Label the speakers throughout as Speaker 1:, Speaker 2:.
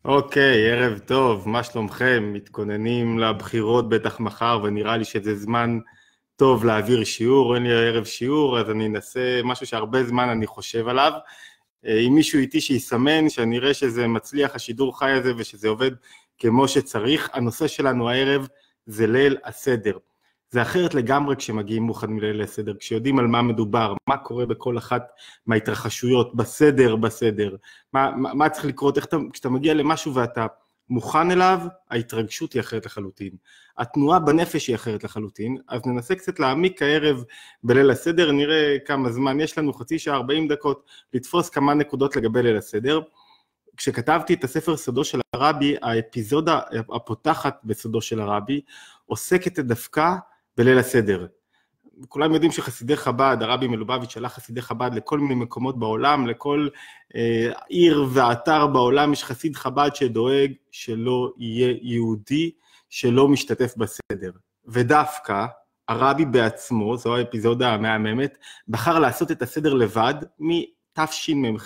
Speaker 1: אוקיי, ערב טוב, מה שלומכם? מתכוננים לבחירות בטח מחר, ונראה לי שזה זמן טוב להעביר שיעור. אין לי ערב שיעור, אז אני אנסה משהו שהרבה זמן אני חושב עליו. אם מישהו איתי שיסמן, שאני אראה שזה מצליח, השידור חי הזה, ושזה עובד כמו שצריך. הנושא שלנו הערב זה ליל הסדר. זה אחרת לגמרי כשמגיעים מוכנים לליל הסדר, כשיודעים על מה מדובר, מה קורה בכל אחת מההתרחשויות, בסדר. מה צריך לקרות, כשאתה מגיע למשהו ואתה מוכן אליו, ההתרגשות היא אחרת לחלוטין. התנועה בנפש היא אחרת לחלוטין, אז ננסה קצת להעמיק הערב בליל הסדר, נראה כמה זמן יש לנו, חצי שעה, 40 דקות, לתפוס כמה נקודות לגבי ליל הסדר. כשכתבתי את הספר סודו של הרבי, האפיזודה הפותחת בסודו של הרבי, עוסקת דווקא בליל הסדר. כולם יודעים שחסידי חב"ד, הרבי מלובביץ' שלח חסידי חב"ד לכל מיני מקומות בעולם, לכל עיר ואתר בעולם יש חסיד חב"ד שדואג שלא יהיה יהודי שלא משתתף בסדר. ודווקא הרבי בעצמו, זו האפיזודה המהממת, בחר לעשות את הסדר לבד מתשמ"ח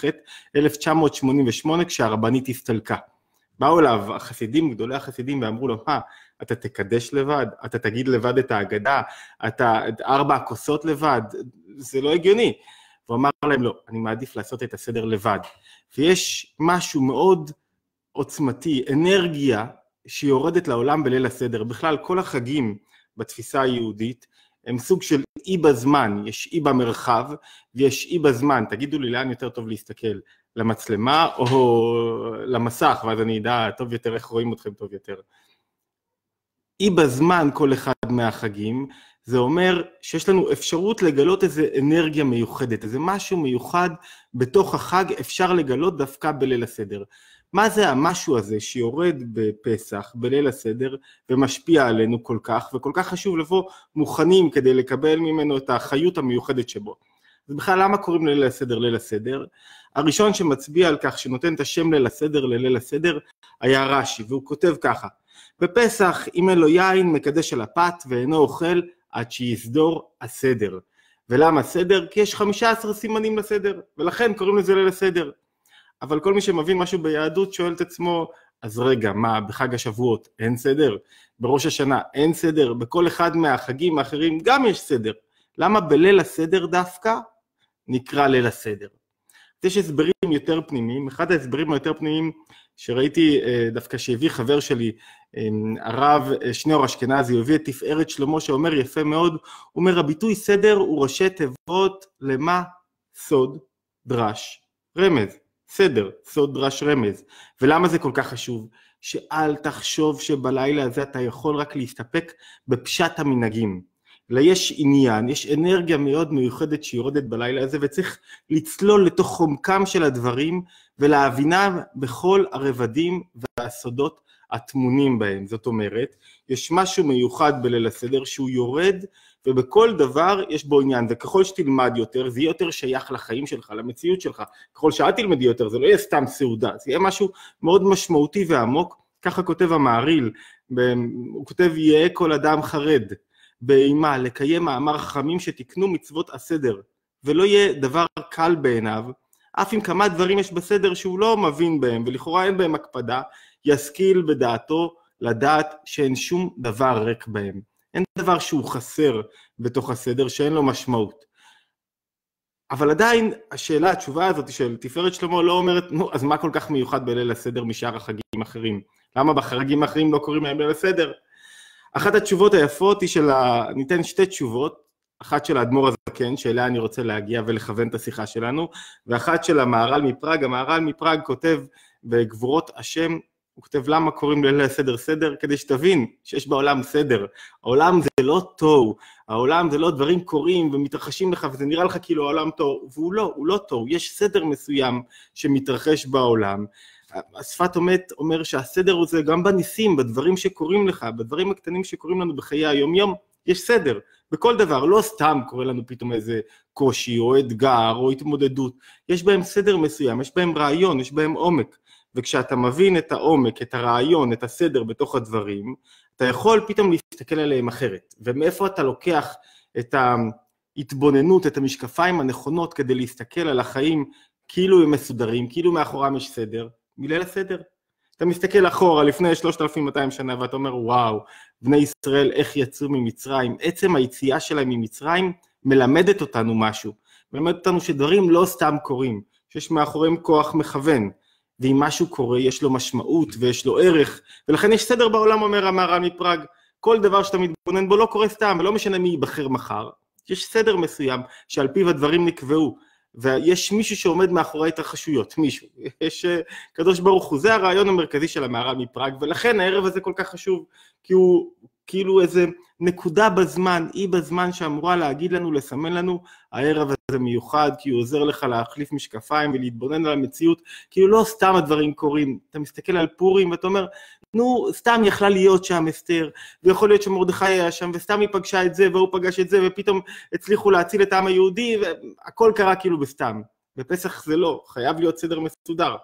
Speaker 1: 1988 כשהרבנית הסתלקה. באו אליו החסידים, גדולי החסידים, ואמרו לו, אתה תקדש לבד, אתה תגיד לבד את ההגדה, אתה 4 הכוסות לבד, זה לא הגיוני. הוא אמר להם, לא, אני מעדיף לעשות את הסדר לבד. ויש משהו מאוד עוצמתי, אנרגיה שיורדת לעולם בליל הסדר. בכלל, כל החגים בתפיסה היהודית הם סוג של אי בזמן, יש אי במרחב ויש אי בזמן. תגידו לי לאן יותר טוב להסתכל, למצלמה או למסך, ואז אני אדע טוב יותר איך רואים אתכם טוב יותר. אי בזמן כל אחד מהחגים, זה אומר שיש לנו אפשרות לגלות איזו אנרגיה מיוחדת, איזה משהו מיוחד בתוך החג אפשר לגלות דווקא בליל הסדר. מה זה המשהו הזה שיורד בפסח, בליל הסדר, ומשפיע עלינו כל כך, וכל כך חשוב לבוא מוכנים כדי לקבל ממנו את החיות המיוחדת שבו. אז בכלל למה קוראים ליל הסדר ליל הסדר? הראשון שמצביע על כך שנותן את השם ליל הסדר לליל הסדר היה רש"י, והוא כותב ככה, בפסח אם אין לו יין מקדש על הפת ואינו אוכל עד שיסדור הסדר. ולמה סדר? כי יש 15 סימנים לסדר, ולכן קוראים לזה ליל הסדר. אבל כל מי שמבין משהו ביהדות שואל את עצמו, אז רגע, מה, בחג השבועות אין סדר? בראש השנה אין סדר? בכל אחד מהחגים האחרים גם יש סדר. למה בליל הסדר דווקא נקרא ליל הסדר? יש הסברים יותר פנימיים, אחד ההסברים היותר פנימיים שראיתי דווקא שהביא חבר שלי, הרב שניאור אשכנזי, הוא הביא את תפארת שלמה שאומר יפה מאוד, הוא אומר הביטוי סדר הוא ראשי תיבות למה? סוד, דרש, רמז. סדר, סוד, דרש, רמז. ולמה זה כל כך חשוב? שאל תחשוב שבלילה הזה אתה יכול רק להסתפק בפשט המנהגים. אלא יש עניין, יש אנרגיה מאוד מיוחדת שיורדת בלילה הזה, וצריך לצלול לתוך חומקם של הדברים, ולהבינה בכל הרבדים והסודות הטמונים בהם. זאת אומרת, יש משהו מיוחד בליל הסדר שהוא יורד, ובכל דבר יש בו עניין, וככל שתלמד יותר, זה יהיה יותר שייך לחיים שלך, למציאות שלך. ככל שאת תלמדי יותר, זה לא יהיה סתם סעודה, זה יהיה משהו מאוד משמעותי ועמוק. ככה כותב המעריל, הוא כותב, יהיה כל אדם חרד, באימה, לקיים מאמר חכמים שתקנו מצוות הסדר, ולא יהיה דבר קל בעיניו, אף אם כמה דברים יש בסדר שהוא לא מבין בהם, ולכאורה אין בהם הקפדה, ישכיל בדעתו לדעת שאין שום דבר ריק בהם. אין דבר שהוא חסר בתוך הסדר שאין לו משמעות. אבל עדיין השאלה, התשובה הזאת של תפארת שלמה לא אומרת, נו, אז מה כל כך מיוחד בליל הסדר משאר החגים האחרים? למה בחגים האחרים לא קוראים להם ליל הסדר? אחת התשובות היפות היא ניתן 2 תשובות, אחת של האדמו"ר הזקן, שאליה אני רוצה להגיע ולכוון את השיחה שלנו, ואחת של המהר"ל מפראג. המהר"ל מפראג כותב בגבורות השם, הוא כותב למה קוראים ליל הסדר סדר, כדי שתבין שיש בעולם סדר. העולם זה לא תוהו, העולם זה לא דברים קורים ומתרחשים לך, וזה נראה לך כאילו העולם תוהו, והוא לא, הוא לא תוהו, יש סדר מסוים שמתרחש בעולם. השפת אמת אומר שהסדר הוא זה גם בניסים, בדברים שקורים לך, בדברים הקטנים שקורים לנו בחיי היום-יום, יש סדר. בכל דבר, לא סתם קורה לנו פתאום איזה קושי או אתגר או התמודדות, יש בהם סדר מסוים, יש בהם רעיון, יש בהם עומק. וכשאתה מבין את העומק, את הרעיון, את הסדר בתוך הדברים, אתה יכול פתאום להסתכל עליהם אחרת. ומאיפה אתה לוקח את ההתבוננות, את המשקפיים הנכונות כדי להסתכל על החיים כאילו הם מסודרים, כאילו מאחורם יש סדר, מליל הסדר. אתה מסתכל אחורה לפני 3,200 שנה ואתה אומר וואו, בני ישראל איך יצאו ממצרים, עצם היציאה שלהם ממצרים מלמדת אותנו משהו, מלמדת אותנו שדברים לא סתם קורים, שיש מאחוריהם כוח מכוון, ואם משהו קורה יש לו משמעות ויש לו ערך, ולכן יש סדר בעולם, אומר המהר"ל מפראג, כל דבר שאתה מתבונן בו לא קורה סתם, ולא משנה מי ייבחר מחר, יש סדר מסוים שעל פיו הדברים נקבעו, ויש מישהו שעומד מאחורי התרחשויות, מישהו, יש קדוש ברוך הוא, זה הרעיון המרכזי של המהר"ל מפראג, ולכן הערב הזה כל כך חשוב, כי הוא כאילו איזה נקודה בזמן, אי בזמן שאמורה להגיד לנו, לסמן לנו, הערב הזה מיוחד, כי הוא עוזר לך להחליף משקפיים ולהתבונן על המציאות, כאילו לא סתם הדברים קורים, אתה מסתכל על פורים ואתה אומר, נו, סתם יכלה להיות שם אסתר, ויכול להיות שמרדכי היה שם, וסתם היא פגשה את זה, והוא פגש את זה, ופתאום הצליחו להציל את העם היהודי, והכל קרה כאילו בסתם. בפסח זה לא, חייב להיות סדר מסודר.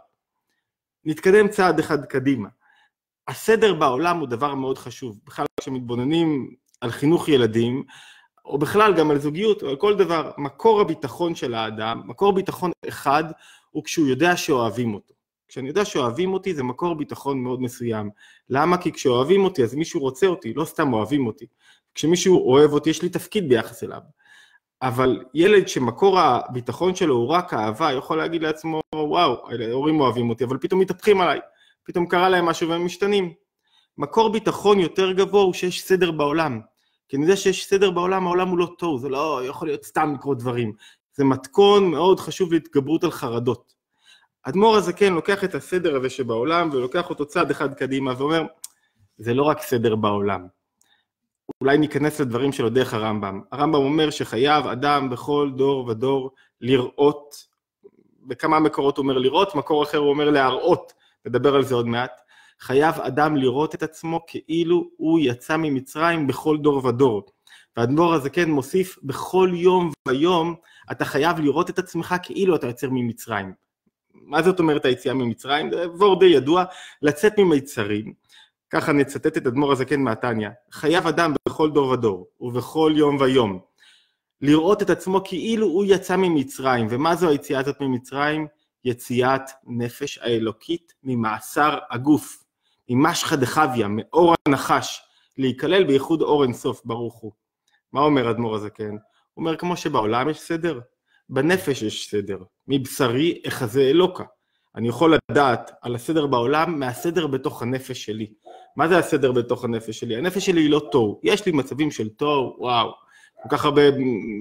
Speaker 1: נתקדם צעד אחד קדימה. הסדר בעולם הוא דבר מאוד חשוב, בכלל כשמתבוננים על חינוך ילדים, או בכלל גם על זוגיות, או על כל דבר, מקור הביטחון של האדם, מקור ביטחון אחד, הוא כשהוא יודע שאוהבים אותו. כשאני יודע שאוהבים אותי זה מקור ביטחון מאוד מסוים. למה? כי כשאוהבים אותי אז מישהו רוצה אותי, לא סתם אוהבים אותי. כשמישהו אוהב אותי יש לי תפקיד ביחס אליו. אבל ילד שמקור הביטחון שלו הוא רק אהבה, יכול להגיד לעצמו, וואו, ההורים אוהבים אותי, אבל פתאום מתהפכים עליי. פתאום קרה להם משהו והם משתנים. מקור ביטחון יותר גבוה הוא שיש סדר בעולם. כי אני יודע שיש סדר בעולם, העולם הוא לא טוב, זה לא יכול להיות סתם לקרות דברים. זה מתכון מאוד חשוב להתגברות על חרדות. אדמו"ר הזקן לוקח את הסדר הזה שבעולם, ולוקח אותו צעד אחד קדימה, ואומר, זה לא רק סדר בעולם. אולי ניכנס לדברים שלו דרך הרמב"ם. הרמב"ם אומר שחייב אדם בכל דור ודור לראות, בכמה מקורות הוא אומר לראות, מקור אחר הוא אומר להראות, נדבר על זה עוד מעט. חייב אדם לראות את עצמו כאילו הוא יצא ממצרים בכל דור ודור. והאדמו"ר הזקן מוסיף, בכל יום ויום אתה חייב לראות את עצמך כאילו אתה יוצא ממצרים. מה זאת אומרת היציאה ממצרים? זה עבור די ידוע, לצאת ממיצרים. ככה נצטט את אדמו"ר הזקן מהתניא. חייב אדם בכל דור ודור, ובכל יום ויום, לראות את עצמו כאילו הוא יצא ממצרים. ומה זו היציאה הזאת ממצרים? יציאת נפש האלוקית ממאסר הגוף, ממשחא דחביא, מאור הנחש, להיכלל בייחוד אור אינסוף ברוך הוא. מה אומר אדמו"ר הזקן? הוא אומר, כמו שבעולם יש סדר, בנפש יש סדר, מבשרי אחזה אלוקה. אני יכול לדעת על הסדר בעולם מהסדר בתוך הנפש שלי. מה זה הסדר בתוך הנפש שלי? הנפש שלי היא לא תוהו, יש לי מצבים של תוהו, וואו, כל כך הרבה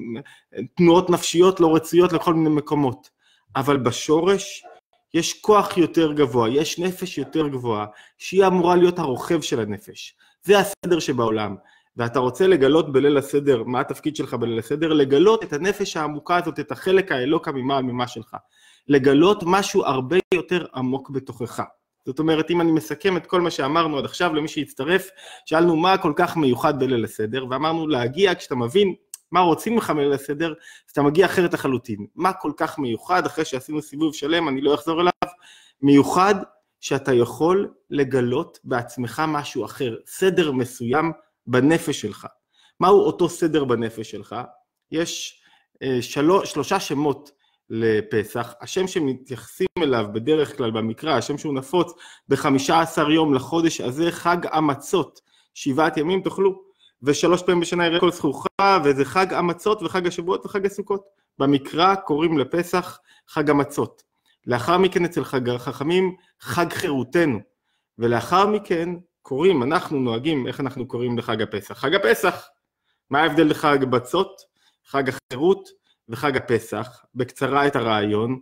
Speaker 1: תנועות נפשיות לא רצויות לכל מיני מקומות. אבל בשורש יש כוח יותר גבוה, יש נפש יותר גבוהה, שהיא אמורה להיות הרוכב של הנפש. זה הסדר שבעולם. ואתה רוצה לגלות בליל הסדר, מה התפקיד שלך בליל הסדר? לגלות את הנפש העמוקה הזאת, את החלק האלוקה ממעל ממה שלך. לגלות משהו הרבה יותר עמוק בתוכך. זאת אומרת, אם אני מסכם את כל מה שאמרנו עד עכשיו למי שיצטרף, שאלנו מה כל כך מיוחד בליל הסדר, ואמרנו להגיע כשאתה מבין מה רוצים לך בליל הסדר, אז אתה מגיע אחרת לחלוטין. מה כל כך מיוחד, אחרי שעשינו סיבוב שלם, אני לא אחזור אליו, מיוחד שאתה יכול לגלות בעצמך משהו אחר, סדר מסוים בנפש שלך. מהו אותו סדר בנפש שלך? יש שלושה שמות לפסח, השם שמתייחסים אליו בדרך כלל במקרא, השם שהוא נפוץ ב-15 יום לחודש הזה, חג המצות, 7 ימים תאכלו, ו3 פעמים בשנה יראה כל זכורך, וזה חג המצות וחג השבועות וחג הסוכות. במקרא קוראים לפסח חג המצות. לאחר מכן אצל חג החכמים חג חירותנו, ולאחר מכן קוראים, אנחנו נוהגים, איך אנחנו קוראים לחג הפסח? חג הפסח. מה ההבדל לחג מצות, חג החירות וחג הפסח? בקצרה את הרעיון.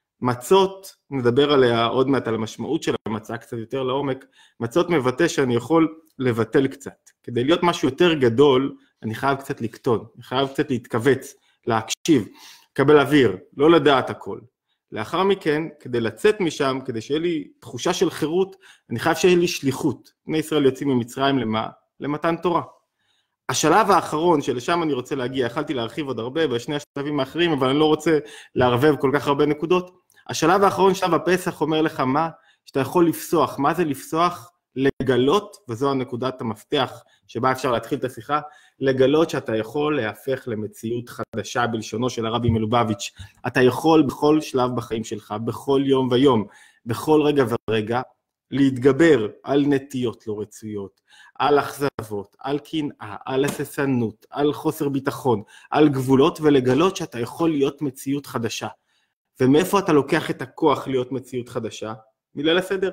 Speaker 1: מצות, נדבר עליה עוד מעט על המשמעות של המצה קצת יותר לעומק. מצות מבטא שאני יכול לבטל קצת. כדי להיות משהו יותר גדול, אני חייב קצת לקטון, אני חייב קצת להתכווץ, להקשיב, לקבל אוויר, לא לדעת הכל. לאחר מכן, כדי לצאת משם, כדי שיהיה לי תחושה של חירות, אני חייב שיהיה לי שליחות. בני ישראל יוצאים ממצרים למה? למתן תורה. השלב האחרון שלשם אני רוצה להגיע, יכלתי להרחיב עוד הרבה בשני השלבים האחרים, אבל אני לא רוצה לערבב כל כך הרבה נקודות. השלב האחרון, שלב הפסח, אומר לך מה? שאתה יכול לפסוח. מה זה לפסוח? לגלות, וזו הנקודת המפתח שבה אפשר להתחיל את השיחה, לגלות שאתה יכול להפך למציאות חדשה בלשונו של הרבי מלובביץ'. אתה יכול בכל שלב בחיים שלך, בכל יום ויום, בכל רגע ורגע, להתגבר על נטיות לא רצויות, על אכזבות, על קנאה, על הססנות, על חוסר ביטחון, על גבולות, ולגלות שאתה יכול להיות מציאות חדשה. ומאיפה אתה לוקח את הכוח להיות מציאות חדשה? מליל הסדר.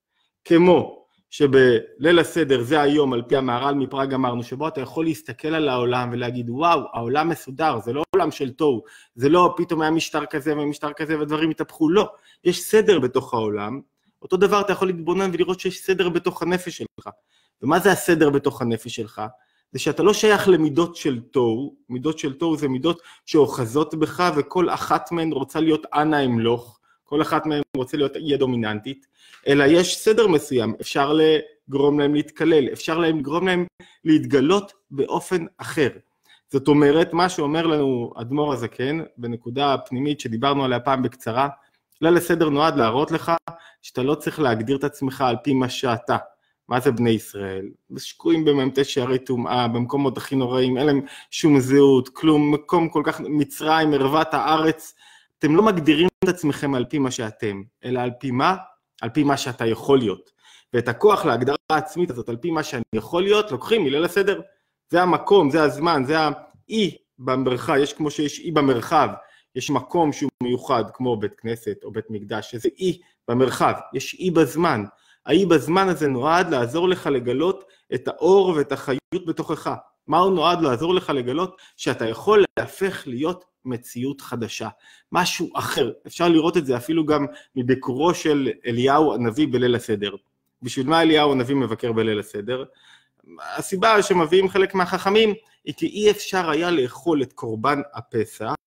Speaker 1: כמו שבליל הסדר זה היום על פי המהר"ל מפראג אמרנו, שבו אתה יכול להסתכל על העולם ולהגיד וואו, העולם מסודר, זה לא עולם של תוהו, זה לא פתאום היה משטר כזה ומשטר כזה ודברים התהפכו, לא, יש סדר בתוך העולם. אותו דבר אתה יכול להתבונן ולראות שיש סדר בתוך הנפש שלך. ומה זה הסדר בתוך הנפש שלך? זה שאתה לא שייך למידות של תוהו, מידות של תוהו זה מידות שאוחזות בך, וכל אחת מהן רוצה להיות אנא אמלוך, כל אחת מהן רוצה להיות אי דומיננטית, אלא יש סדר מסוים, אפשר לגרום להם להתקלל, אפשר לגרום להם להתגלות באופן אחר. זאת אומרת, מה שאומר לנו אדמו"ר הזקן, בנקודה הפנימית שדיברנו עליה פעם בקצרה, ליל הסדר נועד להראות לך שאתה לא צריך להגדיר את עצמך על פי מה שאתה. מה זה בני ישראל? שקועים בממתי שערי טומאה, במקומות הכי נוראים, אין להם שום זהות, כלום, מקום כל כך מצרים, ערוות הארץ. אתם לא מגדירים את עצמכם על פי מה שאתם, אלא על פי מה? על פי מה שאתה יכול להיות. ואת הכוח להגדרה העצמית הזאת, על פי מה שאני יכול להיות, לוקחים מליל הסדר. זה המקום, זה הזמן, זה האי במרחב, יש כמו שיש אי במרחב, יש מקום שהוא מיוחד, כמו בית כנסת או בית מקדש, שזה אי במרחב, יש אי בזמן. האי בזמן הזה נועד לעזור לך לגלות את האור ואת החיות בתוכך. מה הוא נועד לעזור לך לגלות? שאתה יכול להפך להיות מציאות חדשה, משהו אחר. אפשר לראות את זה אפילו גם מביקורו של אליהו הנביא בליל הסדר. בשביל מה אליהו הנביא מבקר בליל הסדר? הסיבה שמביאים חלק מהחכמים היא כי אי אפשר היה לאכול את קורבן הפסח,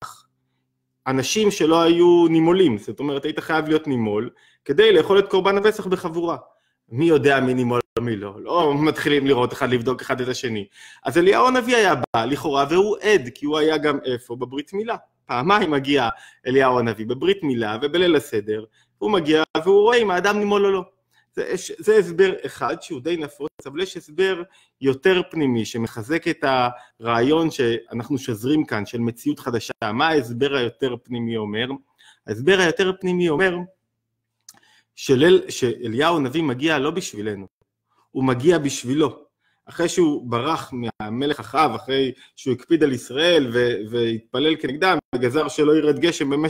Speaker 1: אנשים שלא היו נימולים, זאת אומרת היית חייב להיות נימול, כדי לאכול את קורבן הפסח בחבורה. מי יודע מי נימול או מי לא? לא מתחילים לראות אחד, לבדוק אחד את השני. אז אליהו הנביא היה בא לכאורה והוא עד, כי הוא היה גם איפה? בברית מילה. פעמיים מגיע אליהו הנביא בברית מילה ובליל הסדר, הוא מגיע והוא רואה אם האדם נימול או לא. זה הסבר אחד שהוא די נפוץ, אבל יש הסבר יותר פנימי שמחזק את הרעיון שאנחנו שזרים כאן של מציאות חדשה. מה ההסבר היותר פנימי אומר? ההסבר היותר פנימי אומר שאליהו הנביא מגיע לא בשבילנו, הוא מגיע בשבילו. אחרי שהוא ברח מהמלך אחאב, אחרי שהוא הקפיד על ישראל והתפלל כנגדם, נגזר שלא ירד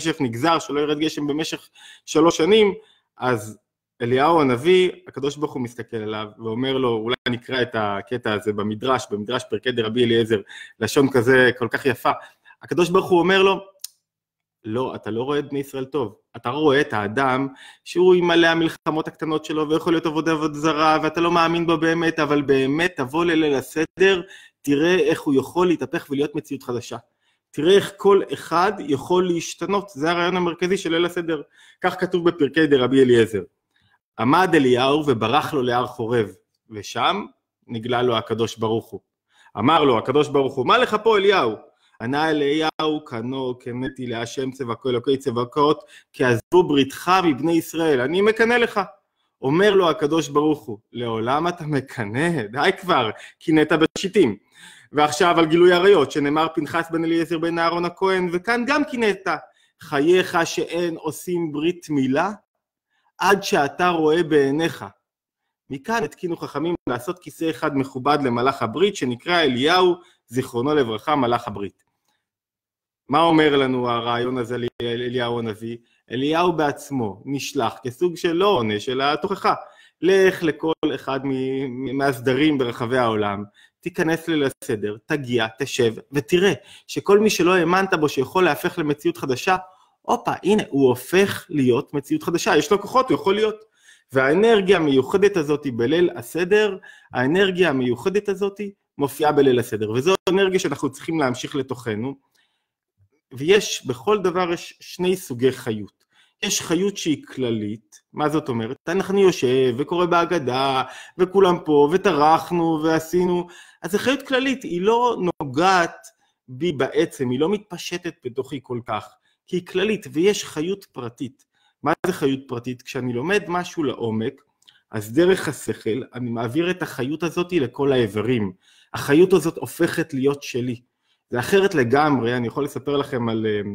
Speaker 1: גשם במשך 3 שנים, אז אליהו הנביא, הקדוש ברוך הוא מסתכל עליו ואומר לו, אולי נקרא את הקטע הזה במדרש פרקי דרבי אליעזר, לשון כזה כל כך יפה. הקדוש ברוך הוא אומר לו, לא, אתה לא רואה את בני ישראל טוב, אתה רואה את האדם שהוא ימלא המלחמות הקטנות שלו ויכול להיות עבודה זרה ואתה לא מאמין בו באמת, אבל באמת תבוא לליל הסדר, תראה איך הוא יכול להתהפך ולהיות מציאות חדשה. תראה איך כל אחד יכול להשתנות, זה הרעיון המרכזי של ליל הסדר. כך כתוב בפרקי דרבי אליעזר. עמד אליהו וברח לו להר חורב, ושם נגלה לו הקדוש ברוך הוא. אמר לו הקדוש ברוך הוא, מה לך פה אליהו? ענה אליהו, קנו קנאתי להשם צבאו אלוקי צבאות, כי עזבו בריתך מבני ישראל, אני מקנא לך. אומר לו הקדוש ברוך הוא, לעולם אתה מקנא, די כבר, קינאת בשיטים. ועכשיו על גילוי עריות, שנאמר פנחס בן אליעזר בן אהרון הכהן, וכאן גם קינאת, חייך שאין עושים ברית מילה, עד שאתה רואה בעיניך. מכאן התקינו חכמים לעשות כיסא אחד מכובד למלאך הברית, שנקרא אליהו, זיכרונו לברכה, מלאך הברית. מה אומר לנו הרעיון הזה לאליהו הנביא? אליהו בעצמו נשלח כסוג של לא עונש, אלא תוכחה. לך לכל אחד מהסדרים ברחבי העולם, תיכנס לסדר, תגיע, תשב, ותראה שכל מי שלא האמנת בו שיכול להפך למציאות חדשה, הופה, הנה, הוא הופך להיות מציאות חדשה, יש לו כוחות, הוא יכול להיות. והאנרגיה המיוחדת הזאת בליל הסדר, האנרגיה המיוחדת הזאת מופיעה בליל הסדר, וזו אנרגיה שאנחנו צריכים להמשיך לתוכנו, ויש, בכל דבר יש 2 סוגי חיות. יש חיות שהיא כללית, מה זאת אומרת? אנחנו יושב וקורא בהגדה, וכולם פה, וטרחנו ועשינו, אז זו חיות כללית, היא לא נוגעת בי בעצם, היא לא מתפשטת בתוכי כל כך, כי היא כללית, ויש חיות פרטית. מה זה חיות פרטית? כשאני לומד משהו לעומק, אז דרך השכל, אני מעביר את החיות הזאת לכל האיברים. החיות הזאת הופכת להיות שלי. זה אחרת לגמרי, אני יכול לספר לכם על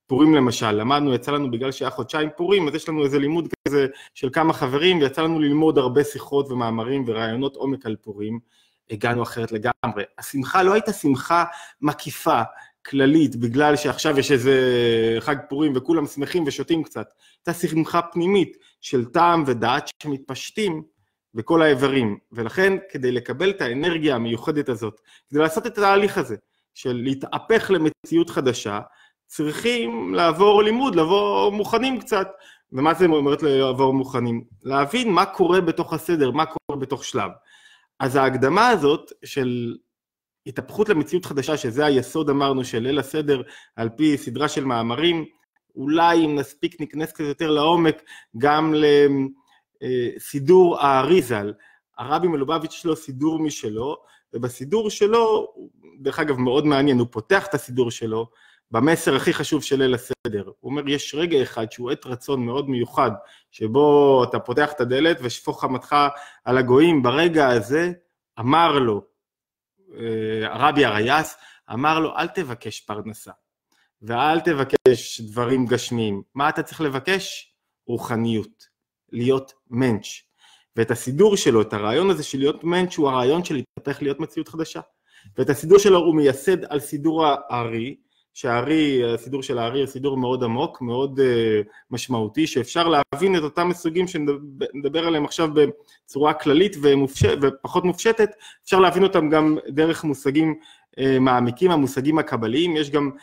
Speaker 1: פורים למשל, למדנו, יצא לנו בגלל שהיה חודשיים פורים, אז יש לנו איזה לימוד כזה של כמה חברים, ויצא לנו ללמוד הרבה שיחות ומאמרים ורעיונות עומק על פורים, הגענו אחרת לגמרי. השמחה לא הייתה שמחה מקיפה, כללית, בגלל שעכשיו יש איזה חג פורים וכולם שמחים ושותים קצת, הייתה שמחה פנימית של טעם ודעת שמתפשטים בכל האיברים, ולכן כדי לקבל את האנרגיה המיוחדת הזאת, כדי לעשות את התהליך הזה, של להתהפך למציאות חדשה, צריכים לעבור לימוד, לבוא מוכנים קצת. ומה זה אומרת לעבור מוכנים? להבין מה קורה בתוך הסדר, מה קורה בתוך שלב. אז ההקדמה הזאת של התהפכות למציאות חדשה, שזה היסוד אמרנו של ליל הסדר, על פי סדרה של מאמרים, אולי אם נספיק נכנס קצת יותר לעומק, גם לסידור האריזל. הרבי מלובביץ' יש לו סידור משלו, ובסידור שלו, דרך אגב מאוד מעניין, הוא פותח את הסידור שלו, במסר הכי חשוב של ליל הסדר. הוא אומר, יש רגע אחד שהוא עת רצון מאוד מיוחד, שבו אתה פותח את הדלת ושפוך חמתך על הגויים, ברגע הזה אמר לו, הרבי הרייס, אמר לו, אל תבקש פרנסה, ואל תבקש דברים גשמיים. מה אתה צריך לבקש? רוחניות, להיות מנץ'. ואת הסידור שלו, את הרעיון הזה של להיות מנץ', הוא הרעיון של להתהפך להיות מציאות חדשה. ואת הסידור שלו הוא מייסד על סידור הארי, הסידור של הארי הוא סידור מאוד עמוק, מאוד משמעותי, שאפשר להבין את אותם מסוגים שנדבר עליהם עכשיו בצורה כללית ופחות מופשטת, אפשר להבין אותם גם דרך מושגים מעמיקים, המושגים הקבליים. יש גם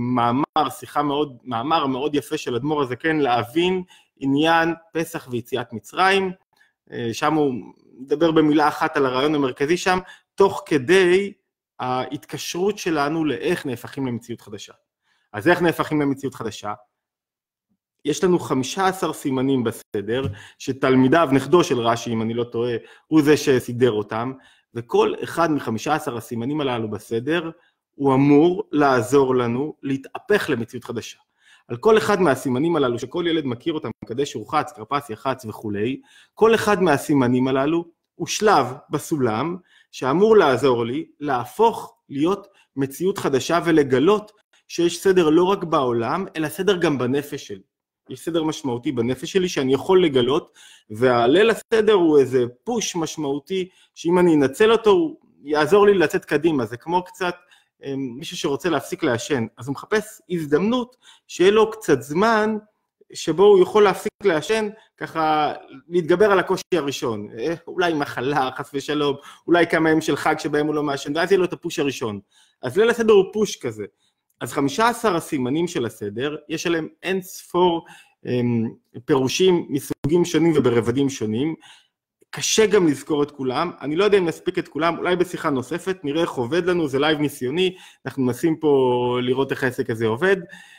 Speaker 1: מאמר מאוד יפה של אדמו"ר הזקן, להבין עניין פסח ויציאת מצרים, שם הוא מדבר במילה אחת על הרעיון המרכזי שם, תוך כדי ההתקשרות שלנו לאיך נהפכים למציאות חדשה. אז איך נהפכים למציאות חדשה? יש לנו 15 סימנים בסדר, שתלמידיו, נכדו של רש"י, אם אני לא טועה, הוא זה שסידר אותם, וכל אחד מ-15 הסימנים הללו בסדר, הוא אמור לעזור לנו להתהפך למציאות חדשה. על כל אחד מהסימנים הללו, שכל ילד מכיר אותם, קדש ורחץ, כרפס, יחץ וכולי, כל אחד מהסימנים הללו הוא שלב בסולם, שאמור לעזור לי להפוך להיות מציאות חדשה ולגלות שיש סדר לא רק בעולם, אלא סדר גם בנפש שלי. יש סדר משמעותי בנפש שלי שאני יכול לגלות, והליל הסדר הוא איזה פוש משמעותי, שאם אני אנצל אותו, הוא יעזור לי לצאת קדימה. זה כמו קצת מישהו שרוצה להפסיק לעשן, אז הוא מחפש הזדמנות שיהיה לו קצת זמן, שבו הוא יכול להפסיק לעשן, ככה להתגבר על הקושי הראשון, אולי מחלה, חס ושלום, אולי כמה ימים של חג שבהם הוא לא מעשן, ואז יהיה לו את הפוש הראשון. אז ליל הסדר הוא פוש כזה. אז 15 הסימנים של הסדר, יש עליהם אין ספור פירושים מסוגים שונים וברבדים שונים, קשה גם לזכור את כולם, אני לא יודע אם נספיק את כולם, אולי בשיחה נוספת, נראה איך עובד לנו, זה לייב ניסיוני, אנחנו מנסים פה לראות איך העסק הזה עובד,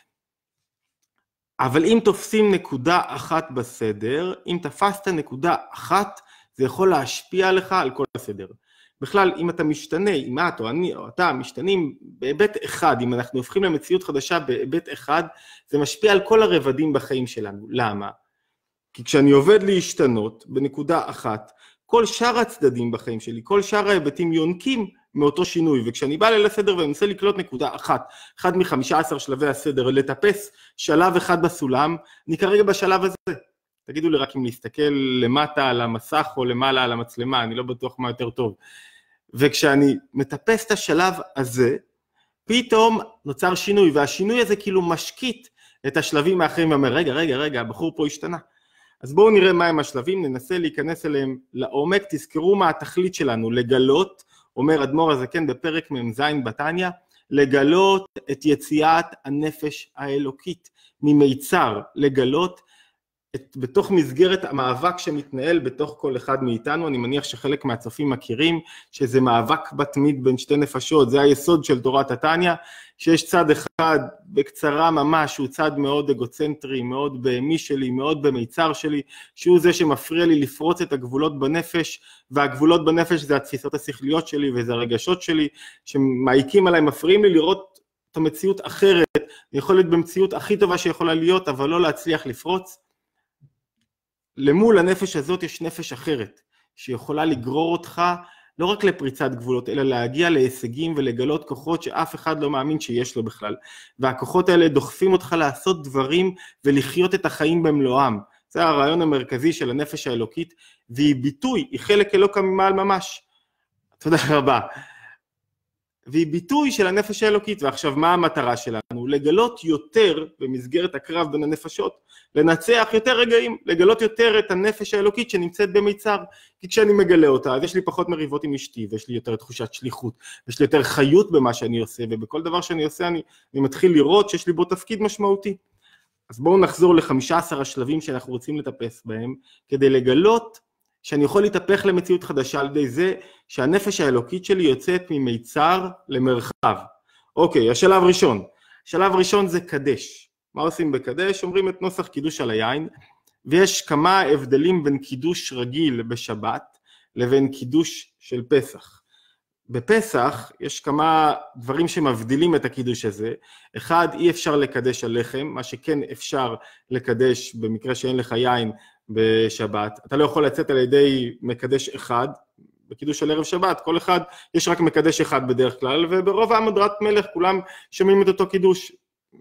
Speaker 1: אבל אם תופסים נקודה אחת בסדר, אם תפסת נקודה אחת, זה יכול להשפיע עליך על כל הסדר. בכלל, אם אתה משתנה, אם את או אני או אתה משתנים בהיבט אחד, אם אנחנו הופכים למציאות חדשה בהיבט אחד, זה משפיע על כל הרבדים בחיים שלנו. למה? כי כשאני עובד להשתנות בנקודה אחת, כל שאר הצדדים בחיים שלי, כל שאר ההיבטים יונקים מאותו שינוי, וכשאני בא ליל הסדר ואני מנסה לקלוט נקודה אחת, אחד מ-15 שלבי הסדר, לטפס שלב אחד בסולם, אני כרגע בשלב הזה. תגידו לי רק אם להסתכל למטה על המסך או למעלה על המצלמה, אני לא בטוח מה יותר טוב. וכשאני מטפס את השלב הזה, פתאום נוצר שינוי, והשינוי הזה כאילו משקיט את השלבים האחרים, ואומר, רגע, הבחור פה השתנה. אז בואו נראה מהם השלבים, ננסה להיכנס אליהם לעומק, תזכרו מה התכלית שלנו, לגלות, אומר אדמו"ר הזקן בפרק מ"ז בתניא, לגלות את יציאת הנפש האלוקית ממיצר, לגלות בתוך מסגרת המאבק שמתנהל בתוך כל אחד מאיתנו. אני מניח שחלק מהצופים מכירים שזה מאבק בתמיד בין שתי נפשות, זה היסוד של תורת התניא, שיש צד אחד בקצרה ממש, הוא צד מאוד אגוצנטרי, מאוד בהמי שלי, מאוד במיצר שלי, שהוא זה שמפריע לי לפרוץ את הגבולות בנפש, והגבולות בנפש זה התפיסות השכליות שלי וזה הרגשות שלי, שמעיקים עליי, מפריעים לי לראות את המציאות אחרת, יכול להיות במציאות הכי טובה שיכולה להיות, אבל לא להצליח לפרוץ. למול הנפש הזאת יש נפש אחרת, שיכולה לגרור אותך, לא רק לפריצת גבולות, אלא להגיע להישגים ולגלות כוחות שאף אחד לא מאמין שיש לו בכלל. והכוחות האלה דוחפים אותך לעשות דברים ולחיות את החיים במלואם. זה הרעיון המרכזי של הנפש האלוקית, והיא ביטוי, היא חלק אלוקה ממעל ממש. תודה רבה. והיא ביטוי של הנפש האלוקית, ועכשיו מה המטרה שלנו? לגלות יותר במסגרת הקרב בין הנפשות, לנצח יותר רגעים, לגלות יותר את הנפש האלוקית שנמצאת במיצר, כי כשאני מגלה אותה, אז יש לי פחות מריבות עם אשתי, ויש לי יותר תחושת שליחות, ויש לי יותר חיות במה שאני עושה, ובכל דבר שאני עושה אני מתחיל לראות שיש לי בו תפקיד משמעותי. אז בואו נחזור ל15 השלבים שאנחנו רוצים לטפס בהם, כדי לגלות שאני יכול להתהפך למציאות חדשה על ידי זה שהנפש האלוקית שלי יוצאת ממיצר למרחב. אוקיי, השלב ראשון. השלב ראשון זה קדש. מה עושים בקדש? אומרים את נוסח קידוש על היין, ויש כמה הבדלים בין קידוש רגיל בשבת לבין קידוש של פסח. בפסח יש כמה דברים שמבדילים את הקידוש הזה. אחד, אי אפשר לקדש על לחם, מה שכן אפשר לקדש במקרה שאין לך יין בשבת. אתה לא יכול לצאת על ידי מקדש אחד, בקידוש של ערב שבת, כל אחד, יש רק מקדש אחד בדרך כלל, וברוב העמדרת מלך כולם שומעים את אותו קידוש.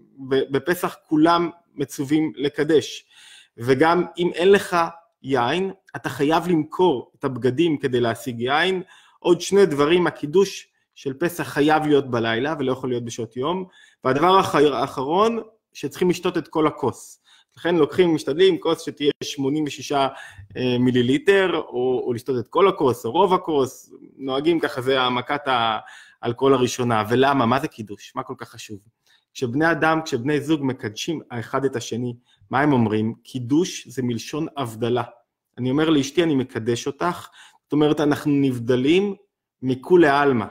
Speaker 1: בפסח כולם מצווים לקדש. וגם אם אין לך יין, אתה חייב למכור את הבגדים כדי להשיג יין. עוד שני דברים, הקידוש של פסח חייב להיות בלילה ולא יכול להיות בשעות יום, והדבר האחרון שצריכים לשתות את כל הכוס. לכן לוקחים, משתדלים, כוס שתהיה 86 מיליליטר, או לשתות את כל הכוס, או רוב הכוס, נוהגים ככה, זה העמקת האלכוהול הראשונה. ולמה? מה זה קידוש? מה כל כך חשוב? כשבני אדם, כשבני זוג מקדשים האחד את השני, מה הם אומרים? קידוש זה מלשון הבדלה. אני אומר לאשתי, אני מקדש אותך, זאת אומרת, אנחנו נבדלים מכולי עלמא.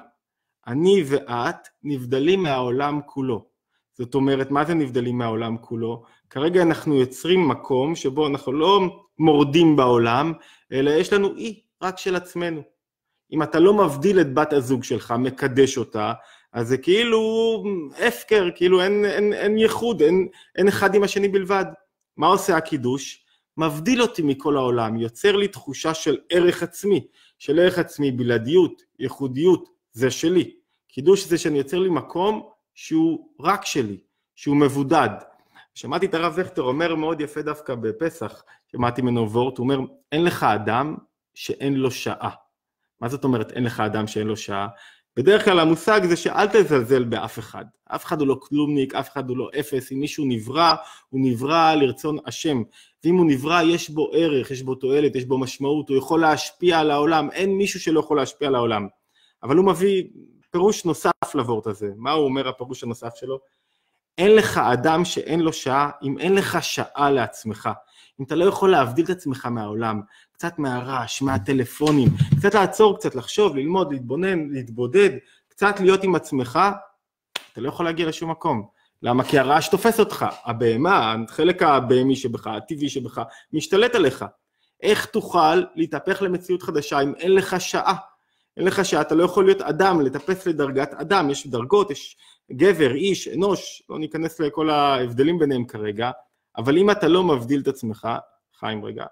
Speaker 1: אני ואת נבדלים מהעולם כולו. זאת אומרת, מה זה נבדלים מהעולם כולו? כרגע אנחנו יוצרים מקום שבו אנחנו לא מורדים בעולם, אלא יש לנו אי רק של עצמנו. אם אתה לא מבדיל את בת הזוג שלך, מקדש אותה, אז זה כאילו הפקר, כאילו אין ייחוד, אין אחד עם השני בלבד. מה עושה הקידוש? מבדיל אותי מכל העולם, יוצר לי תחושה של ערך עצמי, של ערך עצמי, בלעדיות, ייחודיות, זה שלי. קידוש זה שאני יוצר לי מקום שהוא רק שלי, שהוא מבודד. שמעתי את הרב וכטר אומר מאוד יפה דווקא בפסח, שמעתי ממנו וורט, הוא אומר, אין לך אדם שאין לו שעה. מה זאת אומרת אין לך אדם שאין לו שעה? בדרך כלל המושג זה שאל תזלזל באף אחד. אף אחד הוא לא כלומניק, אף אחד הוא לא אפס. אם מישהו נברא, הוא נברא לרצון השם. ואם הוא נברא, יש בו ערך, יש בו תועלת, יש בו משמעות, הוא יכול להשפיע על העולם. אין מישהו שלא יכול להשפיע על העולם. אבל הוא מביא פירוש נוסף לוורט הזה. מה הוא אומר הפירוש הנוסף שלו? אין לך אדם שאין לו שעה, אם אין לך שעה לעצמך. אם אתה לא יכול להבדיל את עצמך מהעולם, קצת מהרעש, מהטלפונים, קצת לעצור, קצת לחשוב, ללמוד, להתבונן, להתבודד, קצת להיות עם עצמך, אתה לא יכול להגיע לשום מקום. למה? כי הרעש תופס אותך, הבהמה, חלק הבהמי שבך, הטבעי שבך, משתלט עליך. איך תוכל להתהפך למציאות חדשה אם אין לך שעה? אין לך שעה, אתה לא יכול להיות אדם, לטפס לדרגת אדם, יש דרגות, יש גבר, איש, אנוש, לא ניכנס לכל ההבדלים ביניהם כרגע, אבל אם אתה לא מבדיל את עצמך, חיים רגע,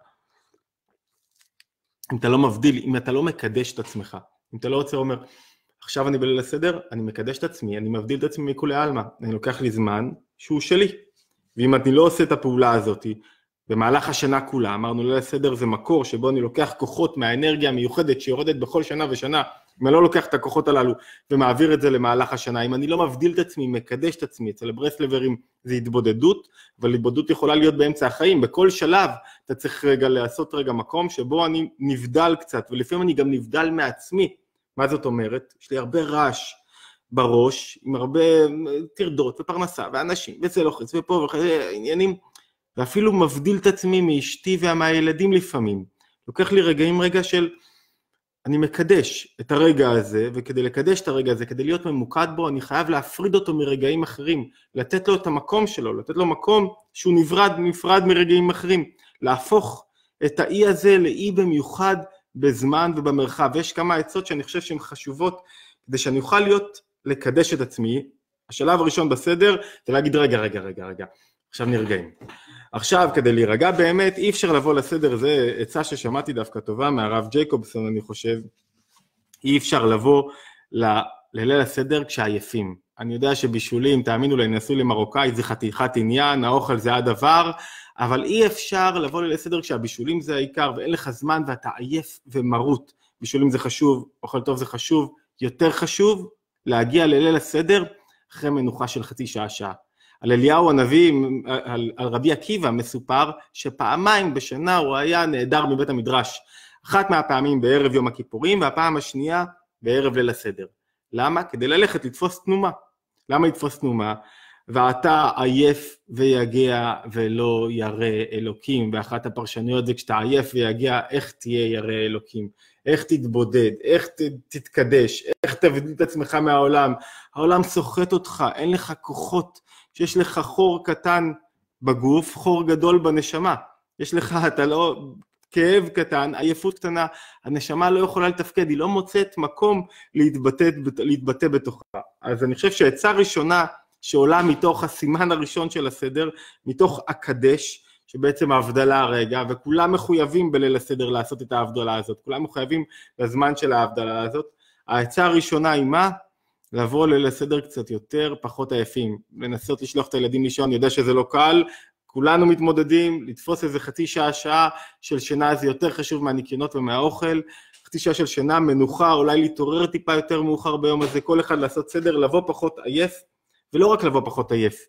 Speaker 1: אם אתה לא מבדיל, אם אתה לא מקדש את עצמך, אם אתה לא רוצה אומר, עכשיו אני בליל הסדר, אני מקדש את עצמי, אני מבדיל את עצמי מכולי עלמא, אני לוקח לי זמן שהוא שלי, ואם אני לא עושה את הפעולה הזאת, במהלך השנה כולה, אמרנו ליל הסדר זה מקור שבו אני לוקח כוחות מהאנרגיה המיוחדת שיורדת בכל שנה ושנה, אם אני לא לוקח את הכוחות הללו ומעביר את זה למהלך השנה, אם אני לא מבדיל את עצמי, מקדש את עצמי, אצל הברסלברים זה התבודדות, אבל התבודדות יכולה להיות באמצע החיים, בכל שלב אתה צריך רגע לעשות רגע מקום שבו אני נבדל קצת, ולפעמים אני גם נבדל מעצמי. מה זאת אומרת? יש לי הרבה רעש בראש, עם הרבה תרדות ופרנסה ואנשים, וזה לוחץ ופה ועניינים, ואפילו מבדיל את עצמי מאשתי ומהילדים לפעמים. לוקח לי רגעים רגע של, אני מקדש את הרגע הזה, וכדי לקדש את הרגע הזה, כדי להיות ממוקד בו, אני חייב להפריד אותו מרגעים אחרים, לתת לו את המקום שלו, לתת לו מקום שהוא נפרד מרגעים אחרים, להפוך את האי הזה לאי במיוחד בזמן ובמרחב. יש כמה עצות שאני חושב שהן חשובות, כדי שאני אוכל לקדש את עצמי. השלב הראשון בסדר, זה להגיד רגע, עכשיו נרגעים. עכשיו, כדי להירגע באמת, אי אפשר לבוא לסדר, זה עצה ששמעתי דווקא טובה מהרב ג'ייקובסון, אני חושב, אי אפשר לבוא לליל הסדר כשעייפים. אני יודע שבישולים, תאמינו לי, נסו למרוקאית, זה חתיכת עניין, האוכל זה הדבר, אבל אי אפשר לבוא לליל הסדר כשהבישולים זה העיקר, ואין לך זמן ואתה עייף ומרוט. בישולים זה חשוב, אוכל טוב זה חשוב, יותר חשוב להגיע לליל הסדר אחרי מנוחה של חצי שעה. על אליהו הנביא, על רבי עקיבא מסופר שפעמיים בשנה הוא היה נהדר מבית המדרש. אחת מהפעמים בערב יום הכיפורים, והפעם השנייה בערב ליל הסדר. למה? כדי ללכת לתפוס תנומה. למה לתפוס תנומה? ואתה עייף ויגע ולא ירא אלוקים, ואחת הפרשנויות זה כשאתה עייף ויגע, איך תהיה ירא אלוקים? איך תתבודד? איך תתקדש? איך תבדיל את עצמך מהעולם? העולם סוחט אותך, אין לך כוחות, שיש לך חור קטן בגוף, חור גדול בנשמה. יש לך, אתה לא, כאב קטן, עייפות קטנה, הנשמה לא יכולה לתפקד, היא לא מוצאת מקום להתבטא בתוכה. אז אני חושב שהעצה ראשונה שעולה מתוך הסימן הראשון של הסדר, מתוך הקדש, שבעצם ההבדלה הרגע, וכולם מחויבים בליל הסדר לעשות את ההבדלה הזאת, כולם מחויבים לזמן של ההבדלה הזאת. העצה הראשונה היא מה? לבוא ליל הסדר קצת יותר, פחות עייפים, לנסות לשלוח את הילדים לישון, אני יודע שזה לא קל, כולנו מתמודדים, לתפוס איזה חצי שעה של שינה, זה יותר חשוב מהניקיונות ומהאוכל, חצי שעה של שינה, מנוחה, אולי להתעורר טיפה יותר מאוחר ביום הזה, כל אחד לעשות סדר, לבוא פחות עייף, ולא רק לבוא פחות עייף,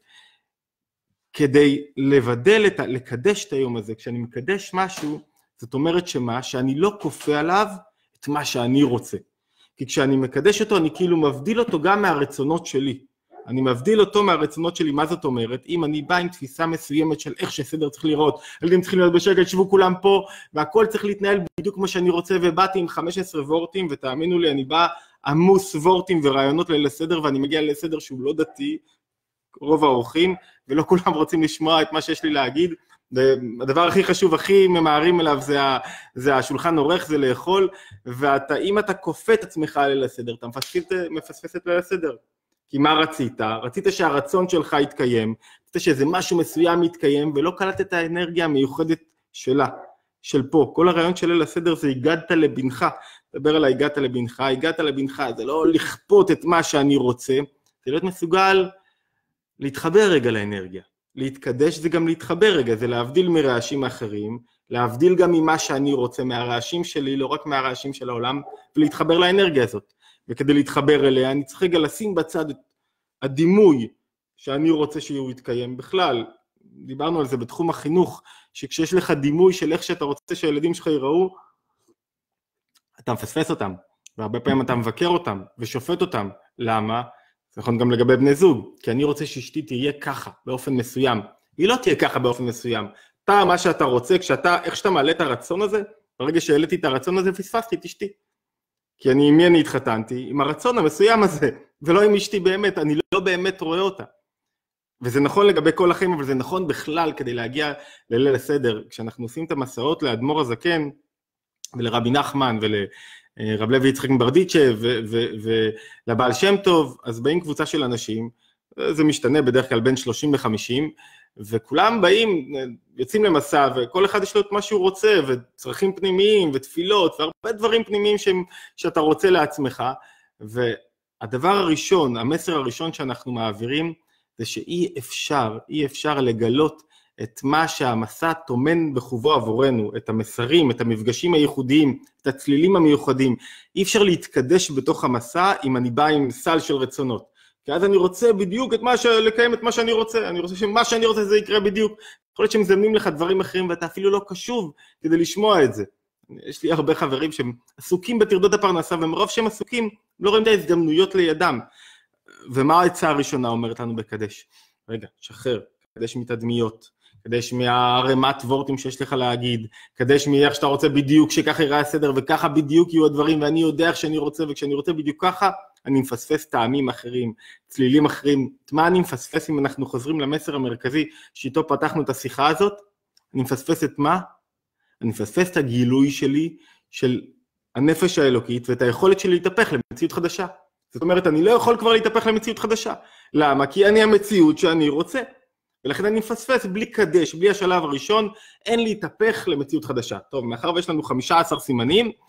Speaker 1: כדי לבדל, לקדש את היום הזה, כשאני מקדש משהו, זאת אומרת שמה, שאני לא כופה עליו את מה שאני רוצה, כי כשאני מקדש אותו, אני כאילו מבדיל אותו גם מהרצונות שלי, אני מבדיל אותו מהרצונות שלי. מה זאת אומרת? אם אני בא עם תפיסה מסוימת של איך שסדר צריך לראות, ילדים צריכים להיות בשקט, שבו כולם פה, והכל צריך להתנהל בדיוק כמו שאני רוצה, ובאתי עם 15 וורטים, ותאמינו לי, אני בא עמוס וורטים ורעיונות לסדר, ואני מגיע לסדר שהוא לא דתי, רוב האורחים, ולא כולם רוצים לשמוע את מה שיש לי להגיד, והדבר הכי חשוב, הכי ממהרים אליו, זה השולחן עורך, זה לאכול, ואם אתה כופה את עצמך לסדר, אתה מפספס את לסדר. כי מה רצית? רצית שהרצון שלך יתקיים, רצית שזה משהו מסוים יתקיים, ולא קלט את האנרגיה המיוחדת שלה, של פה. כל הרעיון של ליל הסדר זה הגעת לבנך, דבר על הגעת לבנך, זה לא לכפות את מה שאני רוצה, זה להיות מסוגל להתחבר רגע לאנרגיה. להתקדש זה גם להתחבר רגע, זה להבדיל מרעשים אחרים, להבדיל גם ממה שאני רוצה, מהרעשים שלי, לא רק מהרעשים של העולם, ולהתחבר לאנרגיה הזאת. וכדי להתחבר אליה, אני צריך רגע לשים בצד את הדימוי שאני רוצה שהוא יתקיים בכלל. דיברנו על זה בתחום החינוך, שכשיש לך דימוי של איך שאתה רוצה שהילדים שלך ייראו, אתה מפספס אותם, והרבה פעמים אתה מבקר אותם ושופט אותם. למה? זה נכון גם לגבי בני זוג, כי אני רוצה שאשתי תהיה ככה, באופן מסוים. היא לא תהיה ככה באופן מסוים. אתה, מה שאתה רוצה, איך שאתה מעלה את הרצון הזה, ברגע שהעליתי את הרצון הזה, פספסתי את אשתי. כי עם מי אני התחתנתי? עם הרצון המסוים הזה, ולא עם אשתי באמת, אני לא באמת רואה אותה. וזה נכון לגבי כל החיים, אבל זה נכון בכלל כדי להגיע לליל הסדר. כשאנחנו עושים את המסעות לאדמו"ר הזקן, ולרבי נחמן, ולרב לוי יצחק מברדיצ'ב, ולבעל שם טוב, אז באים קבוצה של אנשים, זה משתנה בדרך כלל בין 30 ל-50, וכולם באים, יוצאים למסע, וכל אחד יש לו את מה שהוא רוצה, וצרכים פנימיים, ותפילות, והרבה דברים פנימיים שאתה רוצה לעצמך, והדבר הראשון, המסר הראשון שאנחנו מעבירים, זה שאי אפשר לגלות את מה שהמסע תומן בחובו עבורנו, את המסרים, את המפגשים הייחודיים, את הצלילים המיוחדים. אי אפשר להתקדש בתוך המסע אם אני בא עם סל של רצונות. כי אז אני רוצה בדיוק לקיים את מה שאני רוצה, אני רוצה שמה שאני רוצה זה יקרה בדיוק. יכול להיות שמזמנים לך דברים אחרים ואתה אפילו לא קשוב כדי לשמוע את זה. יש לי הרבה חברים שהם עסוקים בטרדות הפרנסה, ומרוב שהם עסוקים לא רואים את ההזדמנויות לידם. ומה העצה הראשונה אומרת לנו בקדש? רגע, שחרר, קדש מתדמיות, קדש מהרמת וורטים שיש לך להגיד, קדש מאיך שאתה רוצה בדיוק שככה יראה הסדר וככה בדיוק יהיו הדברים, ואני יודע איך שאני רוצה, וכשאני רוצה בדיוק ככה, אני מפספס טעמים אחרים, צלילים אחרים. את מה אני מפספס אם אנחנו חוזרים למסר המרכזי שאיתו פתחנו את השיחה הזאת? אני מפספס את מה? אני מפספס את הגילוי שלי של הנפש האלוקית, ואת היכולת שלי להתהפך למציאות חדשה. זאת אומרת, אני לא יכול כבר להתהפך למציאות חדשה. למה? כי אני המציאות שאני רוצה. ולכן אני מפספס בלי קדש, בלי השלב הראשון, אין להתהפך למציאות חדשה. טוב, מאחר ויש לנו 15 סימנים,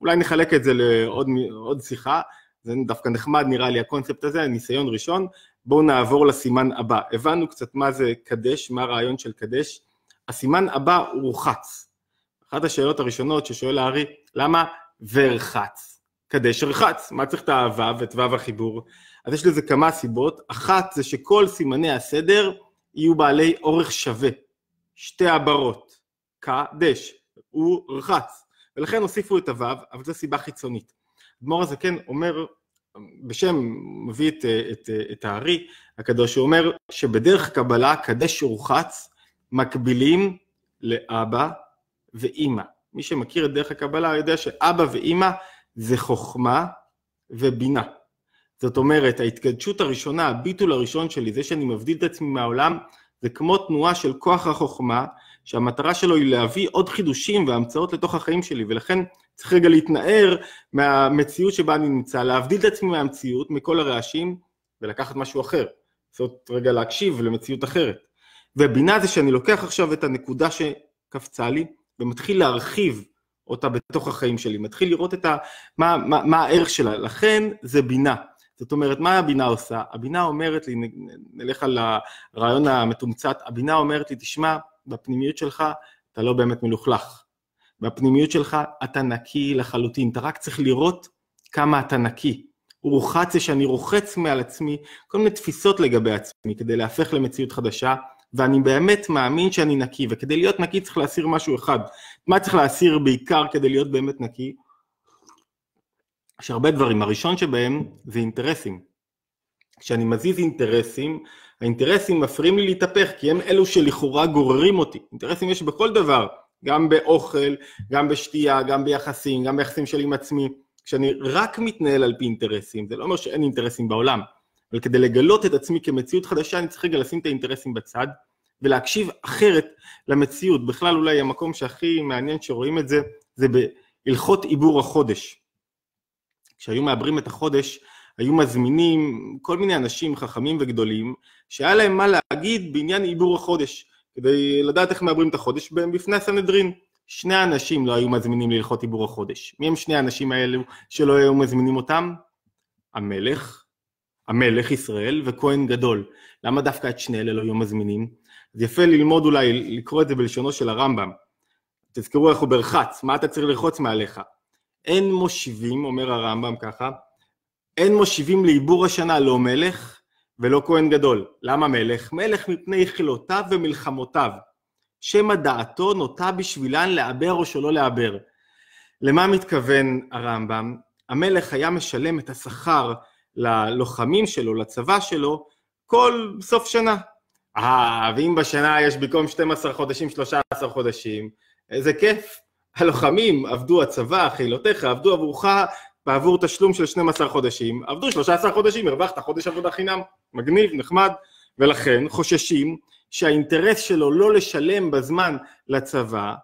Speaker 1: אולי נחלק את זה לעוד שיחה, זה דווקא נחמד נראה לי הקונספט הזה, הניסיון ראשון, בואו נעבור לסימן הבא. הבנו קצת מה זה קדש, מה הרעיון של קדש. הסימן הבא הוא רוחץ. אחת השאלות הראשונות ששואל הארי, למה ורחץ? קדש רחץ, מה צריך את הוו ואת וו החיבור? אז יש לזה כמה סיבות. אחת זה שכל סימני הסדר יהיו בעלי אורך שווה. שתי עברות, קדש, הוא רחץ. ולכן הוסיפו את הוו, אבל זו סיבה חיצונית. אדמו"ר הזקן אומר, בשם מביא את הארי הקדוש, הוא אומר שבדרך קבלה קדש ורחץ מקבילים לאבא ואמא. מי שמכיר את דרך הקבלה יודע שאבא ואמא זה חוכמה ובינה. זאת אומרת, ההתקדשות הראשונה, הביטול הראשון שלי, זה שאני מבדיל את עצמי מהעולם, זה כמו תנועה של כוח החוכמה, שהמטרה שלו היא להביא עוד חידושים והמצאות לתוך החיים שלי, ולכן צריך רגע להתנער מהמציאות שבה אני נמצא, להבדיל את עצמי מהמציאות, מכל הרעשים, ולקחת משהו אחר. זאת רגע להקשיב למציאות אחרת. ובינה זה שאני לוקח עכשיו את הנקודה שקפצה לי, ומתחיל להרחיב אותה בתוך החיים שלי, מתחיל לראות מה הערך שלה, לכן זה בינה. זאת אומרת, מה הבינה עושה? הבינה אומרת לי, נלך על הרעיון המתומצת, הבינה אומרת לי, תשמע, בפנימיות שלך אתה לא באמת מלוכלך. בפנימיות שלך אתה נקי לחלוטין, אתה רק צריך לראות כמה אתה נקי. רוחץ זה שאני רוחץ מעל עצמי, כל מיני תפיסות לגבי עצמי, כדי להפך למציאות חדשה, ואני באמת מאמין שאני נקי, וכדי להיות נקי צריך להסיר משהו אחד. מה צריך להסיר בעיקר כדי להיות באמת נקי? יש הרבה דברים, הראשון שבהם זה אינטרסים. כשאני מזיז אינטרסים, האינטרסים מפריעים לי להתהפך, כי הם אלו שלכאורה גוררים אותי. אינטרסים יש בכל דבר, גם באוכל, גם בשתייה, גם ביחסים, גם ביחסים שלי עם עצמי. כשאני רק מתנהל על פי אינטרסים, זה לא אומר שאין אינטרסים בעולם, אבל כדי לגלות את עצמי כמציאות חדשה, אני צריך רגע לשים את האינטרסים בצד, ולהקשיב אחרת למציאות. בכלל אולי המקום שהכי מעניין שרואים את זה, זה בהלכות עיבור החודש. כשהיו מעברים את החודש, היו מזמינים כל מיני אנשים חכמים וגדולים, שהיה להם מה להגיד בעניין עיבור החודש, כדי לדעת איך מעברים את החודש בפני הסנהדרין. שני אנשים לא היו מזמינים להלכות עיבור החודש. מי הם שני האנשים האלו שלא היו מזמינים אותם? המלך ישראל וכהן גדול. למה דווקא את שני אלה לא היו מזמינים? אז יפה ללמוד אולי, לקרוא את זה בלשונו של הרמב"ם. תזכרו איך הוא ברחץ, מה אתה צריך לרחוץ מעליך? אין מושיבים, אומר הרמב"ם ככה, אין מושיבים לעיבור השנה לא מלך ולא כהן גדול. למה מלך? מלך מפני חילותיו ומלחמותיו. שמא דעתו נוטה בשבילן לעבר או שלא לעבר. למה מתכוון הרמב"ם? המלך היה משלם את השכר ללוחמים שלו, לצבא שלו, כל סוף שנה. ואם בשנה יש במקום 12 חודשים, 13 חודשים, איזה כיף. הלוחמים עבדו הצבא, חילותיך, עבדו עבורך בעבור תשלום של 12 חודשים, עבדו 13 חודשים, הרווחת חודש עבודה חינם, מגניב, נחמד, ולכן חוששים שהאינטרס שלו לא לשלם בזמן לצבא,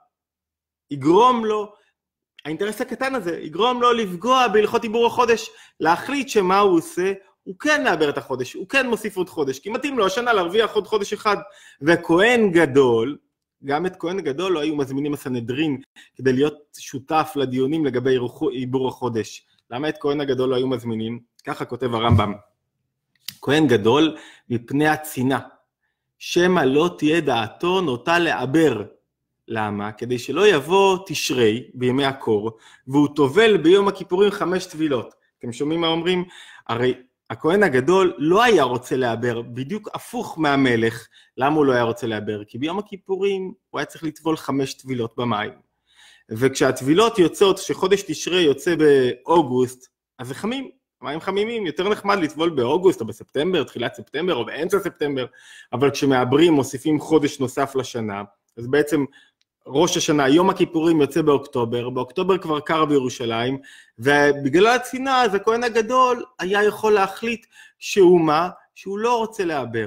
Speaker 1: יגרום לו, האינטרס הקטן הזה, יגרום לו לפגוע בהלכות עיבור החודש, להחליט שמה הוא עושה, הוא כן מעבר את החודש, הוא כן מוסיף עוד חודש, כי מתאים לו השנה להרוויח עוד חודש אחד, וכהן גדול, גם את כהן גדול לא היו מזמינים הסנהדרין כדי להיות שותף לדיונים לגבי עיבור החודש. למה את כהן הגדול לא היו מזמינים? ככה כותב הרמב"ם. כהן גדול מפני הצינה, שמא לא תהיה דעתו נוטה לעבר. למה? כדי שלא יבוא תשרי בימי הקור, והוא טובל ביום הכיפורים 5 טבילות. אתם שומעים מה אומרים? הרי הכהן הגדול לא היה רוצה לעבר, בדיוק הפוך מהמלך. למה הוא לא היה רוצה לעבר? כי ביום הכיפורים הוא היה צריך לטבול 5 טבילות במים. וכשהטבילות יוצאות, שחודש תשרי יוצא באוגוסט, אז זה חמים, מים חמימים, יותר נחמד לטבול באוגוסט או בספטמבר, תחילת ספטמבר או באמצע ספטמבר, אבל כשמעברים מוסיפים חודש נוסף לשנה, אז בעצם ראש השנה, יום הכיפורים יוצא באוקטובר, באוקטובר כבר קר בירושלים, ובגלל הצינה, אז הכהן הגדול היה יכול להחליט שהוא מה? שהוא לא רוצה לעבר.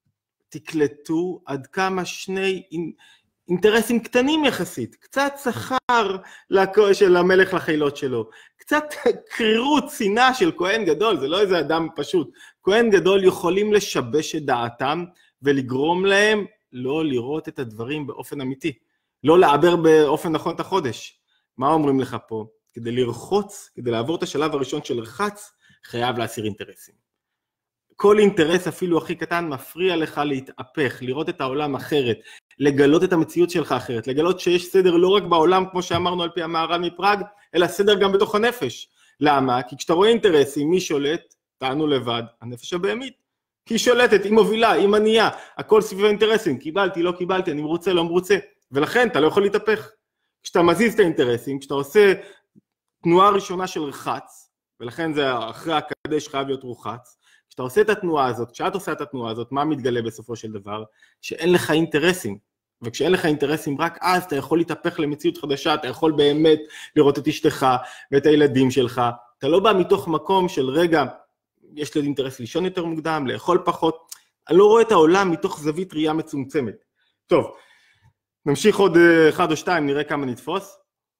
Speaker 1: תקלטו עד כמה שני אינטרסים קטנים יחסית, קצת שכר של המלך לחילות שלו, קצת קרירות, צינה של כהן גדול, זה לא איזה אדם פשוט, כהן גדול יכולים לשבש את דעתם, ולגרום להם לא לראות את הדברים באופן אמיתי. לא לעבר באופן נכון את החודש. מה אומרים לך פה? כדי לרחוץ, כדי לעבור את השלב הראשון של רחץ, חייב להסיר אינטרסים. כל אינטרס אפילו הכי קטן מפריע לך להתהפך, לראות את העולם אחרת, לגלות את המציאות שלך אחרת, לגלות שיש סדר לא רק בעולם, כמו שאמרנו על פי המהר"ל מפראג, אלא סדר גם בתוך הנפש. למה? כי כשאתה רואה אינטרסים, מי שולט? טענו לבד, הנפש הבהמית. כי היא שולטת, היא מובילה, היא מניעה, הכל סביב האינטרסים, קיבלתי, לא קיבלתי, אני מרוצה, לא מרוצה, ולכן אתה לא יכול להתהפך. כשאתה מזיז את האינטרסים, כשאתה עושה תנועה ראשונה של רחץ, ולכן זה אחרי הקדש חייב להיות רוחץ, כשאתה עושה את התנועה הזאת, כשאת עושה את התנועה הזאת, מה מתגלה בסופו של דבר? שאין לך אינטרסים, וכשאין לך אינטרסים רק אז אתה יכול להתהפך למציאות חדשה, אתה יכול באמת לראות את אשתך ואת הילדים שלך, אתה לא בא מתוך מקום של רגע, יש לי אינטרס לישון יותר מוקדם, לאכול פחות, אני לא רואה את העולם מתוך זווית ראייה מצומצמת. טוב, נמשיך עוד אחד או שתיים, נראה כמה נתפוס.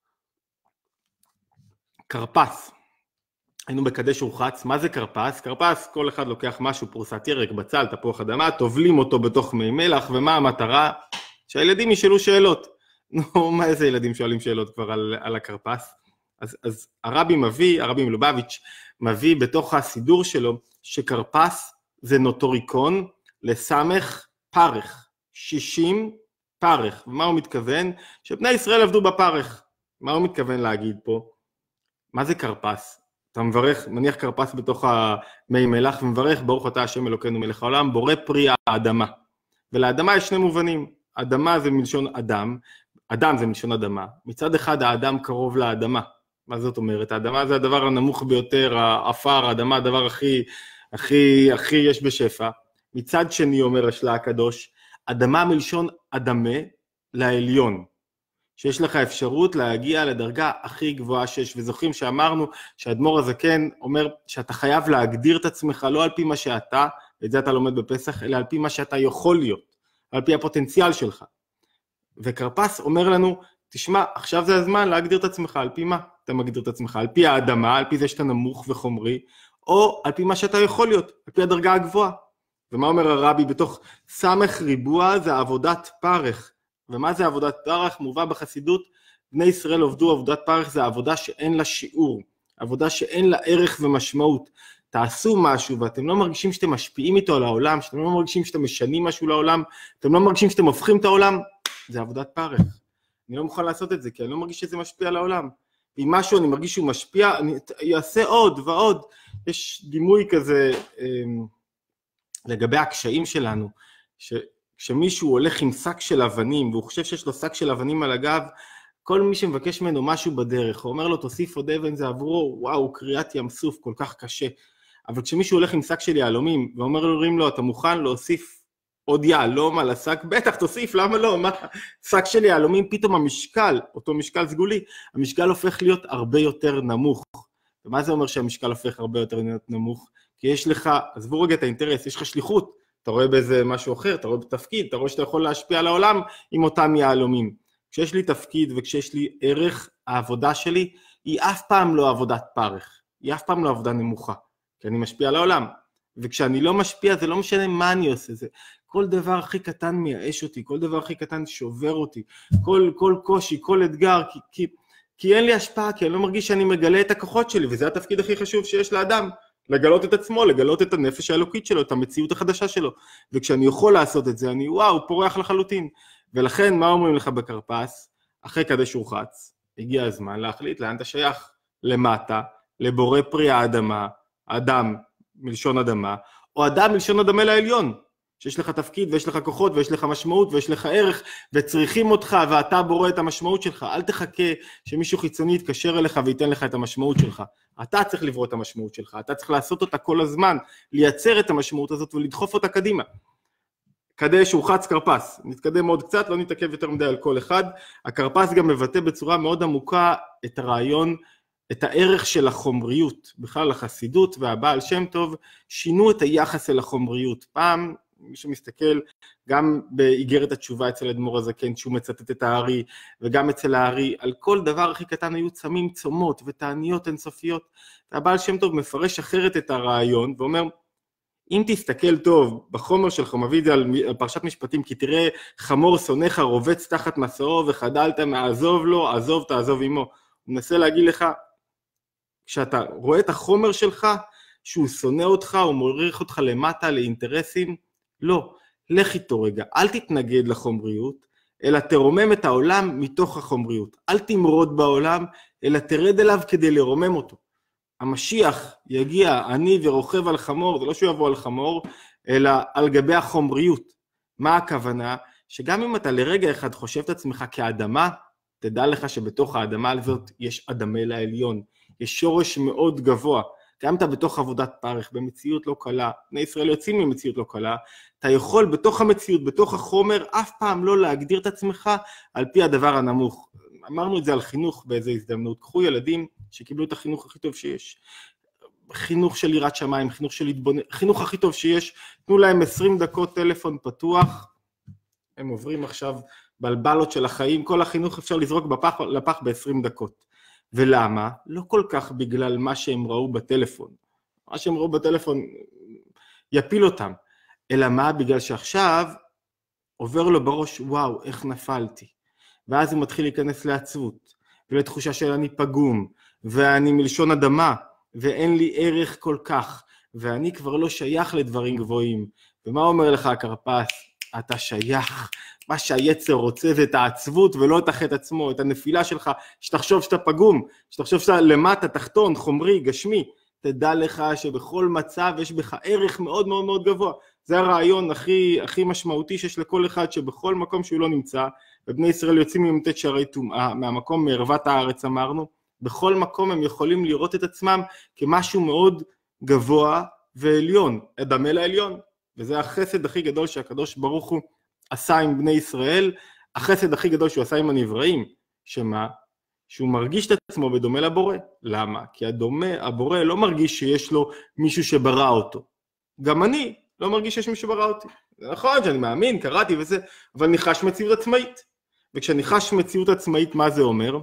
Speaker 1: קרפס. היינו בקדש ורחץ, מה זה קרפס? קרפס, כל אחד לוקח משהו, פרוסת ירק, בצל, תפוח אדמה, טובלים אותו בתוך מי מלח, ומה המטרה? שהילדים ישאלו שאלות. נו, מה איזה ילדים שואלים שאלות כבר על הקרפס? אז הרבי מלובביץ' מביא בתוך הסידור שלו, שקרפס זה נוטוריקון לסמך פרך, 60 פרך. ומה הוא מתכוון? שבני ישראל עבדו בפרך. מה הוא מתכוון להגיד פה? מה זה קרפס? אתה מברך, מניח קרפס בתוך המי מלח, ומברך ברוך אתה השם אלוקינו מלך העולם, בורא פרי האדמה. ולאדמה יש שני מובנים. אדמה זה מלשון אדם, אדם זה מלשון אדמה. מצד אחד האדם קרוב לאדמה. מה זאת אומרת? האדמה זה הדבר הנמוך ביותר, האפר, האדמה, הדבר הכי יש בשפע. מצד שני אומר השלה הקדוש, אדמה מלשון אדמה לעליון. שיש לך אפשרות להגיע לדרגה הכי גבוהה שיש, וזוכרים שאמרנו שהאדמו"ר הזקן אומר שאתה חייב להגדיר את עצמך לא על פי מה שאתה, ואת זה אתה לומד בפסח, אלא על פי מה שאתה יכול להיות, על פי הפוטנציאל שלך. וקרפס אומר לנו, תשמע, עכשיו זה הזמן להגדיר את עצמך, על פי מה אתה מגדיר את עצמך? על פי האדמה, על פי זה שאתה נמוך וחומרי, או על פי מה שאתה יכול להיות, על פי הדרגה הגבוהה. ומה אומר הרבי? בתוך סמך ריבוע זה עבודת פרך. ומה זה עבודת פרך? מובא בחסידות, בני ישראל עובדו עבודת פרך, זה עבודה שאין לה שיעור, עבודה שאין לה ערך ומשמעות. תעשו משהו ואתם לא מרגישים שאתם משפיעים איתו על העולם, שאתם לא מרגישים שאתם משנים משהו לעולם, אתם לא מרגישים שאתם הופכים את העולם, זה עבודת פרך. אני לא מוכן לעשות את זה, כי אני לא מרגיש שזה משפיע על העולם. ואם משהו אני מרגיש שהוא משפיע, אני אעשה עוד ועוד. יש דימוי כזה לגבי הקשיים שלנו, כשמישהו הולך עם שק של אבנים, והוא חושב שיש לו שק של אבנים על הגב, כל מי שמבקש ממנו משהו בדרך, הוא אומר לו תוסיף עוד אבן, זה עבורו, וואו, קריאת ים סוף, כל כך קשה. אבל כשמישהו הולך עם שק של יהלומים, ואומר לו, אתה מוכן להוסיף עוד יהלום על השק? בטח, תוסיף, למה לא? מה? שק של יהלומים, פתאום המשקל, אותו משקל סגולי, המשקל הופך להיות הרבה יותר נמוך. ומה זה אומר שהמשקל הופך הרבה יותר נמוך? כי יש לך, עזבו רגע את האינטרס, יש לך שליחות, אתה רואה באיזה משהו אחר, אתה רואה בתפקיד, אתה רואה שאתה יכול להשפיע על העולם עם אותם יהלומים. כשיש לי תפקיד וכשיש לי ערך, העבודה שלי היא אף פעם לא עבודת פרך, היא אף פעם לא עבודה נמוכה, כי אני משפיע על העולם. וכשאני לא משפיע, זה לא משנה מה אני עושה, זה כל דבר הכי קטן מייאש אותי, כל דבר הכי קטן שובר אותי, כל קושי, כל אתגר, כי אין לי השפעה, כי אני לא מרגיש שאני מגלה את הכוחות שלי, וזה התפקיד הכי חשוב שיש לאדם, לגלות את עצמו, לגלות את הנפש האלוקית שלו, את המציאות החדשה שלו. וכשאני יכול לעשות את זה, אני וואו, פורח לחלוטין. ולכן, מה אומרים לך בקרפס? אחרי קדש ורחץ, הגיע הזמן להחליט לאן אתה שייך, למטה, לבורא פרי האדמה, אדם מלשון אדמה, או אדם מלשון אדמה לעליון, שיש לך תפקיד ויש לך כוחות ויש לך משמעות ויש לך ערך וצריכים אותך ואתה בורא את המשמעות שלך. אל תחכה שמישהו חיצוני יתקשר אליך וייתן לך את המשמעות שלך. אתה צריך לברוא את המשמעות שלך, אתה צריך לעשות אותה כל הזמן, לייצר את המשמעות הזאת ולדחוף אותה קדימה. קדש ורחץ קרפס, נתקדם עוד קצת, לא נתעכב יותר מדי על כל אחד. הקרפס גם מבטא בצורה מאוד עמוקה את הרעיון, את הערך של החומריות, בכלל החסידות והבעל שם טוב שינו את היחס אל החומריות. פעם מי שמסתכל גם באיגרת התשובה אצל אדמו"ר הזקן, שהוא מצטט את הארי, וגם אצל הארי, על כל דבר הכי קטן היו צמים צומות ותעניות אינסופיות. והבעל שם טוב מפרש אחרת את הרעיון, ואומר, אם תסתכל טוב בחומר שלך, מביא את זה על פרשת משפטים, כי תראה חמור שונאך רובץ תחת מסעו, וחדלת מעזוב לו, עזוב תעזוב עמו. הוא מנסה להגיד לך, כשאתה רואה את החומר שלך, שהוא שונא אותך, הוא מוריך אותך למטה לאינטרסים, לא, לך איתו רגע, אל תתנגד לחומריות, אלא תרומם את העולם מתוך החומריות. אל תמרוד בעולם, אלא תרד אליו כדי לרומם אותו. המשיח יגיע עני ורוכב על חמור, זה לא שהוא יבוא על חמור, אלא על גבי החומריות. מה הכוונה? שגם אם אתה לרגע אחד חושב את עצמך כאדמה, תדע לך שבתוך האדמה הזאת יש אדמה לעליון, יש שורש מאוד גבוה. גם אתה בתוך עבודת פרך, במציאות לא קלה, בני ישראל יוצאים ממציאות לא קלה, אתה יכול בתוך המציאות, בתוך החומר, אף פעם לא להגדיר את עצמך על פי הדבר הנמוך. אמרנו את זה על חינוך באיזו הזדמנות, קחו ילדים שקיבלו את החינוך הכי טוב שיש, חינוך של יראת שמיים, חינוך של התבוננות, חינוך הכי טוב שיש, תנו להם 20 דקות טלפון פתוח, הם עוברים עכשיו בלבלות של החיים, כל החינוך אפשר לזרוק לפח ב-20 דקות. ולמה? לא כל כך בגלל מה שהם ראו בטלפון. מה שהם ראו בטלפון יפיל אותם. אלא מה? בגלל שעכשיו עובר לו בראש, וואו, איך נפלתי. ואז הוא מתחיל להיכנס לעצבות, ולתחושה של אני פגום, ואני מלשון אדמה, ואין לי ערך כל כך, ואני כבר לא שייך לדברים גבוהים. ומה אומר לך הכרפס? אתה שייך. מה שהיצר רוצה זה את העצבות ולא את החטא עצמו, את הנפילה שלך, שתחשוב שאתה פגום, שתחשוב שאתה למטה, תחתון, חומרי, גשמי, תדע לך שבכל מצב יש בך ערך מאוד מאוד מאוד גבוה. זה הרעיון הכי משמעותי שיש לכל אחד, שבכל מקום שהוא לא נמצא, ובני ישראל יוצאים ממתת שערי טומאה, מהמקום מערוות הארץ אמרנו, בכל מקום הם יכולים לראות את עצמם כמשהו מאוד גבוה ועליון, אדמה לעליון, וזה החסד הכי גדול שהקדוש ברוך הוא עשה עם בני ישראל, החסד הכי גדול שהוא עשה עם הנבראים, שמה? שהוא מרגיש את עצמו בדומה לבורא. למה? כי הבורא לא מרגיש שיש לו מישהו שברא אותו. גם אני לא מרגיש שיש מישהו ברא אותי. זה נכון שאני מאמין, קראתי וזה, אבל אני חש מציאות עצמאית. וכשאני חש מציאות עצמאית, מה זה אומר?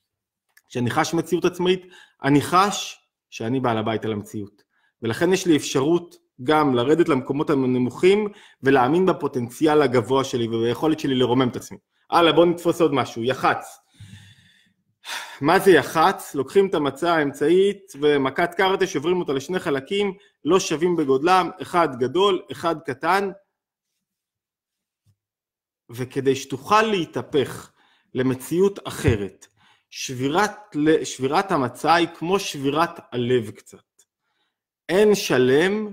Speaker 1: כשאני חש מציאות עצמאית, אני חש שאני בעל הבית על המציאות. ולכן יש לי אפשרות גם לרדת למקומות הנמוכים, ולהאמין בפוטנציאל הגבוה שלי, וביכולת שלי לרומם את עצמי. הלאה, בואו נתפוס עוד משהו, יח"צ. מה זה יח"צ? לוקחים את המצה האמצעית, ומכת קרטה שוברים אותה לשני חלקים, לא שווים בגודלם, אחד גדול, אחד קטן, וכדי שתוכל להתהפך למציאות אחרת, שבירת המצה היא כמו שבירת הלב קצת. אין שלם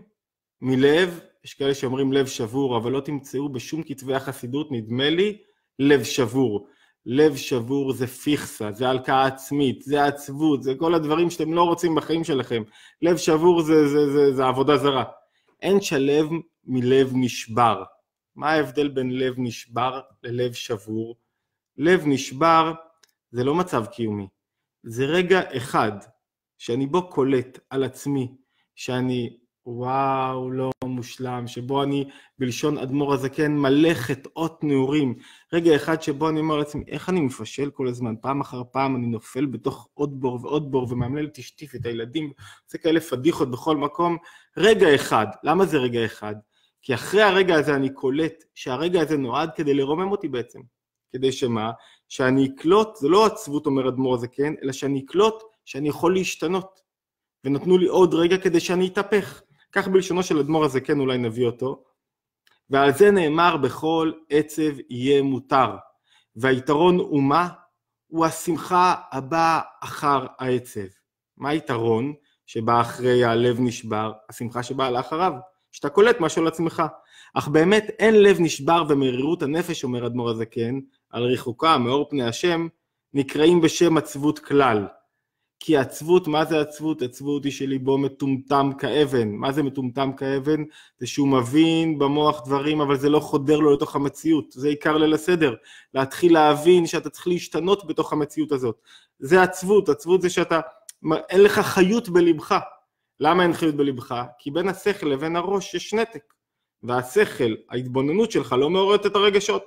Speaker 1: מלב, יש כאלה שאומרים לב שבור, אבל לא תמצאו בשום כתבי החסידות, נדמה לי, לב שבור. לב שבור זה פיכסה, זה הלקאה עצמית, זה עצבות, זה כל הדברים שאתם לא רוצים בחיים שלכם. לב שבור זה עבודה זרה. אין שלם מלב נשבר. מה ההבדל בין לב נשבר ללב שבור? לב נשבר זה לא מצב קיומי. זה רגע אחד שאני בו קולט על עצמי, שאני וואו לא מושלם, שבו אני בלשון אדמו"ר הזקן מלא חטאות נעורים, רגע אחד שבו אני אומר לעצמי איך אני מפשל כל הזמן, פעם אחר פעם אני נופל בתוך עוד בור ועוד בור ומאמלל תשטיף את הילדים, זה כאלה פדיחות בכל מקום. רגע אחד, למה זה רגע אחד? כי אחרי הרגע הזה אני קולט שהרגע הזה נועד כדי לרומם אותי בעצם, כדי שמה? שאני אקלוט, זה לא עצבות אומר אדמו"ר הזקן, אלא שאני אקלוט שאני יכול להשתנות, ונתנו לי עוד רגע כדי שאני אתהפך. כך בלשונו של אדמו"ר הזקן אולי נביא אותו, ועל זה נאמר בכל עצב יהיה מותר, והיתרון הוא מה? הוא השמחה הבאה אחר העצב. מה היתרון שבא אחרי הלב נשבר? השמחה שבאה לאחריו, שאתה קולט משהו על עצמך. אך באמת אין לב נשבר ומרירות הנפש, אומר אדמו"ר הזקן, על ריחוקה מאור פני השם, נקראים בשם עצבות כלל. כי עצבות, מה זה עצבות? עצבות היא שליבו מטומטם כאבן. מה זה מטומטם כאבן? זה שהוא מבין במוח דברים, אבל זה לא חודר לו לתוך המציאות. זה עיקר ליל הסדר. להתחיל להבין שאתה צריך להשתנות בתוך המציאות הזאת. זה עצבות. עצבות זה שאתה, אין לך חיות בלבך. למה אין חיות בלבך? כי בין השכל לבין הראש יש נתק. והשכל, ההתבוננות שלך לא מעוררת את הרגשות.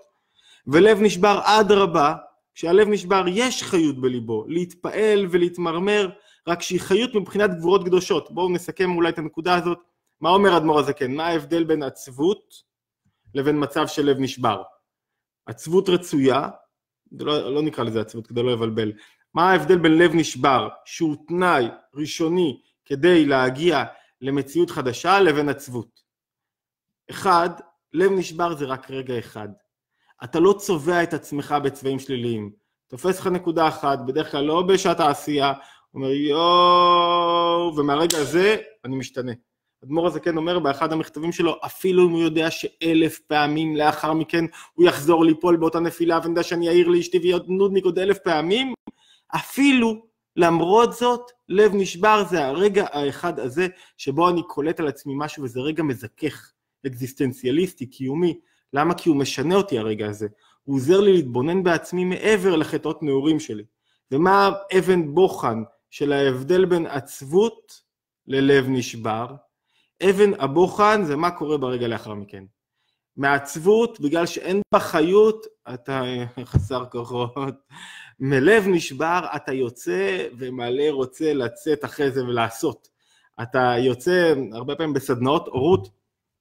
Speaker 1: ולב נשבר עד רבה, כשהלב נשבר יש חיות בליבו, להתפעל ולהתמרמר, רק שהיא חיות מבחינת גבורות קדושות. בואו נסכם אולי את הנקודה הזאת. מה אומר אדמו"ר הזקן? מה ההבדל בין עצבות לבין מצב של לב נשבר? עצבות רצויה, לא נקרא לזה עצבות כדי לא לבלבל, מה ההבדל בין לב נשבר, שהוא תנאי ראשוני כדי להגיע למציאות חדשה, לבין עצבות? אחד, לב נשבר זה רק רגע אחד. אתה לא צובע את עצמך בצבעים שליליים. תופס לך נקודה אחת, בדרך כלל לא בשעת העשייה, אומר יואו, ומהרגע הזה אני משתנה. אדמו"ר הזקן אומר באחד המכתבים שלו, אפילו אם הוא יודע ש1000 פעמים לאחר מכן הוא יחזור ליפול באותה נפילה, ואני יודע שאני אעיר לאשתי ויהיה נודניק עוד 1000 פעמים, אפילו למרות זאת, לב נשבר זה הרגע האחד הזה, שבו אני קולט על עצמי משהו, וזה רגע מזכך, אקזיסטנציאליסטי, קיומי. למה? כי הוא משנה אותי הרגע הזה. הוא עוזר לי להתבונן בעצמי מעבר לחטאות נעורים שלי. ומה אבן בוחן של ההבדל בין עצבות ללב נשבר? אבן הבוחן זה מה קורה ברגע לאחר מכן. מעצבות, בגלל שאין בה חיות, אתה חסר כוחות. מלב נשבר, אתה יוצא ומלא רוצה לצאת אחרי זה ולעשות. אתה יוצא הרבה פעמים בסדנאות הורות,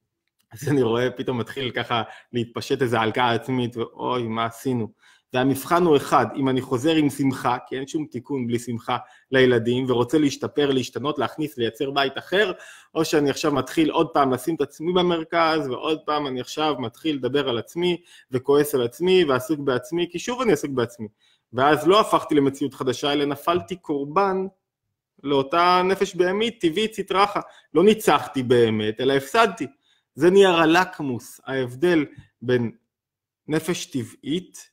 Speaker 1: אז אני רואה פתאום מתחיל ככה להתפשט איזו הלקאה עצמית, ואוי, מה עשינו? והמבחן הוא אחד, אם אני חוזר עם שמחה, כי אין שום תיקון בלי שמחה לילדים, ורוצה להשתפר, להשתנות, להכניס, לייצר בית אחר, או שאני עכשיו מתחיל עוד פעם לשים את עצמי במרכז, ועוד פעם אני עכשיו מתחיל לדבר על עצמי, וכועס על עצמי, ועסוק בעצמי, כי שוב אני עסוק בעצמי. ואז לא הפכתי למציאות חדשה, אלא נפלתי קורבן לאותה נפש בהמית, טבעית, סטרחה. לא ניצחתי באמת, אלא הפסדתי. זה נייר הלקמוס, ההבדל בין נפש טבעית,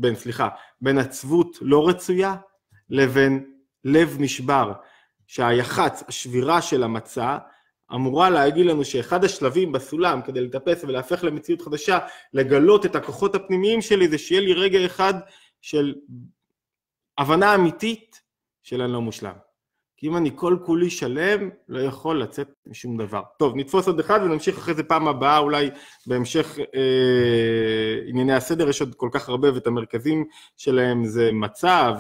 Speaker 1: בין עצבות לא רצויה, לבין לב נשבר, שהיחץ, השבירה של המצע, אמורה להגיד לנו שאחד השלבים בסולם, כדי לטפס ולהפך למציאות חדשה, לגלות את הכוחות הפנימיים שלי, זה שיהיה לי רגע אחד של הבנה אמיתית של אני לא מושלם. כי אם אני כל כולי שלם, לא יכול לצאת משום דבר. טוב, נתפוס עוד אחד ונמשיך אחרי זה פעם הבאה, אולי בהמשך ענייני הסדר, יש עוד כל כך הרבה, ואת המרכזים שלהם זה מצע,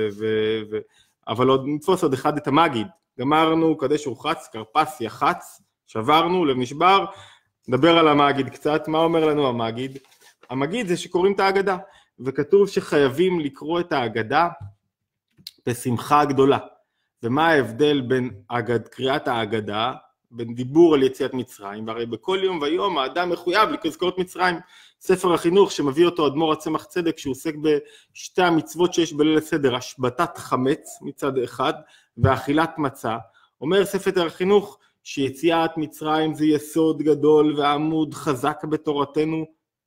Speaker 1: אבל עוד נתפוס עוד אחד את המגיד. גמרנו, קדש ורחץ, קרפס יחץ, שברנו, לב נשבר, נדבר על המגיד קצת. מה אומר לנו המגיד? המגיד זה שקוראים את ההגדה, וכתוב שחייבים לקרוא את ההגדה בשמחה גדולה. ומה ההבדל בין קריאת ההגדה, בין דיבור על יציאת מצרים, והרי בכל יום ויום האדם מחויב לזכור את מצרים. ספר החינוך שמביא אותו אדמו"ר הצמח צדק, שהוא עוסק בשתי המצוות שיש בליל הסדר, השבתת חמץ מצד אחד, ואכילת מצה. אומר ספר החינוך שיציאת מצרים זה יסוד גדול ועמוד חזק בתורתנו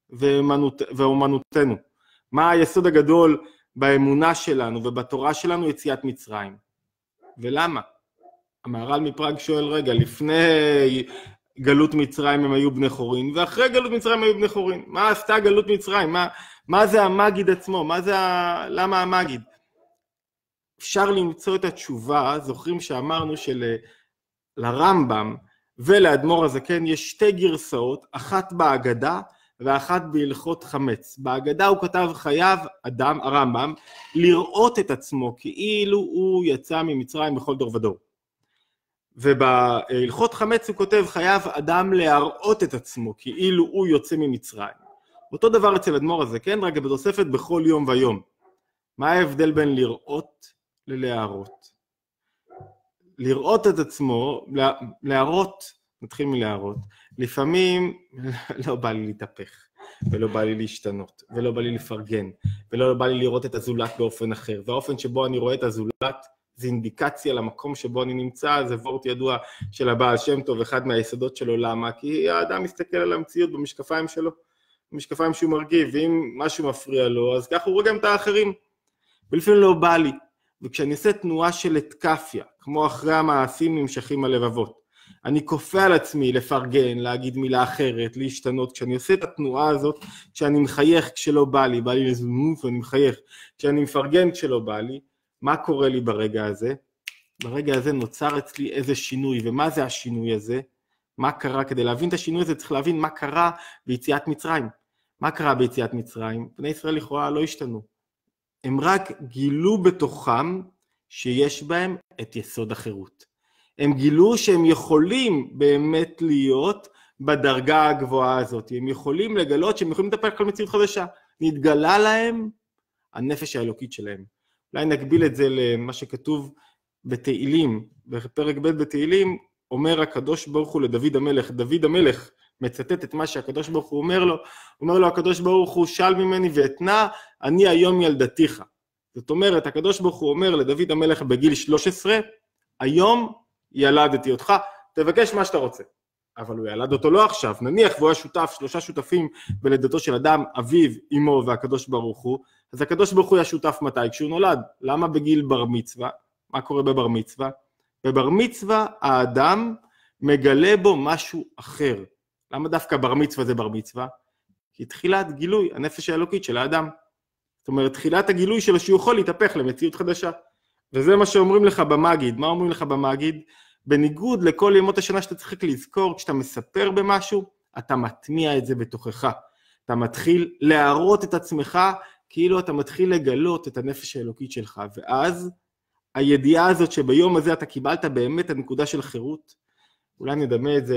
Speaker 1: ואומנותנו. מה היסוד הגדול באמונה שלנו ובתורה שלנו? יציאת מצרים. ולמה? המהר"ל מפראג שואל, רגע, לפני גלות מצרים הם היו בני חורין, ואחרי גלות מצרים הם היו בני חורין. מה עשתה גלות מצרים? מה זה המגיד עצמו? למה המגיד? אפשר למצוא את התשובה, זוכרים שאמרנו שלרמב"ם ולאדמו"ר הזקן יש שתי גרסאות, אחת בהגדה ואחת בהלכות חמץ. בהגדה הוא כתב חייב אדם, הרמב"ם, לראות את עצמו כאילו הוא יצא ממצרים בכל דור ודור. ובהלכות חמץ הוא כותב חייב אדם להראות את עצמו כאילו הוא יוצא ממצרים. אותו דבר אצל אדמו"ר הזקן, רק בתוספת בכל יום ויום. מה ההבדל בין לראות ללהראות? לראות את עצמו, להראות, נתחיל מלהראות. לפעמים לא בא לי להתהפך, ולא בא לי להשתנות, ולא בא לי לפרגן, ולא בא לי לראות את הזולת באופן אחר. והאופן שבו אני רואה את הזולת, זה אינדיקציה למקום שבו אני נמצא, זה וורט ידוע של הבעל שם טוב, אחד מהיסודות שלו. למה? כי האדם מסתכל על המציאות במשקפיים שלו, במשקפיים שהוא מרגיב, ואם משהו מפריע לו, אז ככה הוא רואה גם את האחרים. ולפעמים לא בא לי. וכשאני עושה תנועה של אתקפיה, כמו אחרי המעשים נמשכים הלבבות, אני כופה על עצמי לפרגן, להגיד מילה אחרת, להשתנות. כשאני עושה את התנועה הזאת, כשאני מחייך כשלא בא לי לזמוף ואני מחייך, כשאני מפרגן כשלא בא לי, מה קורה לי ברגע הזה? ברגע הזה נוצר אצלי איזה שינוי, ומה זה השינוי הזה? מה קרה? כדי להבין את השינוי הזה צריך להבין מה קרה ביציאת מצרים. מה קרה ביציאת מצרים? בני ישראל לכאורה לא השתנו. הם רק גילו בתוכם שיש בהם את יסוד החירות. הם גילו שהם יכולים באמת להיות בדרגה הגבוהה הזאת. הם יכולים לגלות שהם יכולים לטפל כל מציאות חדשה. נתגלה להם הנפש האלוקית שלהם. אולי נקביל את זה למה שכתוב בתהילים, בפרק ב' בתהילים, אומר הקדוש ברוך הוא לדוד המלך, דוד המלך מצטט את מה שהקדוש ברוך הוא אומר לו הקדוש ברוך הוא, של ממני ואתנה, אני היום ילדתיך. זאת אומרת, הקדוש ברוך הוא אומר לדוד המלך בגיל 13, היום ילדתי אותך, תבקש מה שאתה רוצה. אבל הוא ילד אותו לא עכשיו, נניח והוא היה שותף, 3 שותפים בלידתו של אדם, אביו, אמו והקדוש ברוך הוא, אז הקדוש ברוך הוא היה שותף מתי? כשהוא נולד. למה בגיל בר מצווה? מה קורה בבר מצווה? בבר מצווה האדם מגלה בו משהו אחר. למה דווקא בר מצווה זה בר מצווה? כי תחילת גילוי הנפש האלוקית של האדם. זאת אומרת, תחילת הגילוי שלו שהוא יכול להתהפך למציאות חדשה. וזה מה שאומרים לך במגיד. מה אומרים לך במגיד? בניגוד לכל ימות השנה שאתה צריך לזכור, כשאתה מספר במשהו, אתה מטמיע את זה בתוכך. אתה מתחיל להראות את עצמך, כאילו אתה מתחיל לגלות את הנפש האלוקית שלך. ואז הידיעה הזאת שביום הזה אתה קיבלת באמת הנקודה של חירות, אולי נדמה את זה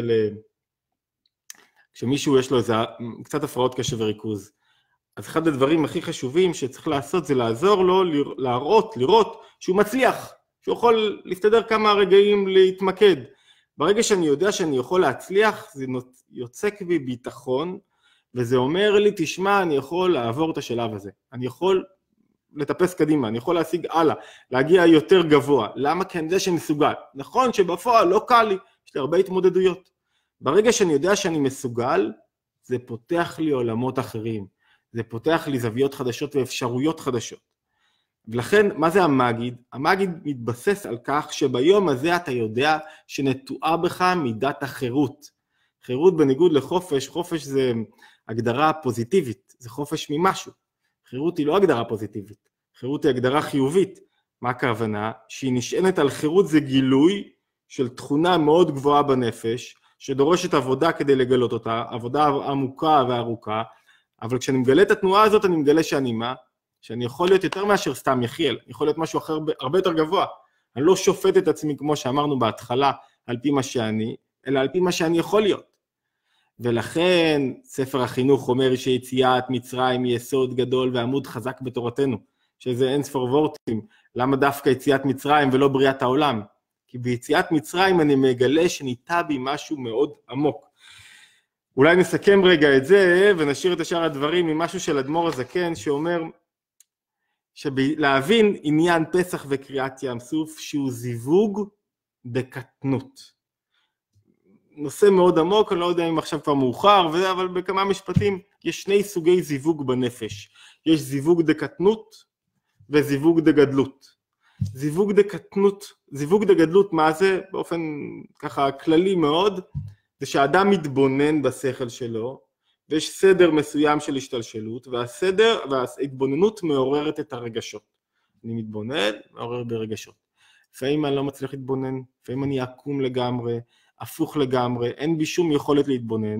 Speaker 1: כשמישהו יש לו קצת הפרעות קשב וריכוז. אז אחד הדברים הכי חשובים שצריך לעשות זה לעזור לו לראות שהוא מצליח, שהוא יכול להסתדר כמה רגעים להתמקד. ברגע שאני יודע שאני יכול להצליח, זה יוצק בי ביטחון, וזה אומר לי, תשמע, אני יכול לעבור את השלב הזה. אני יכול לטפס קדימה, אני יכול להשיג הלאה, להגיע יותר גבוה. למה? כי אני יודע שאני מסוגל. נכון שבפועל לא קל לי, יש לי הרבה התמודדויות. ברגע שאני יודע שאני מסוגל, זה פותח לי עולמות אחרים. זה פותח לי זוויות חדשות ואפשרויות חדשות. ולכן, מה זה המגיד? המגיד מתבסס על כך שביום הזה אתה יודע שנטועה בך מידת החירות. חירות בניגוד לחופש, חופש זה הגדרה פוזיטיבית, זה חופש ממשהו. חירות היא לא הגדרה פוזיטיבית, חירות היא הגדרה חיובית. מה הכוונה? שהיא נשענת על חירות, זה גילוי של תכונה מאוד גבוהה בנפש, שדורשת עבודה כדי לגלות אותה, עבודה עמוקה וארוכה, אבל כשאני מגלה את התנועה הזאת, אני מגלה שאני מה? שאני יכול להיות יותר מאשר סתם יחיאל, אני יכול להיות משהו אחר הרבה יותר גבוה. אני לא שופט את עצמי כמו שאמרנו בהתחלה, על פי מה שאני, אלא על פי מה שאני יכול להיות. ולכן ספר החינוך אומר שיציאת מצרים היא יסוד גדול ועמוד חזק בתורתנו, שזה אין ספור וורטים. למה דווקא יציאת מצרים ולא בריאת העולם? כי ביציאת מצרים אני מגלה שניטע בי משהו מאוד עמוק. אולי נסכם רגע את זה ונשאיר את השאר הדברים ממשהו של אדמו"ר הזקן שאומר להבין עניין פסח וקריאת ים סוף שהוא זיווג בקטנות. נושא מאוד עמוק, אני לא יודע אם עכשיו כבר מאוחר, אבל בכמה משפטים יש 2 סוגי זיווג בנפש. יש זיווג דקטנות וזיווג דגדלות. זיווג דגדלות מה זה? באופן ככה כללי מאוד, זה שהאדם מתבונן בשכל שלו, ויש סדר מסוים של השתלשלות, וההתבוננות מעוררת את הרגשות. אני מתבונן, מעורר ברגשות. לפעמים אני לא מצליח להתבונן, לפעמים אני עקום לגמרי, הפוך לגמרי, אין בי שום יכולת להתבונן.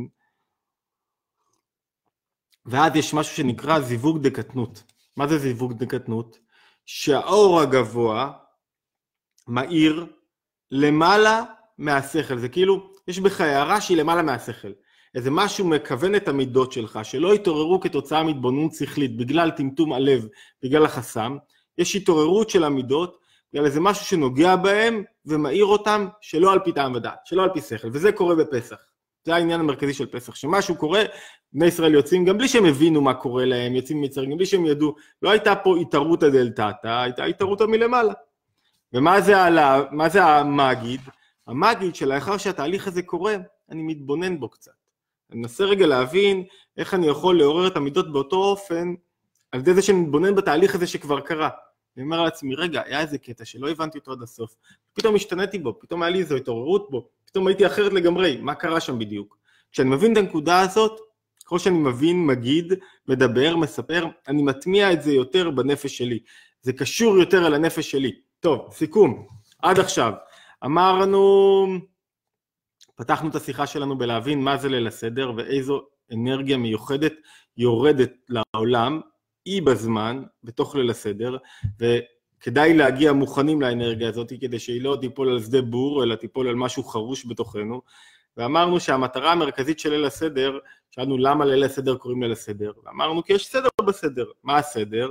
Speaker 1: ועד יש משהו שנקרא זיווג דקטנות. מה זה זיווג דקטנות? שהאור הגבוה מאיר למעלה מהשכל. זה כאילו, יש בך הערה שהיא למעלה מהשכל. איזה משהו מכוון את המידות שלך, שלא יתעוררו כתוצאה מהתבוננות שכלית, בגלל טמטום הלב, בגלל החסם. יש התעוררות של המידות, בגלל איזה משהו שנוגע בהם, ומאיר אותם שלא על פי טעם ודעת, שלא על פי שכל. וזה קורה בפסח. זה העניין המרכזי של פסח, שמשהו קורה, בני ישראל יוצאים, גם בלי שהם הבינו מה קורה להם, יוצאים מצרים, גם בלי שהם ידעו, לא הייתה פה התערותא דלתתא, הייתה התערותא מלמעלה. ומה זה המגיד? המגיד שלאחר שהתהליך הזה קורה, אני מתבונן בו קצת. אני מנסה רגע להבין איך אני יכול לעורר את המידות באותו אופן, על ידי זה שאני מתבונן בתהליך הזה שכבר קרה. אני אומר לעצמי, רגע, היה איזה קטע שלא הבנתי אותו עד הסוף, פתאום השתניתי בו, פתאום היה לי איזו התעוררות בו, פתאום הייתי אחרת לגמרי, מה קרה שם בדיוק? כשאני מבין את הנקודה הזאת, ככל שאני מבין, מגיד, מדבר, מספר, אני מטמיע את זה יותר בנפש שלי. זה קשור יותר על הנפש שלי. טוב, סיכום. עד עכשיו, אמרנו, פתחנו את השיחה שלנו בלהבין מה זה ליל הסדר, ואיזו אנרגיה מיוחדת יורדת לעולם, היא בזמן, בתוך ליל הסדר, וכדאי להגיע מוכנים לאנרגיה הזאת, כדי שהיא לא תיפול על שדה בור, אלא תיפול על משהו חרוש בתוכנו, ואמרנו שהמטרה המרכזית של ליל הסדר, שאלנו למה ליל הסדר קוראים ליל הסדר, ואמרנו כי יש סדר בסדר. מה הסדר?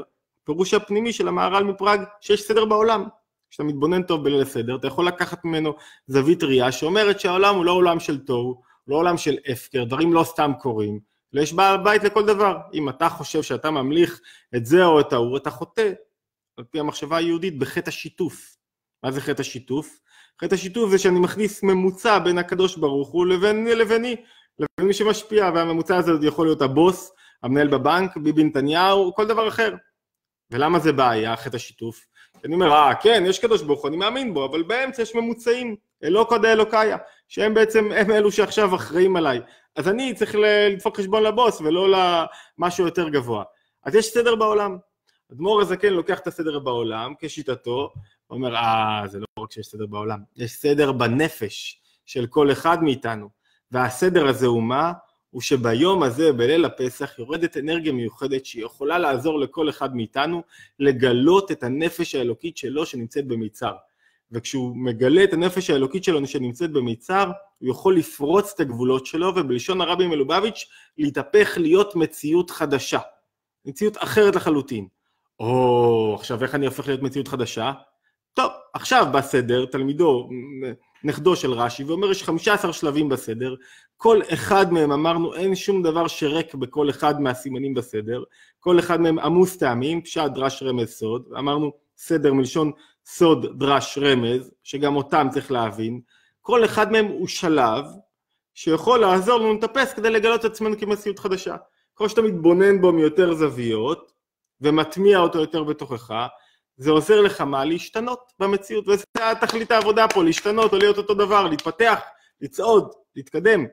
Speaker 1: פירוש הפנימי של המהר"ל מפראג, שיש סדר בעולם. כשאתה מתבונן טוב בליל הסדר, אתה יכול לקחת ממנו זווית ראייה, שאומרת שהעולם הוא לא עולם של תוהו, לא עולם של הפקר, דברים לא סתם קורים, ויש בית לכל דבר. אם אתה חושב שאתה ממליך את זה או את ההוא, אתה חוטא, על פי המחשבה היהודית, בחטא השיתוף. מה זה חטא השיתוף? חטא השיתוף זה שאני מכניס ממוצע בין הקדוש ברוך הוא לבין מי שמשפיע, והממוצע הזה יכול להיות הבוס, המנהל בבנק, ביבי נתניהו, כל דבר אחר. ולמה זה בעיה, חטא השיתוף? אני אומר, כן, יש קדוש ברוך הוא, אני מאמין בו, אבל באמצע יש ממוצעים, אלוקא דאלוקיה, שהם בעצם, הם אלו שעכשיו אחראים עליי. אז אני צריך לדפוק חשבון לבוס, ולא למשהו יותר גבוה. אז יש סדר בעולם. אדמו"ר הזקן לוקח את הסדר בעולם, כשיטתו, אומר, זה לא רק שיש סדר בעולם, יש סדר בנפש של כל אחד מאיתנו. והסדר הזה הוא מה? הוא שביום הזה, בליל הפסח, יורדת אנרגיה מיוחדת שיכולה לעזור לכל אחד מאיתנו, לגלות את הנפש האלוקית שלו שנמצאת במיצר. וכשהוא מגלה את הנפש האלוקית שלו שנמצאת במיצר, הוא יכול לפרוץ את הגבולות שלו, ובלשון הרבי מלובביץ' להתהפך להיות מציאות חדשה. מציאות אחרת לחלוטין. עכשיו איך אני הופך להיות מציאות חדשה? טוב, עכשיו בסדר, תלמידו, נכדו של רש"י, ואומר יש 15 שלבים בסדר, כל אחד מהם אמרנו אין שום דבר שרק בכל אחד מהסימנים בסדר, כל אחד מהם עמוס טעמים, פשט דרש רמז סוד, אמרנו סדר מלשון סוד דרש רמז, שגם אותם צריך להבין, כל אחד מהם הוא שלב שיכול לעזור לנו לטפס כדי לגלות את עצמנו כמציאות חדשה, כל שאתה מתבונן בו מיותר זוויות, ומטמיע אותו יותר בתוכך, זה עוזר לך מה? להשתנות במציאות, וזה תכלית העבודה פה, להשתנות או להיות אותו דבר, להתפתח, לצעוד, להתקדם.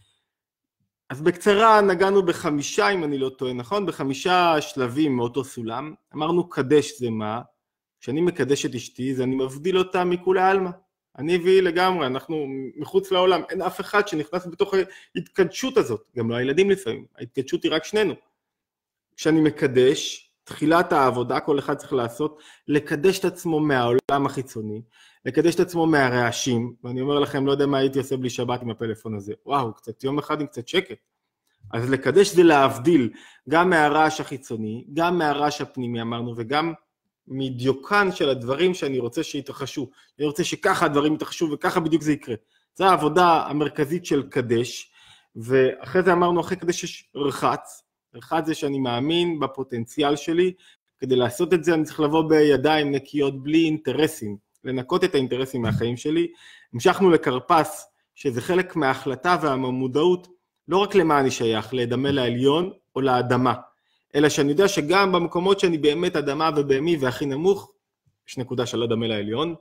Speaker 1: אז בקצרה נגענו ב5, אם אני לא טועה, נכון? ב5 שלבים מאותו סולם, אמרנו קדש זה מה? כשאני מקדש את אשתי, זה אני מבדיל אותה מכולי עלמא. אני והיא לגמרי, אנחנו מחוץ לעולם, אין אף אחד שנכנס בתוך ההתקדשות הזאת, גם לא הילדים לפעמים, ההתקדשות היא רק שנינו. כשאני מקדש, תחילת העבודה, כל אחד צריך לעשות, לקדש את עצמו מהעולם החיצוני, לקדש את עצמו מהרעשים, ואני אומר לכם, לא יודע מה הייתי עושה בלי שבת עם הפלאפון הזה, וואו, קצת יום אחד עם קצת שקט. אז לקדש זה להבדיל, גם מהרעש החיצוני, גם מהרעש הפנימי אמרנו, וגם מדיוקן של הדברים שאני רוצה שיתרחשו, אני רוצה שככה הדברים יתרחשו, וככה בדיוק זה יקרה. זו העבודה המרכזית של קדש, ואחרי זה אמרנו, אחרי קדש יש רחץ, רחץ זה שאני מאמין בפוטנציאל שלי, כדי לעשות את זה אני צריך לבוא בידיים נקיות בלי אינטרסים, לנקות את האינטרסים מהחיים שלי. המשכנו לקרפס, שזה חלק מההחלטה והמודעות, לא רק למה אני שייך, להדמה לעליון או לאדמה, אלא שאני יודע שגם במקומות שאני באמת אדמה ובהמי והכי נמוך, יש נקודה של אדמה לעליון.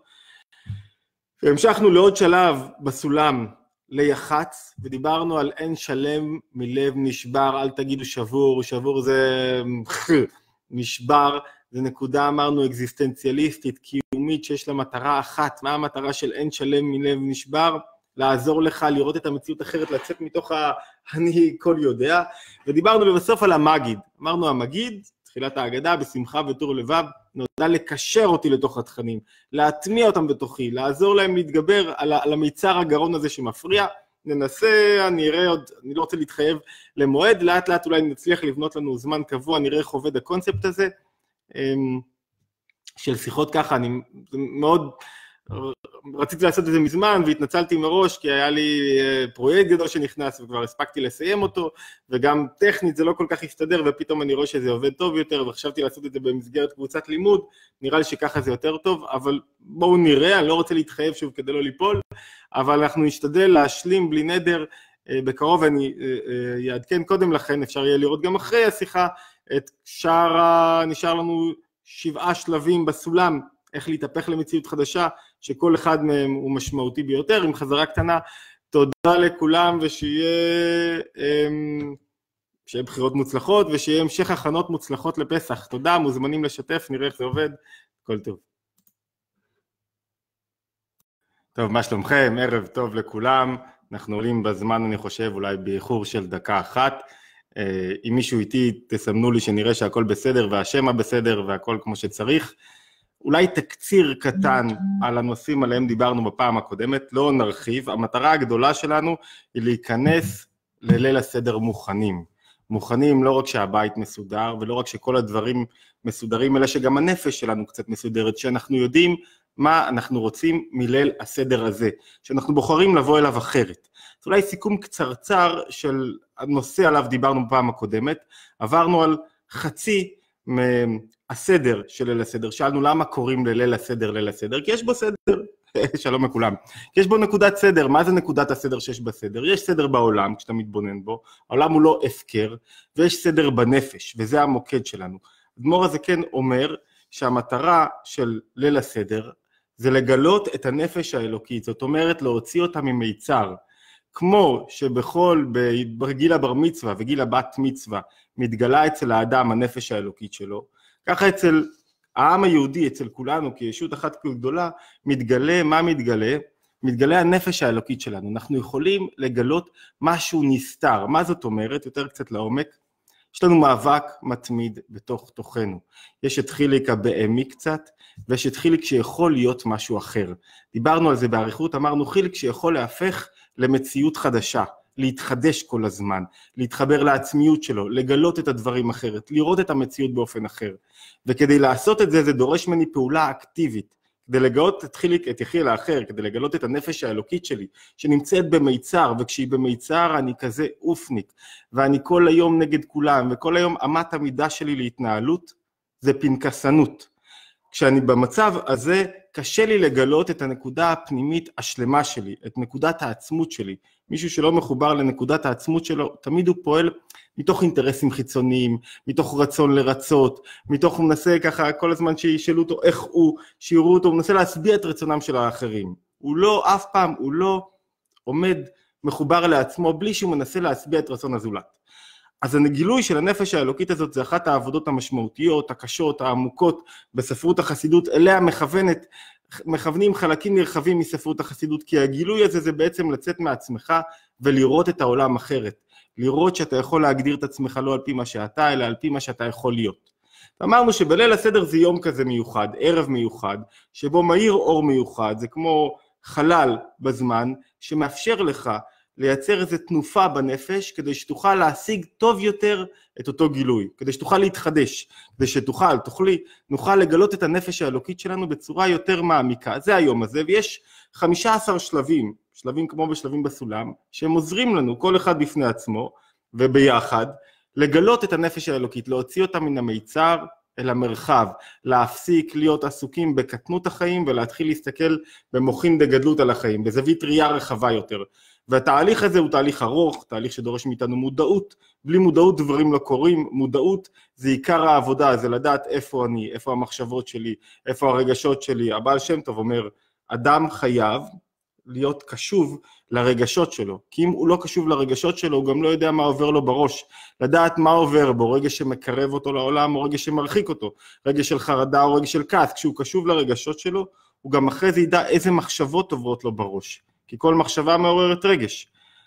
Speaker 1: והמשכנו לעוד שלב בסולם, ליחץ, ודיברנו על אין שלם מלב נשבר, אל תגידו שבור, שבור זה נשבר, זה נקודה אמרנו אקזיסטנציאליסטית, קיומית שיש לה מטרה אחת, מה המטרה של אין שלם מלב נשבר? לעזור לך לראות את המציאות אחרת, לצאת מתוך אני כל יודע, ודיברנו לבסוף על המגיד, אמרנו המגיד, תחילת ההגדה, בשמחה וטור לבב, נודע לקשר אותי לתוך התכנים, להטמיע אותם בתוכי, לעזור להם להתגבר על המיצר הגרון הזה שמפריע, ננסה, אני אראה עוד, אני לא רוצה להתחייב למועד, לאט לאט אולי נצליח לבנות לנו זמן קבוע, נראה איך עובד הקונספט הזה, של שיחות ככה, אני מאוד רציתי לעשות את זה מזמן, והתנצלתי מראש, כי היה לי פרויקט גדול שנכנס, וכבר הספקתי לסיים אותו, וגם טכנית זה לא כל כך הסתדר, ופתאום אני רואה שזה עובד טוב יותר, וחשבתי לעשות את זה במסגרת קבוצת לימוד, נראה לי שככה זה יותר טוב, אבל בואו נראה, אני לא רוצה להתחייב שוב כדי לא ליפול, אבל אנחנו נשתדל להשלים בלי נדר, בקרוב אני יעדכן קודם לכן, אפשר יהיה לראות גם אחרי השיחה, את נשאר לנו 7 שלבים בסולם, איך להתהפך למציאות חדשה, שכל אחד מהם הוא משמעותי ביותר. עם חזרה קטנה, תודה לכולם, ושיהיה בחירות מוצלחות, ושיהיה המשך הכנות מוצלחות לפסח. תודה, מוזמנים לשתף, נראה איך זה עובד. כל טוב. טוב, מה שלומכם? ערב טוב לכולם. אנחנו עולים בזמן, אני חושב, אולי באיחור של דקה אחת. אם מישהו איתי, תסמנו לי שנראה שהכל בסדר, והשמה בסדר, והכל כמו שצריך. אולי תקציר קטן על הנושאים עליהם דיברנו בפעם הקודמת, לא נרחיב, המטרה הגדולה שלנו היא להיכנס לליל הסדר מוכנים. מוכנים לא רק שהבית מסודר, ולא רק שכל הדברים מסודרים, אלא שגם הנפש שלנו קצת מסודרת, שאנחנו יודעים מה אנחנו רוצים מליל הסדר הזה, שאנחנו בוחרים לבוא אליו אחרת. אז אולי סיכום קצרצר של הנושא עליו דיברנו בפעם הקודמת, עברנו על חצי מהסדר של ליל הסדר, שאלנו למה קוראים לליל הסדר ליל הסדר, כי יש בו סדר, שלום לכולם, כי יש בו נקודת סדר. מה זה נקודת הסדר שיש בסדר? יש סדר בעולם כשאתה מתבונן בו, העולם הוא לא הפקר, ויש סדר בנפש, וזה המוקד שלנו. אדמו"ר הזקן אומר שהמטרה של ליל הסדר זה לגלות את הנפש האלוקית, זאת אומרת להוציא אותה ממיצר, כמו בגיל הבר מצווה וגיל הבת מצווה מתגלה אצל האדם הנפש האלוקית שלו, ככה אצל העם היהודי, אצל כולנו כישות אחת גדולה, מתגלה, מה מתגלה? מתגלה הנפש האלוקית שלנו. אנחנו יכולים לגלות משהו נסתר. מה זאת אומרת? יותר קצת לעומק. יש לנו מאבק מתמיד בתוך תוכנו. יש את חיליק הבהמי קצת, ויש את חיליק שיכול להיות משהו אחר. דיברנו על זה בעריכות, אמרנו חיליק שיכול להפך למציאות חדשה, להתחדש כל הזמן, להתחבר לעצמיות שלו, לגלות את הדברים אחרת, לראות את המציאות באופן אחר. וכדי לעשות את זה, זה דורש ממני פעולה אקטיבית. כדי לגלות את יחיל האחר, כדי לגלות את הנפש האלוקית שלי, שנמצאת במיצר, וכשהיא במיצר אני כזה אופניק, ואני כל היום נגד כולם, וכל היום אמת המידה שלי להתנהלות, זה פנקסנות. כשאני במצב הזה, קשה לי לגלות את הנקודה הפנימית השלמה שלי, את נקודת העצמות שלי. מישהו שלא מחובר לנקודת העצמות שלו, תמיד הוא פועל מתוך אינטרסים חיצוניים, מתוך רצון לרצות, מתוך הוא מנסה ככה כל הזמן שישאלו אותו איך הוא, שיראו אותו, הוא מנסה להסביע את רצונם של האחרים. הוא לא, אף פעם, הוא לא עומד מחובר לעצמו, בלי שהוא מנסה להסביע את רצון הזולת. אז הגילוי של הנפש האלוקית הזאת, זה אחת העבודות המשמעותיות, הקשות, העמוקות, בספרות החסידות, אליה מכוונים חלקים נרחבים מספרות החסידות, כי הגילוי הזה זה בעצם לצאת מעצמך, ולראות את העולם אחרת. לראות שאתה יכול להגדיר את עצמך לא על פי מה שאתה, אלא על פי מה שאתה יכול להיות. אמרנו שבליל הסדר זה יום כזה מיוחד, ערב מיוחד, שבו מאיר אור מיוחד, זה כמו חלל בזמן, שמאפשר לך לייצר איזו תנופה בנפש, כדי שתוכל להשיג טוב יותר את אותו גילוי, כדי שתוכל להתחדש, כדי נוכל לגלות את הנפש האלוקית שלנו בצורה יותר מעמיקה. זה היום הזה, ויש 15 שלבים, שלבים כמו בשלבים בסולם, שהם עוזרים לנו, כל אחד בפני עצמו, וביחד, לגלות את הנפש האלוקית, להוציא אותה מן המיצר אל המרחב, להפסיק להיות עסוקים בקטנות החיים, ולהתחיל להסתכל במוחין דגדלות על החיים, בזווית ראייה רחבה יותר. והתהליך הזה הוא תהליך ארוך, תהליך שדורש מאיתנו מודעות, בלי מודעות דברים לא קורים, מודעות זה עיקר העבודה, זה לדעת איפה אני, איפה המחשבות שלי, איפה הרגשות שלי. הבעל שם טוב אומר, אדם חייב להיות קשוב לרגשות שלו, כי אם הוא לא קשוב לרגשות שלו, הוא גם לא יודע מה עובר לו בראש, לדעת מה עובר בו, רגע שמקרב אותו לעולם, או רגע שמרחיק אותו, רגע של חרדה או רגע של כעס, כשהוא קשוב לרגשות שלו, הוא גם אחרי זה ידע איזה מחשבות עוברות לו בראש, כי כל מחשבה מעוררת רגש.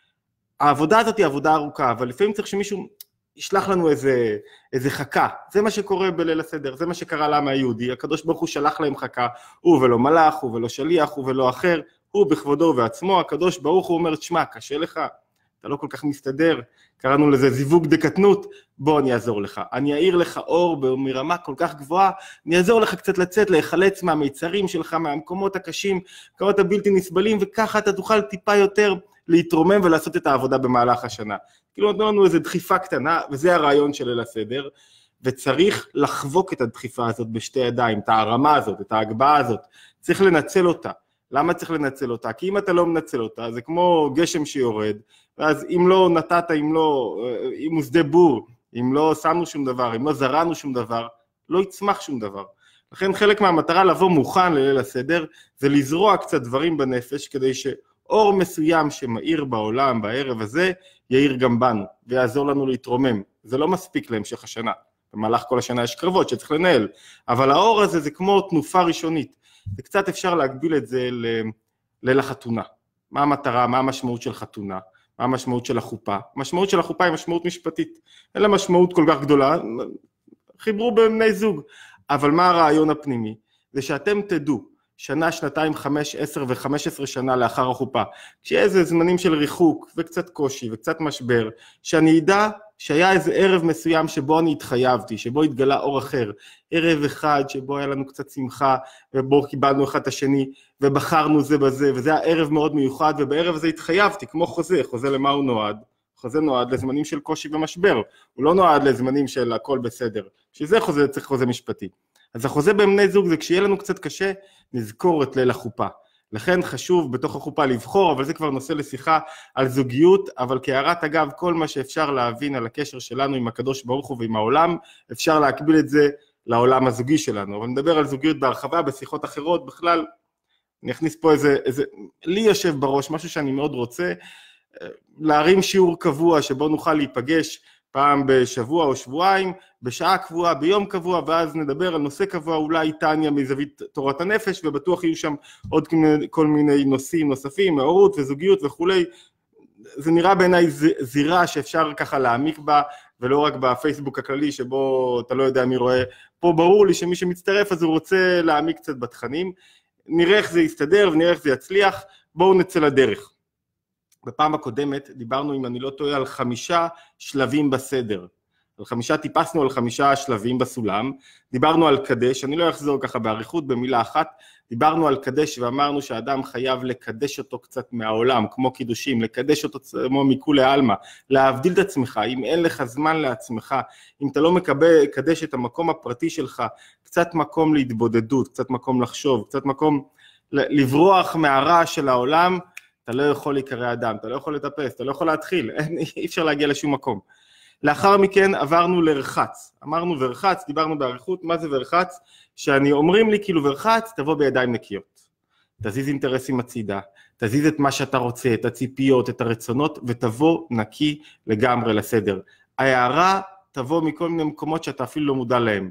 Speaker 1: העבודה הזאת היא עבודה ארוכה, אבל לפעמים צריך שמישהו ישלח לנו איזה חכה, זה מה שקורה בליל הסדר, זה מה שקרה לעם היהודי, הקדוש ברוך הוא שלח להם חכה, הוא ולא מלאך, הוא ולא שליח, הוא ולא אחר, הוא בכבודו ובעצמו, הקדוש ברוך הוא אומר, תשמע, קשה לך, אתה לא כל כך מסתדר, קראנו לזה זיווג דקטנות, בוא אני אעזור לך, אני אעיר לך אור מרמה כל כך גבוהה, אני אעזור לך קצת לצאת, להיחלץ מהמיצרים שלך, מהמקומות הקשים, מקומות הבלתי נסבלים, וככה אתה תוכל טיפה יותר להתרומם ולעשות את העבודה במהלך השנה. כאילו נתנו לנו איזו דחיפה קטנה, וזה הרעיון של ליל הסדר, וצריך לחבוק את הדחיפה הזאת בשתי ידיים, את הרמה הזאת, את ההגבהה הזאת, צריך לנצל אותה. למה צריך לנצל אותה? כי אם אתה לא מנצל אותה, זה כמו גשם שיורד, ואז אם לא נתת, אם הוא שדה בור, אם לא שמנו שום דבר, אם לא זרענו שום דבר, לא יצמח שום דבר. לכן חלק מהמטרה לבוא מוכן לליל הסדר, זה לזרוע קצת דברים בנפש, כדי שאור מסוים שמאיר בעולם, בערב הזה, יאיר גם בנו, ויעזור לנו להתרומם. זה לא מספיק להמשך השנה. במהלך כל השנה יש קרבות שצריך לנהל, אבל האור הזה זה כמו תנופה ראשונית. זה קצת אפשר להגביל את זה ליל החתונה. מה המטרה, מה המשמעות של חתונה, מה המשמעות של החופה. המשמעות של החופה היא משמעות משפטית. אין לה משמעות כל כך גדולה, חיברו בבני זוג. אבל מה הרעיון הפנימי? זה שאתם תדעו שנה, שנתיים, 5, 10 ו-15 שנה לאחר החופה, כשיהיה איזה זמנים של ריחוק וקצת קושי וקצת משבר, שאני אדע שהיה איזה ערב מסוים שבו אני התחייבתי, שבו התגלה אור אחר, ערב אחד שבו היה לנו קצת שמחה, ובו קיבלנו אחד את השני, ובחרנו זה בזה, וזה היה ערב מאוד מיוחד, ובערב הזה התחייבתי, כמו חוזה, חוזה למה הוא נועד? חוזה נועד לזמנים של קושי ומשבר, הוא לא נועד לזמנים של הכל בסדר, שזה חוזה, צריך חוזה משפטי. אז החוזה בבני זוג זה כשיהיה לנו קצת קשה, נזכור את ליל החופה. לכן חשוב בתוך החופה לבחור, אבל זה כבר נושא לשיחה על זוגיות, אבל כהערת אגב, כל מה שאפשר להבין על הקשר שלנו עם הקדוש ברוך הוא ועם העולם, אפשר להקביל את זה לעולם הזוגי שלנו. אבל נדבר על זוגיות בהרחבה, בשיחות אחרות, בכלל, אני אכניס פה איזה, לי יושב בראש, משהו שאני מאוד רוצה, להרים שיעור קבוע שבו נוכל להיפגש פעם בשבוע או שבועיים, בשעה קבועה, ביום קבוע, ואז נדבר על נושא קבוע, אולי טניה מזווית תורת הנפש, ובטוח יהיו שם עוד כל מיני נושאים נוספים, מהורות וזוגיות וכולי. זה נראה בעיניי זירה שאפשר ככה להעמיק בה, ולא רק בפייסבוק הכללי שבו אתה לא יודע מי רואה. פה ברור לי שמי שמצטרף אז הוא רוצה להעמיק קצת בתכנים. נראה איך זה יסתדר ונראה איך זה יצליח, בואו נצא לדרך. בפעם הקודמת דיברנו, אם אני לא טועה, על 5 שלבים בסדר. טיפסנו על 5 שלבים בסולם, דיברנו על קדש, אני לא אחזור ככה בעריכות במילה אחת, דיברנו על קדש ואמרנו שהאדם חייב לקדש אותו קצת מהעולם, כמו קידושים, לקדש אותו כמו מכולי עלמא, להבדיל את עצמך, אם אין לך זמן לעצמך, אם אתה לא מקדש את המקום הפרטי שלך, קצת מקום להתבודדות, קצת מקום לחשוב, קצת מקום לברוח מהרעש של העולם, אתה לא יכול להיקרא אדם, אתה לא יכול לטפס, אתה לא יכול להתחיל, אי אפשר להגיע לשום מקום. לאחר מכן עברנו לרחץ, אמרנו ורחץ, דיברנו בעריכות, מה זה ורחץ? שאני אומרים לי כאילו ורחץ, תבוא בידיים נקיות, תזיז אינטרסים הצידה, תזיז את מה שאתה רוצה, את הציפיות, את הרצונות, ותבוא נקי לגמרי לסדר. ההערה תבוא מכל מיני מקומות שאתה אפילו לא מודע להם.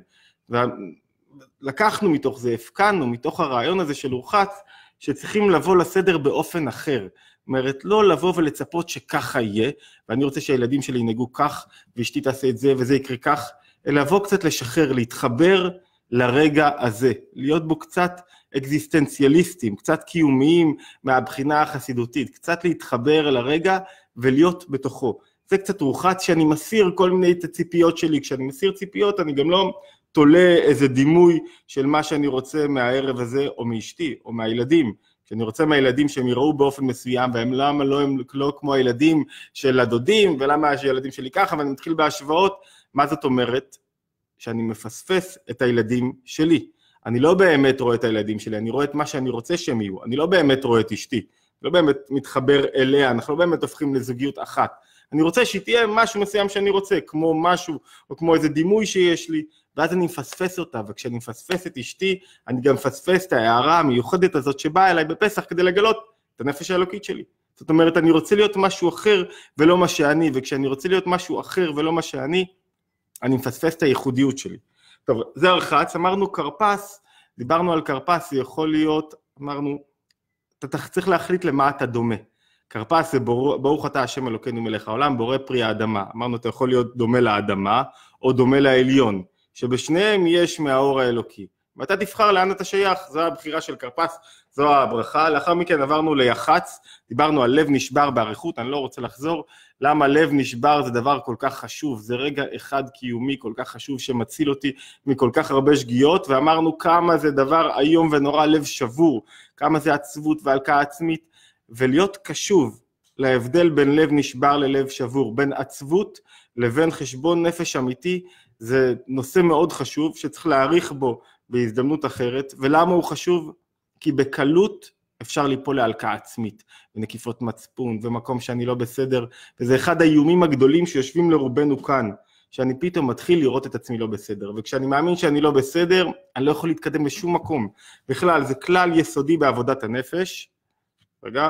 Speaker 1: לקחנו מתוך זה, הפקנו מתוך הרעיון הזה של רוחץ, שצריכים לבוא לסדר באופן אחר. זאת אומרת, לא לבוא ולצפות שככה יהיה, ואני רוצה שהילדים שלי ינהגו כך, ואשתי תעשה את זה, וזה יקרה כך, אלא לבוא קצת לשחרר, להתחבר לרגע הזה, להיות בו קצת אקזיסטנציאליסטים, קצת קיומיים מהבחינה החסידותית, קצת להתחבר לרגע ולהיות בתוכו. זה קצת רוחץ שאני מסיר כל מיני ציפיות שלי, כשאני מסיר ציפיות אני גם לא תולה איזה דימוי של מה שאני רוצה מהערב הזה, או מאשתי, או מהילדים. כשאני רוצה מהילדים שהם יראו באופן מסוים, והם למה לא, הם לא כמו הילדים של הדודים, ולמה הילדים שלי ככה, ואני מתחיל בהשוואות. מה זאת אומרת? שאני מפספס את הילדים שלי. אני לא באמת רואה את הילדים שלי, אני רואה את מה שאני רוצה שהם יהיו. אני לא באמת רואה את אשתי, לא באמת מתחבר אליה, אנחנו לא באמת הופכים לזוגיות אחת. אני רוצה שתהיה משהו מסוים שאני רוצה, כמו משהו, או כמו איזה דימוי שיש לי, ואז אני מפספס אותה, וכשאני מפספס את אשתי, אני גם מפספס את ההערה המיוחדת הזאת שבאה אליי בפסח כדי לגלות את הנפש האלוקית שלי. זאת אומרת, אני רוצה להיות משהו אחר ולא מה שאני, וכשאני רוצה להיות משהו אחר ולא מה שאני, אני מפספס את הייחודיות שלי. טוב, זה הרחץ, אמרנו קרפס, דיברנו על קרפס, זה יכול להיות, אמרנו, אתה צריך להחליט למה אתה דומה. קרפס זה ברוך אתה השם אלוקינו מלך העולם, בורא פרי האדמה. אמרנו, אתה יכול להיות דומה לאדמה, או דומה לעליון, שבשניהם יש מהאור האלוקי. ואתה תבחר לאן אתה שייך, זו הבחירה של קרפס, זו הברכה. לאחר מכן עברנו ליחץ, דיברנו על לב נשבר בעריכות, אני לא רוצה לחזור, למה לב נשבר זה דבר כל כך חשוב, זה רגע אחד קיומי כל כך חשוב שמציל אותי מכל כך הרבה שגיאות, ואמרנו כמה זה דבר איום ונורא, לב שבור, כמה זה עצבות והלקאה עצמית, ולהיות קשוב להבדל בין לב נשבר ללב שבור, בין עצבות לבין חשבון נפש אמיתי, זה נושא מאוד חשוב שצריך להעריך בו בהזדמנות אחרת, ולמה הוא חשוב? כי בקלות אפשר ליפול להלקאה עצמית, ונקיפות מצפון, ומקום שאני לא בסדר, וזה אחד האיומים הגדולים שיושבים לרובנו כאן, שאני פתאום מתחיל לראות את עצמי לא בסדר, וכשאני מאמין שאני לא בסדר, אני לא יכול להתקדם בשום מקום. בכלל, זה כלל יסודי בעבודת הנפש, רגע,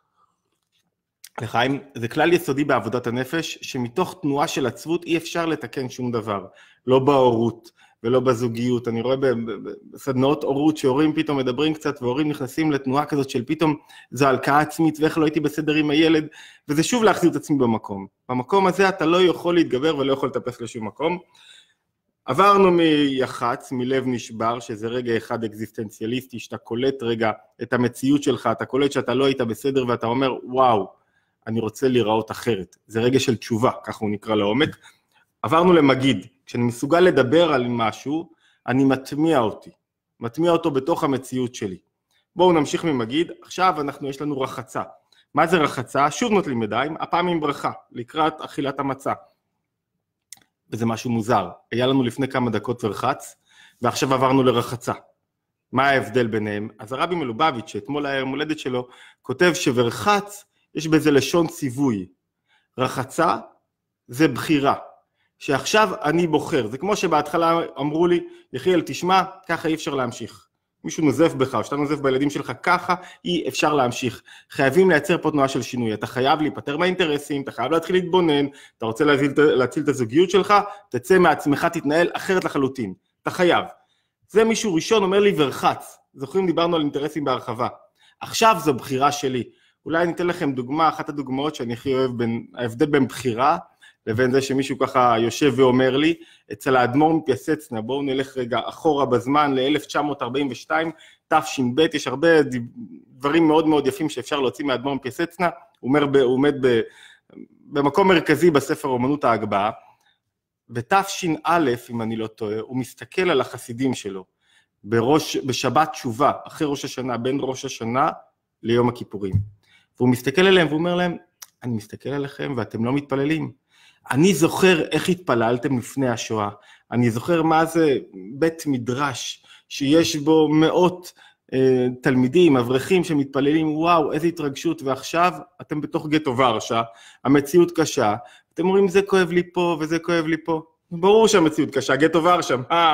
Speaker 1: לחיים, זה כלל יסודי בעבודת הנפש, שמתוך תנועה של עצבות אי אפשר לתקן שום דבר, לא בהורות ולא בזוגיות. אני רואה בסדנאות הורות שהורים פתאום מדברים קצת, והורים נכנסים לתנועה כזאת של פתאום זו הלקאה עצמית, ואיך לא הייתי בסדר עם הילד, וזה שוב להחזיר את עצמי במקום. במקום הזה אתה לא יכול להתגבר ולא יכול לטפס לשום מקום. עברנו מיח"צ, מלב נשבר, שזה רגע אחד אקזיסטנציאליסטי, שאתה קולט רגע את המציאות שלך, אתה קולט שאתה לא היית בסדר, ואתה אומר, וואו, אני רוצה להיראות אחרת. זה רגע של תשובה, ככה הוא נקרא לעומק. עברנו למגיד, כשאני מסוגל לדבר על משהו, אני מטמיע אותו בתוך המציאות שלי. בואו נמשיך ממגיד, עכשיו יש לנו רחצה. מה זה רחצה? שוב נוטלים ידיים, הפעם עם ברכה, לקראת אכילת המצה. וזה משהו מוזר. היה לנו לפני כמה דקות ורחץ, ועכשיו עברנו לרחצה. מה ההבדל ביניהם? אז הרבי מלובביץ', שאתמול היה יום הולדת שלו, כותב שורחץ, יש בזה לשון ציווי. רחצה זה בחירה. שעכשיו אני בוחר. זה כמו שבהתחלה אמרו לי, יחיאל, תשמע, ככה אי אפשר להמשיך. מישהו נוזף בך, או שאתה נוזף בילדים שלך, ככה אי אפשר להמשיך. חייבים לייצר פה תנועה של שינוי. אתה חייב להיפטר מהאינטרסים, אתה חייב להתחיל להתבונן, אתה רוצה להציל את הזוגיות שלך, תצא מעצמך, תתנהל אחרת לחלוטין. אתה חייב. זה מישהו ראשון אומר לי ורחץ. זוכרים, דיברנו על אינטרסים בהרחבה. עכשיו זו בחירה שלי. אולי אני אתן לכם דוגמה, אחת הדוגמאות שאני הכי אוהב, ההבדל בין בחירה, לבין זה שמישהו ככה יושב ואומר לי, אצל האדמו"ר מפיאסצנה, בואו נלך רגע אחורה בזמן ל-1942, תש"ב, יש הרבה דברים מאוד מאוד יפים שאפשר להוציא מהאדמו"ר מפיאסצנה, הוא עומד במקום מרכזי בספר אומנות ההגבהה, בתש"א, אם אני לא טועה, הוא מסתכל על החסידים שלו, בשבת תשובה, אחרי ראש השנה, בין ראש השנה ליום הכיפורים, והוא מסתכל עליהם ואומר להם, אני מסתכל עליכם ואתם לא מתפללים, אני זוכר איך התפללתם לפני השואה, אני זוכר מה זה בית מדרש, שיש בו מאות תלמידים, אברכים שמתפללים, וואו, איזו התרגשות, ועכשיו אתם בתוך גטו ורשה, המציאות קשה, אתם אומרים, זה כואב לי פה וזה כואב לי פה, ברור שהמציאות קשה, גטו ורשה,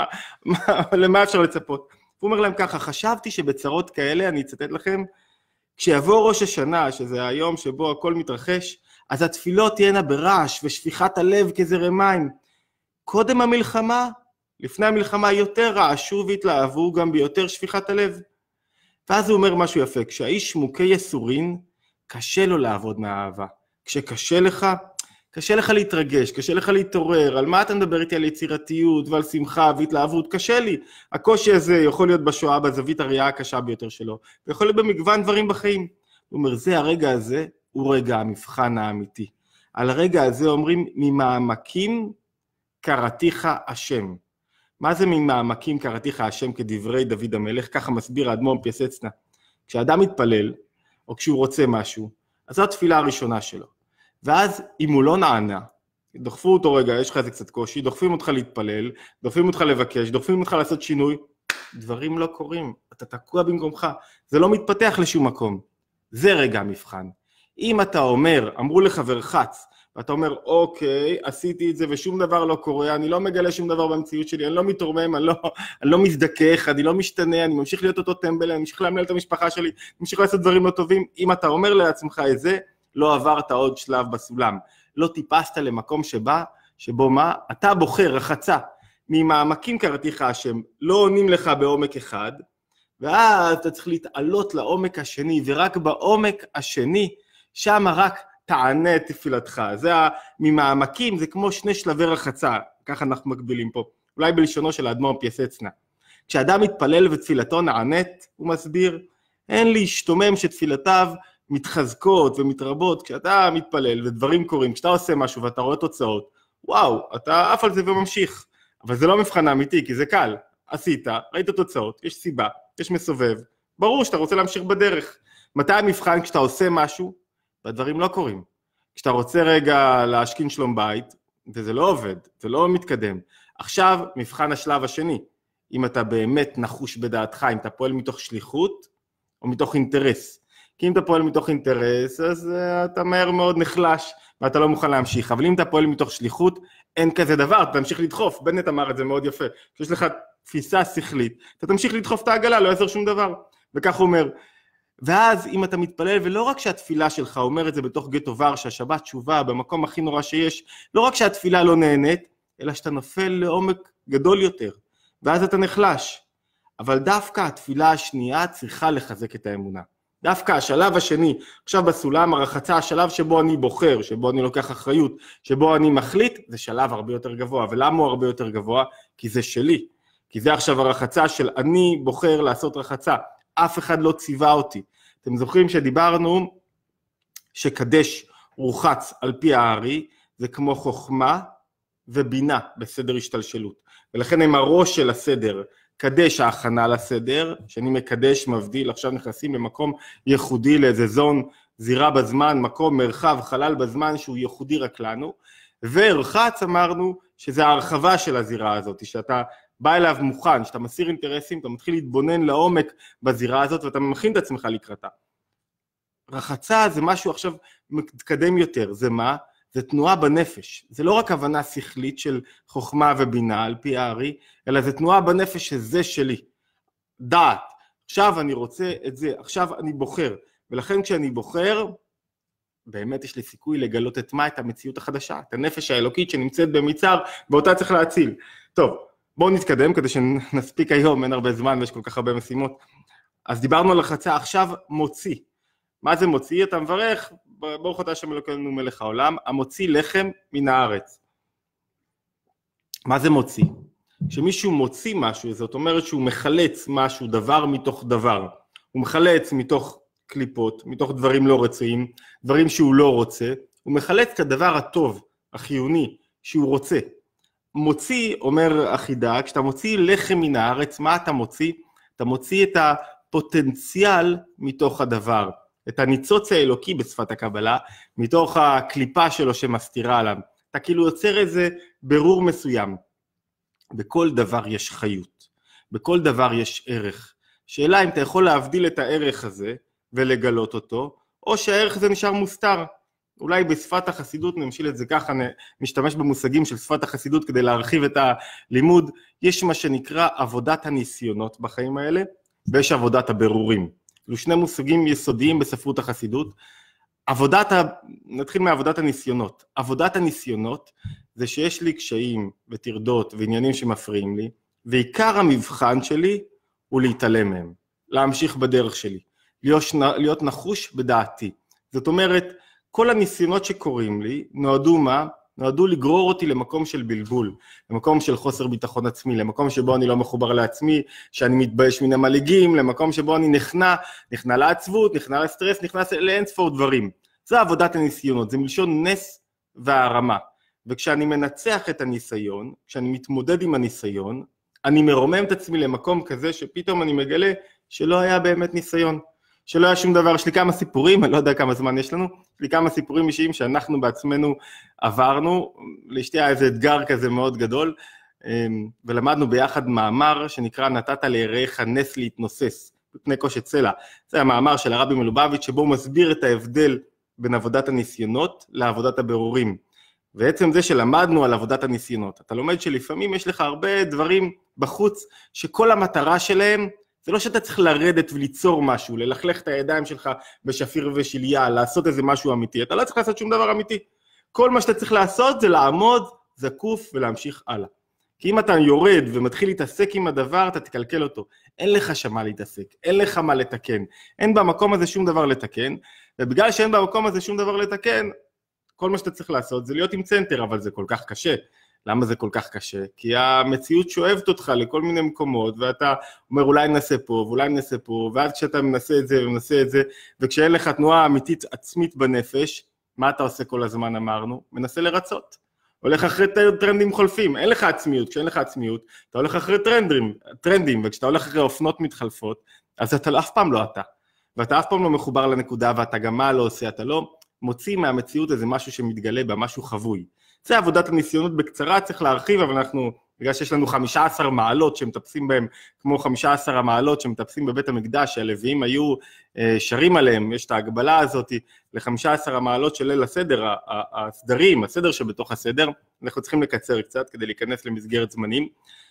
Speaker 1: למה אפשר לצפות? הוא אומר להם ככה, חשבתי שבצרות כאלה, אני אצטט לכם, כשיבוא ראש השנה, שזה היום שבו הכל מתרחש, אז התפילות תהיינה ברעש ושפיכת הלב כזרם מים. קודם המלחמה, לפני המלחמה יותר רעשו והתלהבו גם ביותר שפיכת הלב. ואז הוא אומר משהו יפה, כשהאיש מוכה יסורין, קשה לו לעבוד מהאהבה. כשקשה לך, קשה לך להתרגש, קשה לך להתעורר, על מה אתה מדבר איתי על יצירתיות ועל שמחה והתלהבות? קשה לי. הקושי הזה יכול להיות בשואה, בזווית הראייה הקשה ביותר שלו, ויכול להיות במגוון דברים בחיים. הוא אומר, זה הרגע הזה, הוא רגע המבחן האמיתי. על הרגע הזה אומרים, ממעמקים קראתיך השם. מה זה ממעמקים קראתיך השם כדברי דוד המלך? ככה מסביר האדמו"ר מפיאסצנה. כשאדם מתפלל, או כשהוא רוצה משהו, אז זו התפילה הראשונה שלו. ואז אם הוא לא נענה, דוחפו אותו רגע, יש לך איזה קצת קושי, דוחפים אותך להתפלל, דוחפים אותך לבקש, דוחפים אותך לעשות שינוי, דברים לא קורים, אתה תקוע במקומך, זה לא מתפתח לשום מקום. זה רגע המבחן. אם אתה אומר, אמרו לך ורחץ, ואתה אומר, אוקיי, עשיתי את זה ושום דבר לא קורה, אני לא מגלה שום דבר במציאות שלי, אני לא מתרומם, אני לא מזדכך, אני לא משתנה, אני ממשיך להיות אותו טמבל, אני ממשיך להמלל את המשפחה שלי, אני ממשיך לעשות דברים לא טובים. אם אתה אומר לעצמך את זה, לא עברת עוד שלב בסולם, לא טיפסת למקום שבו מה? אתה בוחר רחצה, ממעמקים קראתיך השם, לא עונים לך בעומק אחד, ואז אתה צריך להתעלות לעומק השני, ורק בעומק השני, שם רק תענה את תפילתך. זה ממעמקים, זה כמו שני שלבי רחצה, ככה אנחנו מקבילים פה, אולי בלשונו של האדמו"ר מפיאסצנה. כשאדם מתפלל ותפילתו נענית, הוא מסביר, אין להשתומם שתפילתיו מתחזקות ומתרבות, כשאתה מתפלל ודברים קורים, כשאתה עושה משהו ואתה רואה תוצאות, וואו, אתה עף על זה וממשיך. אבל זה לא מבחן אמיתי, כי זה קל. עשית, ראית תוצאות, יש סיבה, יש מסובב, ברור שאתה רוצה להמשיך בדרך. מתי המבחן? כשאתה עושה משהו, והדברים לא קורים. כשאתה רוצה רגע להשכין שלום בית, וזה לא עובד, זה לא מתקדם. עכשיו, מבחן השלב השני, אם אתה באמת נחוש בדעתך, אם אתה פועל מתוך שליחות, או מתוך אינטרס. כי אם אתה פועל מתוך אינטרס, אז אתה מהר מאוד נחלש, ואתה לא מוכן להמשיך. אבל אם אתה פועל מתוך שליחות, אין כזה דבר, אתה תמשיך לדחוף. בנט אמר את זה מאוד יפה. כשיש לך תפיסה שכלית, אתה תמשיך לדחוף את העגלה, לא יעזור שום דבר. וכך הוא אומר, ואז אם אתה מתפלל, ולא רק שהתפילה שלך אומר את זה בתוך גטו ורשה, שבת תשובה, במקום הכי נורא שיש, לא רק שהתפילה לא נהנית, אלא שאתה נופל לעומק גדול יותר, ואז אתה נחלש. אבל דווקא התפילה השנייה צריכה לחזק את האמונה. דווקא השלב השני, עכשיו בסולם הרחצה, השלב שבו אני בוחר, שבו אני לוקח אחריות, שבו אני מחליט, זה שלב הרבה יותר גבוה. ולמה הוא הרבה יותר גבוה? כי זה שלי. כי זה עכשיו הרחצה של אני בוחר לעשות רחצה. אף אחד לא ציווה אותי. אתם זוכרים שדיברנו שקדש רוחץ על פי הארי, זה כמו חוכמה ובינה בסדר השתלשלות. ולכן הם הראש של הסדר, קדש ההכנה לסדר, שאני מקדש, מבדיל, עכשיו נכנסים למקום ייחודי, לאיזה זון, זירה בזמן, מקום, מרחב, חלל בזמן, שהוא ייחודי רק לנו, ורחץ אמרנו שזה ההרחבה של הזירה הזאת, שאתה בא אליו מוכן, שאתה מסיר אינטרסים, אתה מתחיל להתבונן לעומק בזירה הזאת, ואתה מכין את עצמך לקראתה. רחצה זה משהו עכשיו מתקדם יותר, זה מה? זה תנועה בנפש, זה לא רק הבנה שכלית של חוכמה ובינה על פי הארי, אלא זה תנועה בנפש שזה שלי, דעת, עכשיו אני רוצה את זה, עכשיו אני בוחר, ולכן כשאני בוחר, באמת יש לי סיכוי לגלות את מה? את המציאות החדשה, את הנפש האלוקית שנמצאת במצר, ואותה צריך להציל. טוב, בואו נתקדם כדי שנספיק היום, אין הרבה זמן ויש כל כך הרבה משימות. אז דיברנו על רחצה, עכשיו מוציא. מה זה מוציא? אתה מברך, ברוך אתה השם אלוקינו מלך העולם, המוציא לחם מן הארץ. מה זה מוציא? כשמישהו מוציא משהו, זאת אומרת שהוא מחלץ משהו, דבר מתוך דבר. הוא מחלץ מתוך קליפות, מתוך דברים לא רצויים, דברים שהוא לא רוצה, הוא מחלץ את הדבר הטוב, החיוני, שהוא רוצה. מוציא, אומר החידה, כשאתה מוציא לחם מן הארץ, מה אתה מוציא? אתה מוציא את הפוטנציאל מתוך הדבר. את הניצוץ האלוקי בשפת הקבלה, מתוך הקליפה שלו שמסתירה עליו. אתה כאילו יוצר איזה ברור מסוים. בכל דבר יש חיות, בכל דבר יש ערך. שאלה אם אתה יכול להבדיל את הערך הזה ולגלות אותו, או שהערך הזה נשאר מוסתר. אולי בשפת החסידות, נמשיל את זה ככה, נשתמש במושגים של שפת החסידות כדי להרחיב את הלימוד. יש מה שנקרא עבודת הניסיונות בחיים האלה, ויש עבודת הבירורים. אלו שני מושגים יסודיים בספרות החסידות. נתחיל מעבודת הניסיונות. עבודת הניסיונות זה שיש לי קשיים וטרדות ועניינים שמפריעים לי, ועיקר המבחן שלי הוא להתעלם מהם, להמשיך בדרך שלי, להיות נחוש בדעתי. זאת אומרת, כל הניסיונות שקורים לי נועדו מה? נועדו לגרור אותי למקום של בלבול, למקום של חוסר ביטחון עצמי, למקום שבו אני לא מחובר לעצמי, שאני מתבייש מן המלהיגים, למקום שבו אני נכנע לעצבות, נכנע לסטרס, נכנס לאין ספור דברים. זו עבודת הניסיונות, זה מלשון נס והרמה. וכשאני מנצח את הניסיון, כשאני מתמודד עם הניסיון, אני מרומם את עצמי למקום כזה שפתאום אני מגלה שלא היה באמת ניסיון. שלא היה שום דבר. יש לי כמה סיפורים, אני לא יודע כמה זמן יש לנו, יש לי כמה סיפורים אישיים שאנחנו בעצמנו עברנו, לאשתי היה איזה אתגר כזה מאוד גדול, ולמדנו ביחד מאמר שנקרא נתת ליראיך נס להתנוסס, בפני קושת סלע. זה המאמר של הרבי מלובביץ' שבו הוא מסביר את ההבדל בין עבודת הניסיונות לעבודת הבירורים. ועצם זה שלמדנו על עבודת הניסיונות, אתה לומד שלפעמים יש לך הרבה דברים בחוץ שכל המטרה שלהם, זה לא שאתה צריך לרדת וליצור משהו, ללכלך את הידיים שלך בשפיר ושליה, לעשות איזה משהו אמיתי. אתה לא צריך לעשות שום דבר אמיתי. כל מה שאתה צריך לעשות זה לעמוד, זקוף ולהמשיך הלאה. כי אם אתה יורד ומתחיל להתעסק עם הדבר, אתה תקלקל אותו. אין לך שמה להתעסק, אין לך מה לתקן. אין במקום הזה שום דבר לתקן, ובגלל שאין במקום הזה שום דבר לתקן, כל מה שאתה צריך לעשות זה להיות עם צנטר, אבל זה כל כך קשה. למה זה כל כך קשה? כי המציאות שואבת אותך לכל מיני מקומות, ואתה אומר אולי ננסה פה, ואולי ננסה פה, ואז כשאתה מנסה את זה ומנסה את זה, וכשאין לך תנועה אמיתית עצמית בנפש, מה אתה עושה כל הזמן אמרנו? מנסה לרצות. הולך אחרי טרנדים חולפים, אין לך עצמיות, כשאין לך עצמיות, אתה הולך אחרי טרנדים, וכשאתה הולך אחרי אופנות מתחלפות, אז אתה אף פעם לא אתה, ואתה אף פעם לא מחובר לנקודה, ואתה גם מה לא עושה, אתה לא מוציא מהמציאות איזה משהו שמתגלה בה, משהו חבוי. זה עבודת הניסיונות בקצרה, צריך להרחיב, אבל אנחנו, בגלל שיש לנו 15 מעלות שמטפסים בהם, כמו 15 המעלות שמטפסים בבית המקדש, שהלוויים היו שרים עליהם, יש את ההגבלה הזאת ל-15 המעלות של ליל הסדר, הסדר שבתוך הסדר, אנחנו צריכים לקצר קצת כדי להיכנס למסגרת זמנים.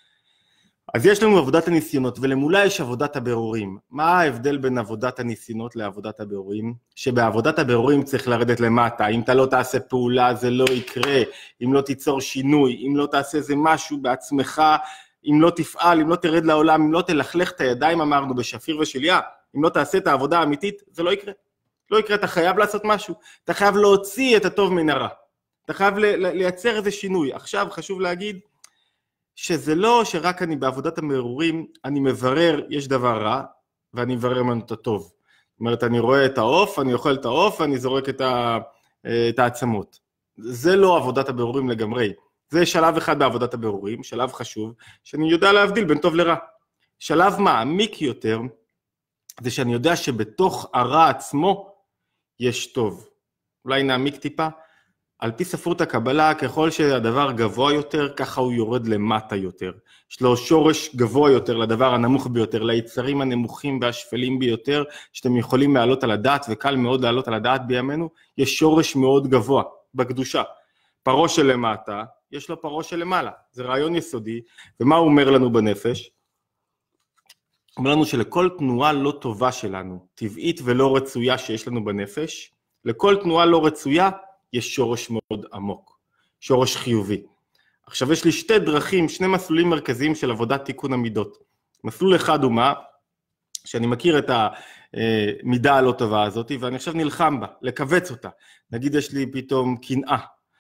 Speaker 1: אז יש לנו עבודת הניסיונות, ולמולה יש עבודת הבירורים. מה ההבדל בין עבודת הניסיונות לעבודת הבירורים? שבעבודת הבירורים צריך לרדת למטה, אם אתה לא תעשה פעולה זה לא יקרה, אם לא תיצור שינוי, אם לא תעשה איזה משהו בעצמך, אם לא תפעל, אם לא תרד לעולם, אם לא תלכלך את הידיים אמרנו בשפיר ושליה, אם לא תעשה את העבודה האמיתית, זה לא יקרה. לא יקרה, אתה חייב לעשות משהו, אתה חייב להוציא את הטוב מן הרע, אתה חייב לייצר איזה שינוי. עכשיו חשוב להגיד שזה לא שרק אני בעבודת המרורים, אני מברר, יש דבר רע, ואני מברר ממנו את הטוב. זאת אומרת, אני רואה את העוף, אני אוכל את העוף, ואני זורק את העצמות. זה לא עבודת הברורים לגמרי. זה שלב אחד בעבודת הברורים, שלב חשוב, שאני יודע להבדיל בין טוב לרע. שלב מעמיק יותר, זה שאני יודע שבתוך הרע עצמו יש טוב. אולי נעמיק טיפה. על פי ספרות הקבלה, ככל שהדבר גבוה יותר, ככה הוא יורד למטה יותר. יש לו שורש גבוה יותר לדבר הנמוך ביותר, ליצרים הנמוכים והשפלים ביותר, שאתם יכולים לעלות על הדעת, וקל מאוד לעלות על הדעת בימינו, יש שורש מאוד גבוה בקדושה. פרו של למטה, יש לו פרו של למעלה. זה רעיון יסודי, ומה הוא אומר לנו בנפש? הוא אומר לנו שלכל תנועה לא טובה שלנו, טבעית ולא רצויה שיש לנו בנפש, לכל תנועה לא רצויה, יש שורש מאוד עמוק, שורש חיובי. עכשיו יש לי שתי דרכים, שני מסלולים מרכזיים של עבודת תיקון המידות. מסלול אחד הוא מה? שאני מכיר את המידה הלא טובה הזאת, ואני עכשיו נלחם בה, לקבץ אותה. נגיד יש לי פתאום קנאה,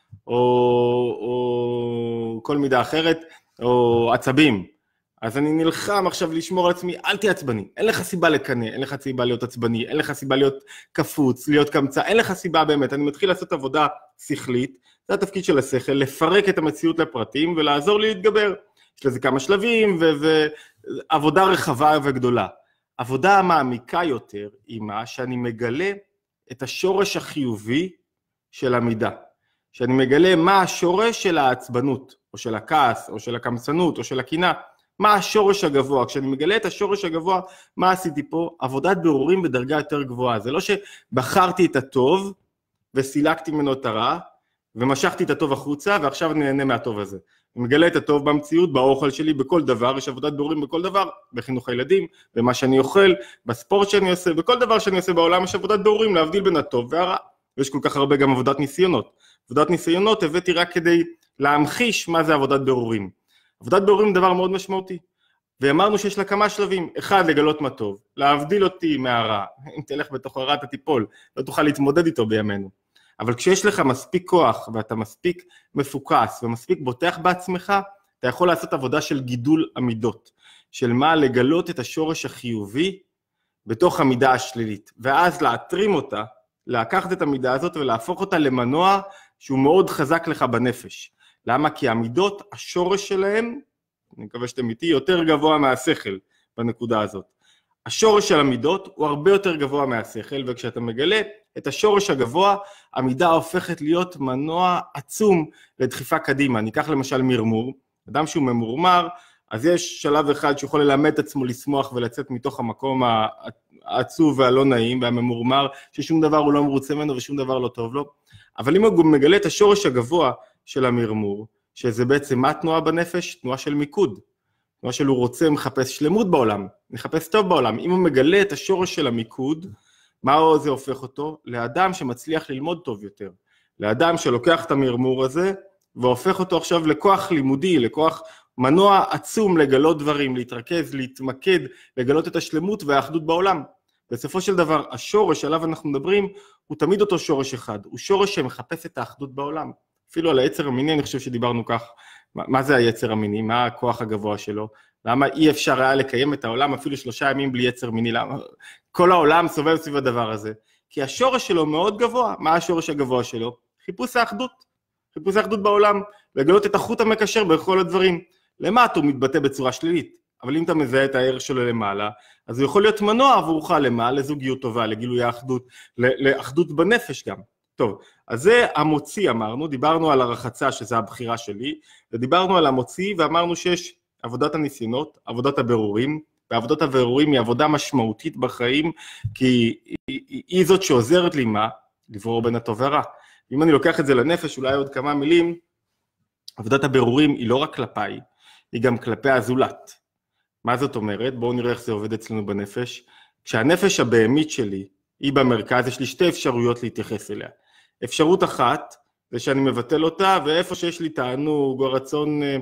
Speaker 1: או כל מידה אחרת, או עצבים. אז אני נלחם עכשיו לשמור על עצמי, אל תהיה עצבני, אין לך סיבה לקנא, אין לך סיבה להיות עצבני, אין לך סיבה להיות קפוץ, להיות קמצא, אין לך סיבה באמת, אני מתחיל לעשות עבודה שכלית, זה התפקיד של השכל, לפרק את המציאות לפרטים ולעזור לי להתגבר. יש לזה כמה שלבים ועבודה רחבה וגדולה. עבודה מעמיקה יותר היא מה שאני מגלה את השורש החיובי של המידה, שאני מגלה מה השורש של העצבנות, או של הכעס, או של הקמצנות, או של הקנאה, מה השורש הגבוה. כשאני מגלה את השורש הגבוה, מה עשיתי פה? עבודת ברורים בדרגה יותר גבוהה. זה לא שבחרתי את הטוב וסילקתי ממנו את הרע, ומשכתי את הטוב החוצה, ועכשיו אני נהנה מהטוב הזה. אני מגלה את הטוב במציאות, באוכל שלי, בכל דבר, יש עבודת ברורים בכל דבר, בחינוך הילדים, במה שאני אוכל, בספורט שאני עושה, בכל דבר שאני עושה בעולם, יש עבודת ברורים להבדיל בין הטוב והרע. ויש כל כך הרבה גם עבודת ניסיונות. עבודת ניסיונות הבאתי רק כדי להמחיש מה זה עבודת ברורים. עבודת ברורים דבר מאוד משמעותי, ואמרנו שיש לה כמה שלבים. אחד, לגלות מה טוב, להבדיל אותי מהרע. אם תלך בתוך הרע אתה תיפול, לא תוכל להתמודד איתו בימינו. אבל כשיש לך מספיק כוח, ואתה מספיק מפוקס, ומספיק בוטח בעצמך, אתה יכול לעשות עבודה של גידול המידות, של מה? לגלות את השורש החיובי, בתוך המידה השלילית, ואז להתרים אותה, לקחת את המידה הזאת, ולהפוך אותה למנוע, שהוא מאוד חזק לך בנפש. למה? כי המידות, השורש שלהם, אני מקווה שאתם איתי, יותר גבוה מהשכל בנקודה הזאת. השורש של המידות הוא הרבה יותר גבוה מהשכל, וכשאתה מגלה את השורש הגבוה, המידה הופכת להיות מנוע עצום לדחיפה קדימה. ניקח למשל מרמור, אדם שהוא ממורמר, אז יש שלב אחד שיכול ללמד את עצמו לשמוח ולצאת מתוך המקום העצוב והלא נעים והממורמר, ששום דבר הוא לא מרוצה ממנו ושום דבר לא טוב לו. אבל אם הוא מגלה את השורש הגבוה של המרמור, שזה בעצם מה תנועה בנפש? תנועה של מיקוד. תנועה של הוא רוצה, מחפש שלמות בעולם, מחפש טוב בעולם. אם הוא מגלה את השורש של המיקוד, מה זה הופך אותו? לאדם שמצליח ללמוד טוב יותר. לאדם שלוקח את המרמור הזה, והופך אותו עכשיו לכוח לימודי, לכוח מנוע עצום לגלות דברים, להתרכז, להתמקד, לגלות את השלמות והאחדות בעולם. בסופו של דבר, השורש עליו אנחנו מדברים, הוא תמיד אותו שורש אחד. הוא שורש שמחפש את האחדות בעולם. אפילו על היצר המיני, אני חושב שדיברנו כך, מה זה היצר המיני? מה הכוח הגבוה שלו? למה אי אפשר היה לקיים את העולם אפילו 3 ימים בלי יצר מיני? למה? כל העולם סובב סביב הדבר הזה. כי השורש שלו מאוד גבוה. מה השורש הגבוה שלו? חיפוש האחדות. חיפוש האחדות בעולם. לגלות את החוט המקשר בכל הדברים. למטה הוא מתבטא בצורה שלילית. אבל אם אתה מזהה את הערך שלו למעלה, אז הוא יכול להיות מנוע עבורך למעלה, לזוגיות טובה, לגילוי האחדות, לאחדות בנפש גם. טוב, אז זה המוציא אמרנו, דיברנו על הרחצה שזה הבחירה שלי, ודיברנו על המוציא ואמרנו שיש עבודת הניסיונות, עבודת הבירורים, ועבודת הבירורים היא עבודה משמעותית בחיים, כי היא זאת שעוזרת לי מה? לברור בין הטוב והרע. אם אני לוקח את זה לנפש, אולי עוד כמה מילים, עבודת הבירורים היא לא רק כלפיי, היא גם כלפי הזולת. מה זאת אומרת? בואו נראה איך זה עובד אצלנו בנפש. כשהנפש הבהמית שלי היא במרכז, יש לי 2 אפשרויות להתייחס אליה. אפשרות אחת, זה שאני מבטל אותה, ואיפה שיש לי תענוג או רצון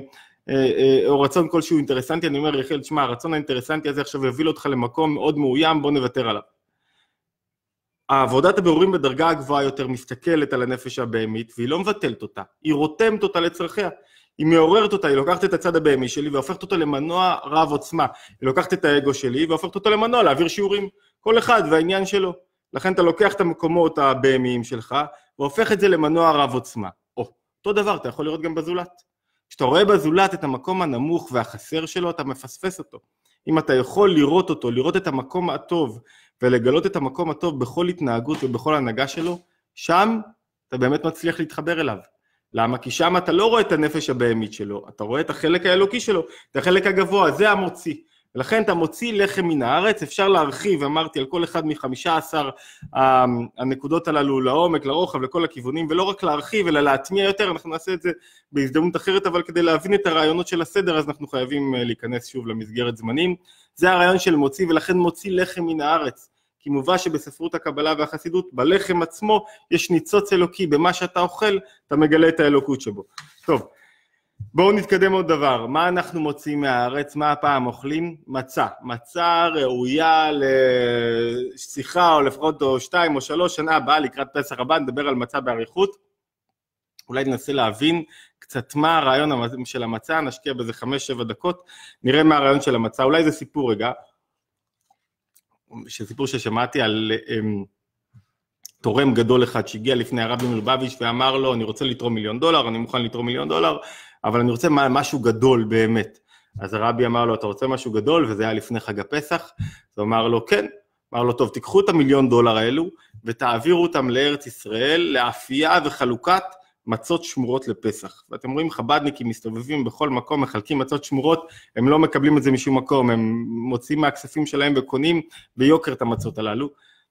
Speaker 1: או רצון כלשהו אינטרסנטי, אני אומר, יחיאל, תשמע, הרצון האינטרסנטי הזה עכשיו יוביל אותך למקום מאוד מאוים, בוא נוותר עליו. העבודת הבירורים בדרגה הגבוהה יותר מסתכלת על הנפש הבהמית, והיא לא מבטלת אותה, היא רותמת אותה לצרכיה, היא מעוררת אותה, היא לוקחת את הצד הבהמי שלי, והופכת אותה למנוע רב עוצמה, היא לוקחת את האגו שלי, והופכת אותה למנוע להעביר שיעורים, כל אחד והעניין שלו, לכן אתה לוקח את המקומות הבהמיים שלך, והופך את זה למנוע רב עוצמה. אותו דבר, אתה יכול לראות גם בזולת. כשאתה רואה בזולת את המקום הנמוך והחסר שלו, אתה מפספס אותו. אם אתה יכול לראות אותו, לראות את המקום הטוב, ולגלות את המקום הטוב בכל התנהגות ובכל הנהגה שלו, שם אתה באמת מצליח להתחבר אליו. למה? כי שם אתה לא רואה את הנפש הבהמית שלו, אתה רואה את החלק האלוקי שלו, את החלק הגבוה, זה המוציא. ולכן אתה מוציא לחם מן הארץ, אפשר להרחיב, אמרתי, על כל אחד מ-15 הנקודות הללו, לעומק, לרוחב, לכל הכיוונים, ולא רק להרחיב, אלא להטמיע יותר, אנחנו נעשה את זה בהזדמנות אחרת, אבל כדי להבין את הרעיונות של הסדר, אז אנחנו חייבים להיכנס שוב למסגרת זמנים. זה הרעיון של מוציא, ולכן מוציא לחם מן הארץ. כי מובא שבספרות הקבלה והחסידות, בלחם עצמו יש ניצוץ אלוקי, במה שאתה אוכל, אתה מגלה את האלוקות שבו. טוב. בואו נתקדם עוד דבר, מה אנחנו מוצאים מהארץ, מה הפעם אוכלים? מצה, מצה ראויה לשיחה או לפחות או 2 או 3 שנה הבאה לקראת פסח הבא, נדבר על מצה באריכות, אולי ננסה להבין קצת מה הרעיון של המצה, נשקיע בזה 5-7 דקות, נראה מה הרעיון של המצה, אולי זה סיפור רגע, סיפור ששמעתי על תורם גדול אחד שהגיע לפני הרבי מלובביץ' ואמר לו, אני רוצה לתרום $1,000,000, אני מוכן לתרום $1,000,000, אבל אני רוצה משהו גדול באמת. אז הרבי אמר לו, אתה רוצה משהו גדול? וזה היה לפני חג הפסח. אז הוא אמר לו, כן. אמר לו, טוב, תיקחו את $1,000,000 האלו, ותעבירו אותם לארץ ישראל, לאפייה וחלוקת מצות שמורות לפסח. ואתם רואים, חבדניקים מסתובבים בכל מקום, מחלקים מצות שמורות, הם לא מקבלים את זה משום מקום, הם מוצאים מהכספים שלהם וקונים ביוקר את המצות הללו.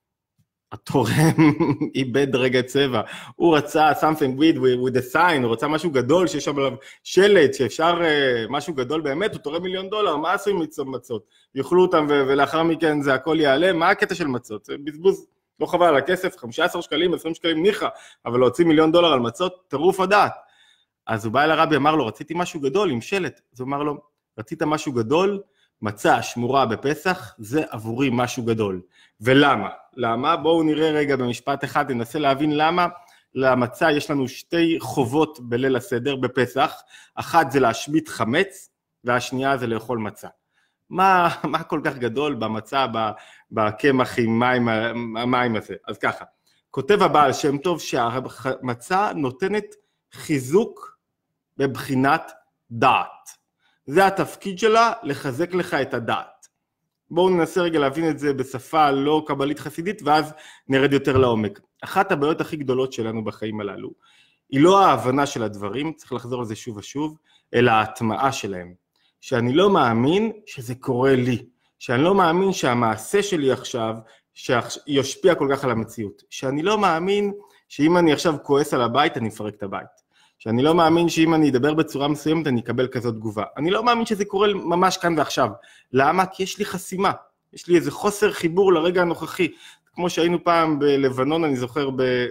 Speaker 1: התורם איבד רגע צבע, הוא רצה something with a sign, הוא רצה משהו גדול שיש שם עליו שלט, שאפשר משהו גדול באמת, הוא תורם $1,000,000, מה עשו עם מצות? יאכלו אותם ולאחר מכן זה הכל יעלה, מה הקטע של מצות? זה בזבוז, לא חבל על הכסף, 15 שקלים, 20 שקלים ניחה, אבל להוציא $1,000,000 על מצות, טירוף הדעת. אז הוא בא אל הרבי, אמר לו, רציתי משהו גדול עם שלט, אז הוא אמר לו, רצית משהו גדול, מצה שמורה בפסח, זה עבורי משהו גדול. ולמה? למה? בואו נראה רגע במשפט אחד, ננסה להבין למה למצה יש לנו 2 חובות בליל הסדר בפסח, אחת זה להשמיט חמץ, והשנייה זה לאכול מצה. מה כל כך גדול במצה, בקמח עם המים הזה? אז ככה, כותב הבעל שם טוב שהמצה נותנת חיזוק בבחינת דעת. זה התפקיד שלה, לחזק לך את הדעת. בואו ננסה רגע להבין את זה בשפה לא קבלית חסידית, ואז נרד יותר לעומק. אחת הבעיות הכי גדולות שלנו בחיים הללו, היא לא ההבנה של הדברים, צריך לחזור על זה שוב ושוב, אלא ההטמעה שלהם. שאני לא מאמין שזה קורה לי, שאני לא מאמין שהמעשה שלי עכשיו, שישפיע כל כך על המציאות, שאני לא מאמין שאם אני עכשיו כועס על הבית, אני אפרק את הבית. שאני לא מאמין שאם אני אדבר בצורה מסוימת, אני אקבל כזאת תגובה. אני לא מאמין שזה קורה ממש כאן ועכשיו. למה? כי יש לי חסימה. יש לי איזה חוסר חיבור לרגע הנוכחי. כמו שהיינו פעם בלבנון, אני זוכר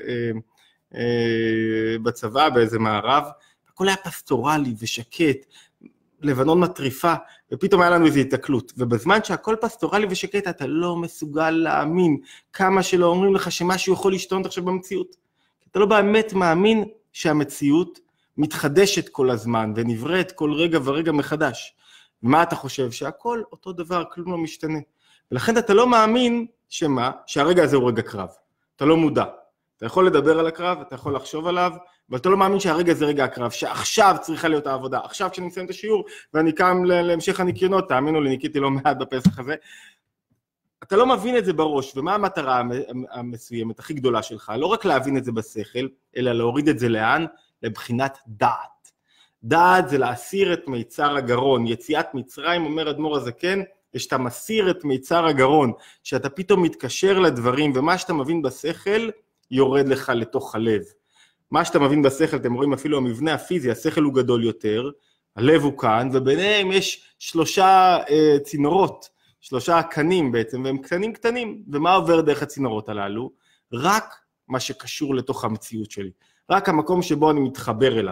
Speaker 1: בצבא, באיזה מערב, הכל היה פסטורלי ושקט, לבנון מטריפה, ופתאום היה לנו איזו התקלות. ובזמן שהכל פסטורלי ושקט, אתה לא מסוגל להאמין כמה שלא אומרים לך שמשהו יכול להשתנות עכשיו במציאות. אתה לא באמת מאמין שהמציאות מתחדשת כל הזמן, ונבראת כל רגע ורגע מחדש. ומה אתה חושב? שהכל אותו דבר, כלום לא משתנה. ולכן אתה לא מאמין שמה? שהרגע הזה הוא רגע קרב. אתה לא מודע. אתה יכול לדבר על הקרב, אתה יכול לחשוב עליו, אבל אתה לא מאמין שהרגע זה רגע הקרב, שעכשיו צריכה להיות העבודה, עכשיו כשאני מסיים את השיעור, ואני קם להמשך הניקיונות, תאמינו לי, ניקיתי לא מעט בפסח הזה, אתה לא מבין את זה בראש, ומה המטרה המסוימת, הכי גדולה שלך? לא רק להבין את זה בשכל, אלא להוריד את זה לאן? לבחינת דעת. דעת זה להסיר את מיצר הגרון, יציאת מצרים, אומר אדמו"ר הזקן, שאתה מסיר את מיצר הגרון, שאתה פתאום מתקשר לדברים, ומה שאתה מבין בשכל, יורד לך לתוך הלב. מה שאתה מבין בשכל, אתם רואים אפילו המבנה הפיזי, השכל הוא גדול יותר, הלב הוא כאן, וביניהם יש 3 צינורות, 3 קנים בעצם, והם קטנים קטנים, ומה עובר דרך הצינורות הללו? רק מה שקשור לתוך המציאות שלי, רק המקום שבו אני מתחבר אליו.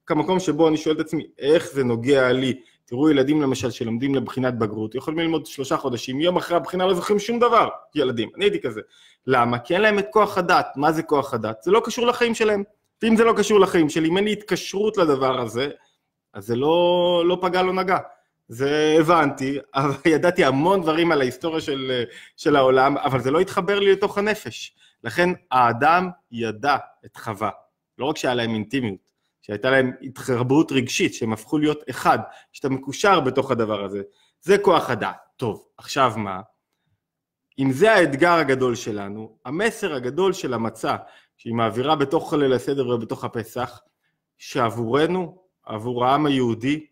Speaker 1: כמקום שבו אני שואל את עצמי, איך זה נוגע לי? תראו ילדים למשל שלומדים לבחינת בגרות, יכולים ללמוד 3 חודשים, יום אחרי הבחינה לא זוכרים שום דבר, ילדים, אני הייתי כזה. למה? כי אין להם את כוח הדעת. מה זה כוח הדעת? זה לא קשור לחיים שלהם. ואם זה לא קשור לחיים שלי, אם אין לי התקשרות לדבר הזה, אז זה לא פגע, לא נגע. זה הבנתי, אבל ידעתי המון דברים על ההיסטוריה של העולם, אבל זה לא התחבר לי לתוך הנפש. לכן האדם ידע את חווה. לא רק שהיה להם אינטימיות, שהייתה להם התחברות רגשית, שהם הפכו להיות אחד, שאתה מקושר בתוך הדבר הזה. זה כוח הדעת. טוב, עכשיו מה? אם זה האתגר הגדול שלנו, המסר הגדול של המצה, שהיא מעבירה בתוך ליל הסדר ובתוך הפסח, שעבורנו, עבור העם היהודי,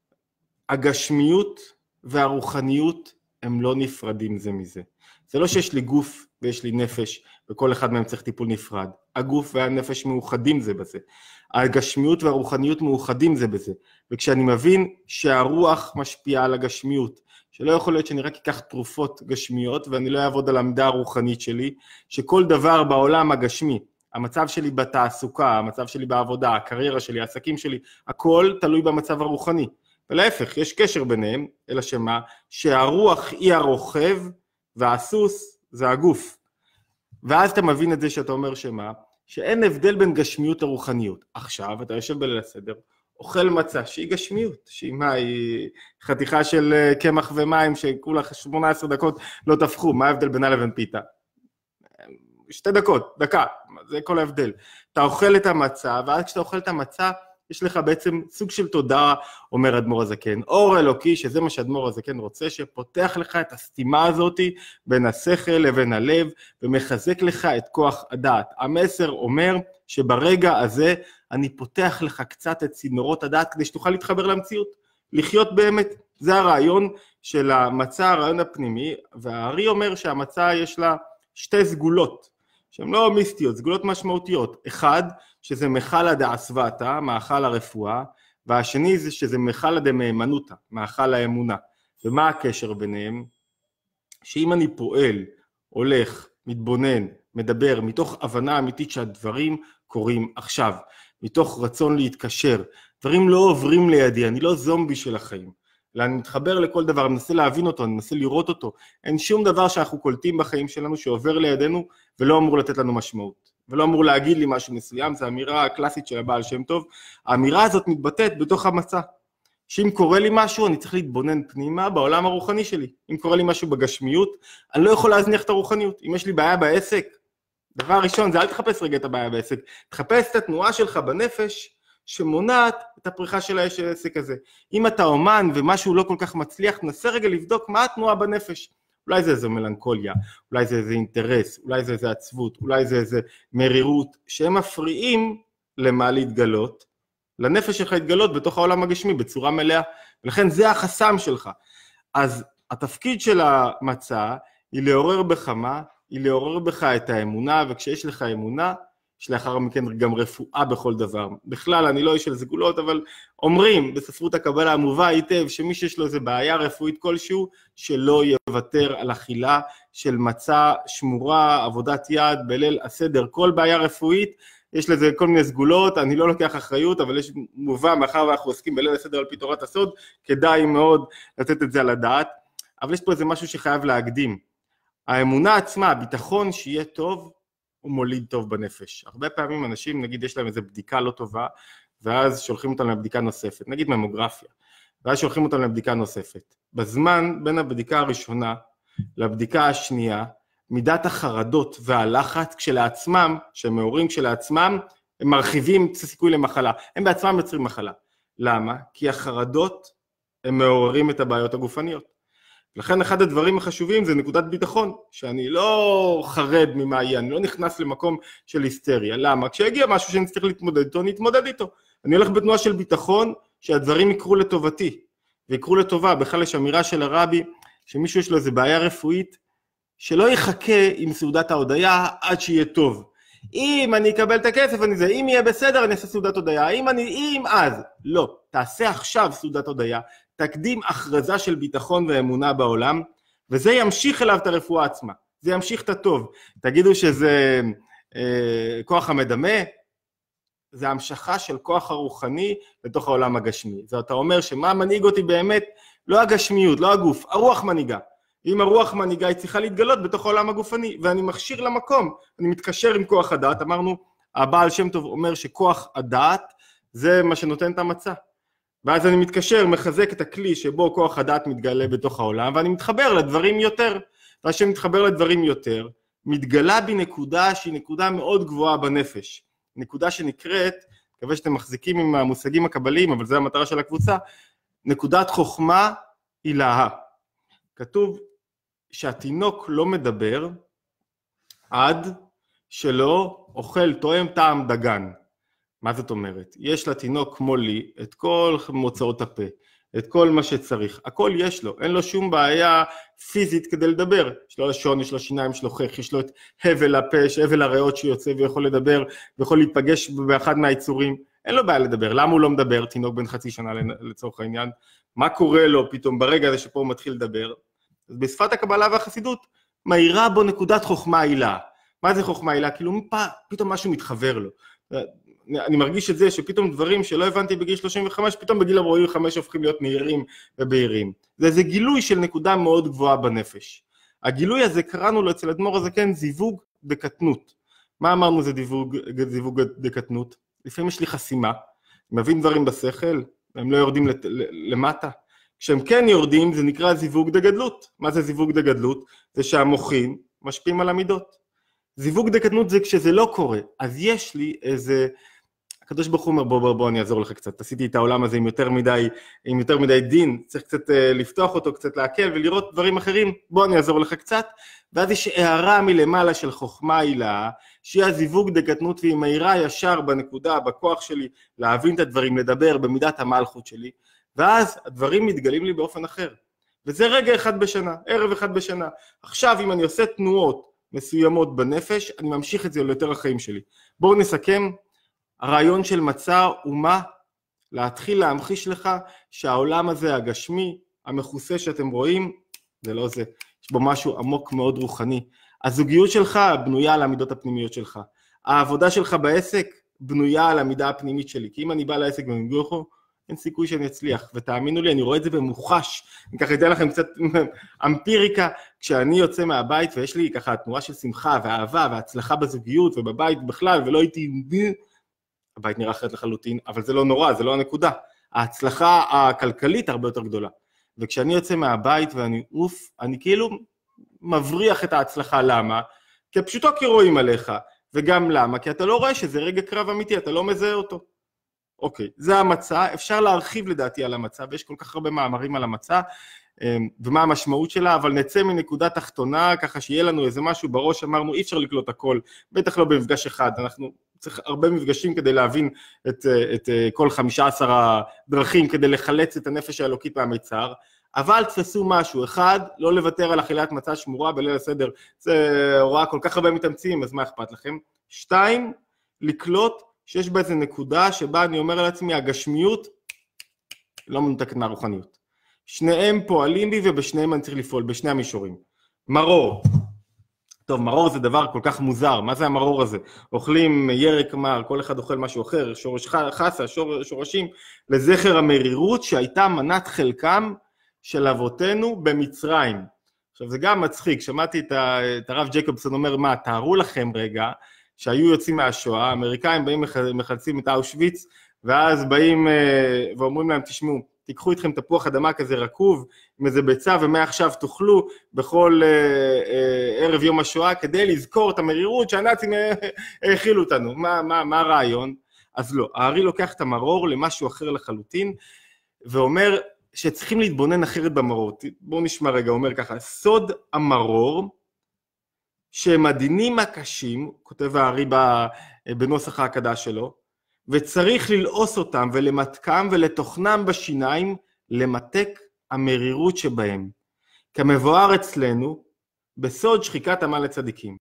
Speaker 1: הגשמיות והרוחניות הם לא נפרדים זה מזה. זה לא שיש לי גוף ויש לי נפש, וכל אחד מהם צריך טיפול נפרד. הגוף והנפש מאוחדים זה בזה. הגשמיות והרוחניות מאוחדים זה בזה. וכשאני מבין שהרוח משפיעה על הגשמיות, שלא יכול להיות שאני רק אקח תרופות גשמיות, ואני לא אעבוד על העמדה הרוחנית שלי, שכל דבר בעולם הגשמי, המצב שלי בתעסוקה, המצב שלי בעבודה, הקריירה שלי, העסקים שלי, הכל תלוי במצב הרוחני. ולהפך, יש קשר ביניהם, אלא שמה? שהרוח היא הרוכב, והסוס זה הגוף. ואז אתה מבין את זה שאתה אומר שמה? שאין הבדל בין גשמיות לרוחניות. עכשיו אתה יושב בליל הסדר, אוכל מצה שהיא גשמיות, שהיא מה? היא חתיכה של קמח ומים שכולה 18 דקות לא תפחו, מה ההבדל בינה לבין פיתה? 2 דקות, דקה, זה כל ההבדל. אתה אוכל את המצה, ואז כשאתה אוכל את המצה, יש לך בעצם סוג של תודה, אומר אדמו"ר הזקן, אור אלוקי, שזה מה שאדמו"ר הזקן רוצה, שפותח לך את הסתימה הזאת בין השכל לבין הלב, ומחזק לך את כוח הדעת. המסר אומר שברגע הזה אני פותח לך קצת את צינורות הדעת, כדי שתוכל להתחבר למציאות, לחיות באמת. זה הרעיון של המצה, הרעיון הפנימי, והארי אומר שהמצה יש לה 2 סגולות, שהן לא מיסטיות, סגולות משמעותיות. אחד, שזה מחלה דעשוותה, מאכל הרפואה, והשני זה שזה מחלה דמהימנותא, מאכל האמונה. ומה הקשר ביניהם? שאם אני פועל, הולך, מתבונן, מדבר, מתוך הבנה אמיתית שהדברים קורים עכשיו, מתוך רצון להתקשר, דברים לא עוברים לידי, אני לא זומבי של החיים. אלא אני מתחבר לכל דבר, אני מנסה להבין אותו, אני מנסה לראות אותו. אין שום דבר שאנחנו קולטים בחיים שלנו שעובר לידינו ולא אמור לתת לנו משמעות. ולא אמור להגיד לי משהו מסוים, זו האמירה הקלאסית של הבעל שם טוב. האמירה הזאת מתבטאת בתוך המצה. שאם קורה לי משהו, אני צריך להתבונן פנימה בעולם הרוחני שלי. אם קורה לי משהו בגשמיות, אני לא יכול להזניח את הרוחניות. אם יש לי בעיה בעסק, דבר ראשון, זה אל תחפש רגע את הבעיה בעסק. תחפש את התנועה שלך בנפש, שמונעת את הפריחה של העסק הזה. אם אתה אומן ומשהו לא כל כך מצליח, תנסה רגע לבדוק מה התנועה בנפש. אולי זה איזו מלנכוליה, אולי זה איזה אינטרס, אולי זה איזה עצבות, אולי זה איזה מרירות, שהם מפריעים למה להתגלות, לנפש שלך להתגלות בתוך העולם הגשמי בצורה מלאה, ולכן זה החסם שלך. אז התפקיד של המצה היא לעורר בך מה? היא לעורר בך את האמונה, וכשיש לך אמונה, יש לאחר מכן גם רפואה בכל דבר. בכלל, אני לא איש של סגולות, אבל אומרים בספרות הקבלה המובא היטב, שמי שיש לו איזו בעיה רפואית כלשהו, שלא יוותר על אכילה של מצה שמורה, עבודת יד, בליל הסדר. כל בעיה רפואית, יש לזה כל מיני סגולות, אני לא לוקח אחריות, אבל יש מובא, מאחר ואנחנו עוסקים בליל הסדר על פי תורת הסוד, כדאי מאוד לתת את זה על הדעת, אבל יש פה איזה משהו שחייב להקדים. האמונה עצמה, הביטחון שיהיה טוב, הוא מוליד טוב בנפש. הרבה פעמים אנשים, נגיד, יש להם איזו בדיקה לא טובה, ואז שולחים אותם לבדיקה נוספת, נגיד ממוגרפיה, ואז שולחים אותם לבדיקה נוספת. בזמן בין הבדיקה הראשונה לבדיקה השנייה, מידת החרדות והלחץ כשלעצמם, שהם מעוררים כשלעצמם, הם מרחיבים את הסיכוי למחלה. הם בעצמם יוצרים מחלה. למה? כי החרדות הם מעוררים את הבעיות הגופניות. לכן אחד הדברים החשובים זה נקודת ביטחון, שאני לא חרד ממה יהיה, אני לא נכנס למקום של היסטריה. למה? כשיגיע משהו שאני צריך להתמודד איתו, אני אתמודד איתו. אני הולך בתנועה של ביטחון שהדברים יקרו לטובתי, ויקרו לטובה. בכלל יש אמירה של הרבי, שמישהו יש לו איזו בעיה רפואית, שלא יחכה עם סעודת ההודיה עד שיהיה טוב. אם אני אקבל את הכסף, אם יהיה בסדר, אני אעשה סעודת הודיה. אם אז. לא, תעשה עכשיו סעודת הודיה, תקדים הכרזה של ביטחון ואמונה בעולם, וזה ימשיך אליו את הרפואה עצמה. זה ימשיך את הטוב. תגידו שזה כוח המדמה, זה המשכה של כוח הרוחני לתוך העולם הגשמי. זאת אתה אומר שמה מנהיג אותי באמת? לא הגשמיות, לא הגוף, הרוח מנהיגה. אם הרוח מנהיגה היא צריכה להתגלות בתוך העולם הגופני, ואני מכשיר למקום, אני מתקשר עם כוח הדעת. אמרנו, הבעל שם טוב אומר שכוח הדעת זה מה שנותן את המצע. ואז אני מתקשר, מחזק את הכלי שבו כוח הדעת מתגלה בתוך העולם, ואני מתחבר לדברים יותר. ואז שמתחבר לדברים יותר, מתגלה בי נקודה שהיא נקודה מאוד גבוהה בנפש. נקודה שנקראת, מקווה שאתם מחזיקים עם המושגים הקבליים, אבל זה המטרה של הקבוצה, נקודת חוכמה הילאה. כתוב שהתינוק לא מדבר עד שלא אוכל תואם טעם דגן. מה זאת אומרת? יש לתינוק כמו לי את כל מוצאות הפה, את כל מה שצריך, הכל יש לו, אין לו שום בעיה פיזית כדי לדבר, יש לו לשון, יש לו שיניים, יש לו חך, יש לו את הבל הפה, הבל הריאות שיוצא ויכול לדבר, ויכול להתפגש באחד מהיצורים, אין לו בעיה לדבר. למה הוא לא מדבר? תינוק בן חצי שנה לצורך העניין, מה קורה לו פתאום ברגע הזה שפה הוא מתחיל לדבר? אז בשפת הקבלה והחסידות, מהירה בו נקודת חוכמה הילאה. מה זה חוכמה הילאה? כאילו פתאום משהו מתחבר לו. אני מרגיש את זה שפתאום דברים שלא הבנתי בגיל 35, פתאום בגיל 45 הופכים להיות מהירים ובהירים. זה גילוי של נקודה מאוד גבוהה בנפש. הגילוי הזה קראנו לו אצל אדמו"ר הזקן זיווג דקטנות. מה אמרנו זה זיווג דקטנות? לפעמים יש לי חסימה, מבין דברים בשכל, הם לא יורדים למטה. כשהם כן יורדים זה נקרא זיווג דגדלות. מה זה זיווג דגדלות? זה שהמוחים משפיעים על המידות. זיווג דקטנות זה כשזה לא קורה, אז יש לי איזה, הקדוש ברוך הוא אומר בוא אני אעזור לך קצת, עשיתי את העולם הזה עם יותר מדי דין, צריך קצת לפתוח אותו, קצת להקל ולראות דברים אחרים, בוא אני אעזור לך קצת, ואז יש הערה מלמעלה של חוכמה הילאה, שהיא הזיווג דקטנות והיא מהירה ישר בנקודה, בכוח שלי, להבין את הדברים, לדבר במידת המלכות שלי, ואז הדברים מתגלים לי באופן אחר, וזה רגע אחד בשנה, ערב אחד בשנה. עכשיו אם אני עושה תנועות מסוימות בנפש, אני ממשיך את זה ליותר החיים שלי. בואו נסכם, הרעיון של מצע הוא מה? להתחיל להמחיש לך שהעולם הזה הגשמי, המכוסה שאתם רואים, זה לא זה, יש בו משהו עמוק מאוד רוחני. הזוגיות שלך בנויה על המידות הפנימיות שלך. העבודה שלך בעסק בנויה על המידה הפנימית שלי, כי אם אני בא לעסק ומגוחו, אין סיכוי שאני אצליח, ותאמינו לי, אני רואה את זה במוחש, אני ככה אתן לכם קצת אמפיריקה, כשאני יוצא מהבית ויש לי ככה תנועה של שמחה ואהבה והצלחה בזוגיות ובבית בכלל, ולא הייתי, הבית נראה אחרת לחלוטין, אבל זה לא נורא, זה לא הנקודה, ההצלחה הכלכלית הרבה יותר גדולה, וכשאני יוצא מהבית ואני אני כאילו מבריח את ההצלחה, למה? כי פשוטו כרואים עליך, וגם למה? כי אתה לא רואה שזה רגע קרב אמיתי, אתה לא מזהה אותו. אוקיי, זה המצע, אפשר להרחיב לדעתי על המצע, ויש כל כך הרבה מאמרים על המצע, ומה המשמעות שלה, אבל נצא מנקודה תחתונה, ככה שיהיה לנו איזה משהו בראש, אמרנו אי אפשר לקלוט הכל, בטח לא במפגש אחד, אנחנו צריך הרבה מפגשים כדי להבין את כל 15 הדרכים, כדי לחלץ את הנפש האלוקית מהמצר, אבל תפסו משהו, אחד, לא לוותר על אכילת מצה שמורה בליל הסדר, זה הוראה כל כך הרבה מתאמצים, אז מה אכפת לכם? 2, לקלוט, שיש באיזה נקודה שבה אני אומר על עצמי, הגשמיות לא מנותקת מהרוחניות. שניהם פועלים בי ובשניהם אני צריך לפעול, בשני המישורים. מרור. טוב, מרור זה דבר כל כך מוזר, מה זה המרור הזה? אוכלים ירק מר, כל אחד אוכל משהו אחר, שורש חסה, שורשים, לזכר המרירות שהייתה מנת חלקם של אבותינו במצרים. עכשיו זה גם מצחיק, שמעתי את הרב ג'ייקובסון אומר, מה, תארו לכם רגע, שהיו יוצאים מהשואה, האמריקאים באים מחלצים את אושוויץ, ואז באים ואומרים להם, תשמעו, תיקחו איתכם תפוח אדמה כזה רקוב, עם איזה ביצה, ומעכשיו תאכלו בכל ערב יום השואה, כדי לזכור את המרירות שהנאצים האכילו אותנו. מה הרעיון? אז לא, הארי לוקח את המרור למשהו אחר לחלוטין, ואומר שצריכים להתבונן אחרת במרור. בואו נשמע רגע, הוא אומר ככה, סוד המרור, שהם הדינים הקשים, כותב הארי בנוסח ההקדה שלו, וצריך ללעוס אותם ולמתקם ולתוכנם בשיניים, למתק המרירות שבהם. כמבואר אצלנו, בסוד שחיקת עמל לצדיקים.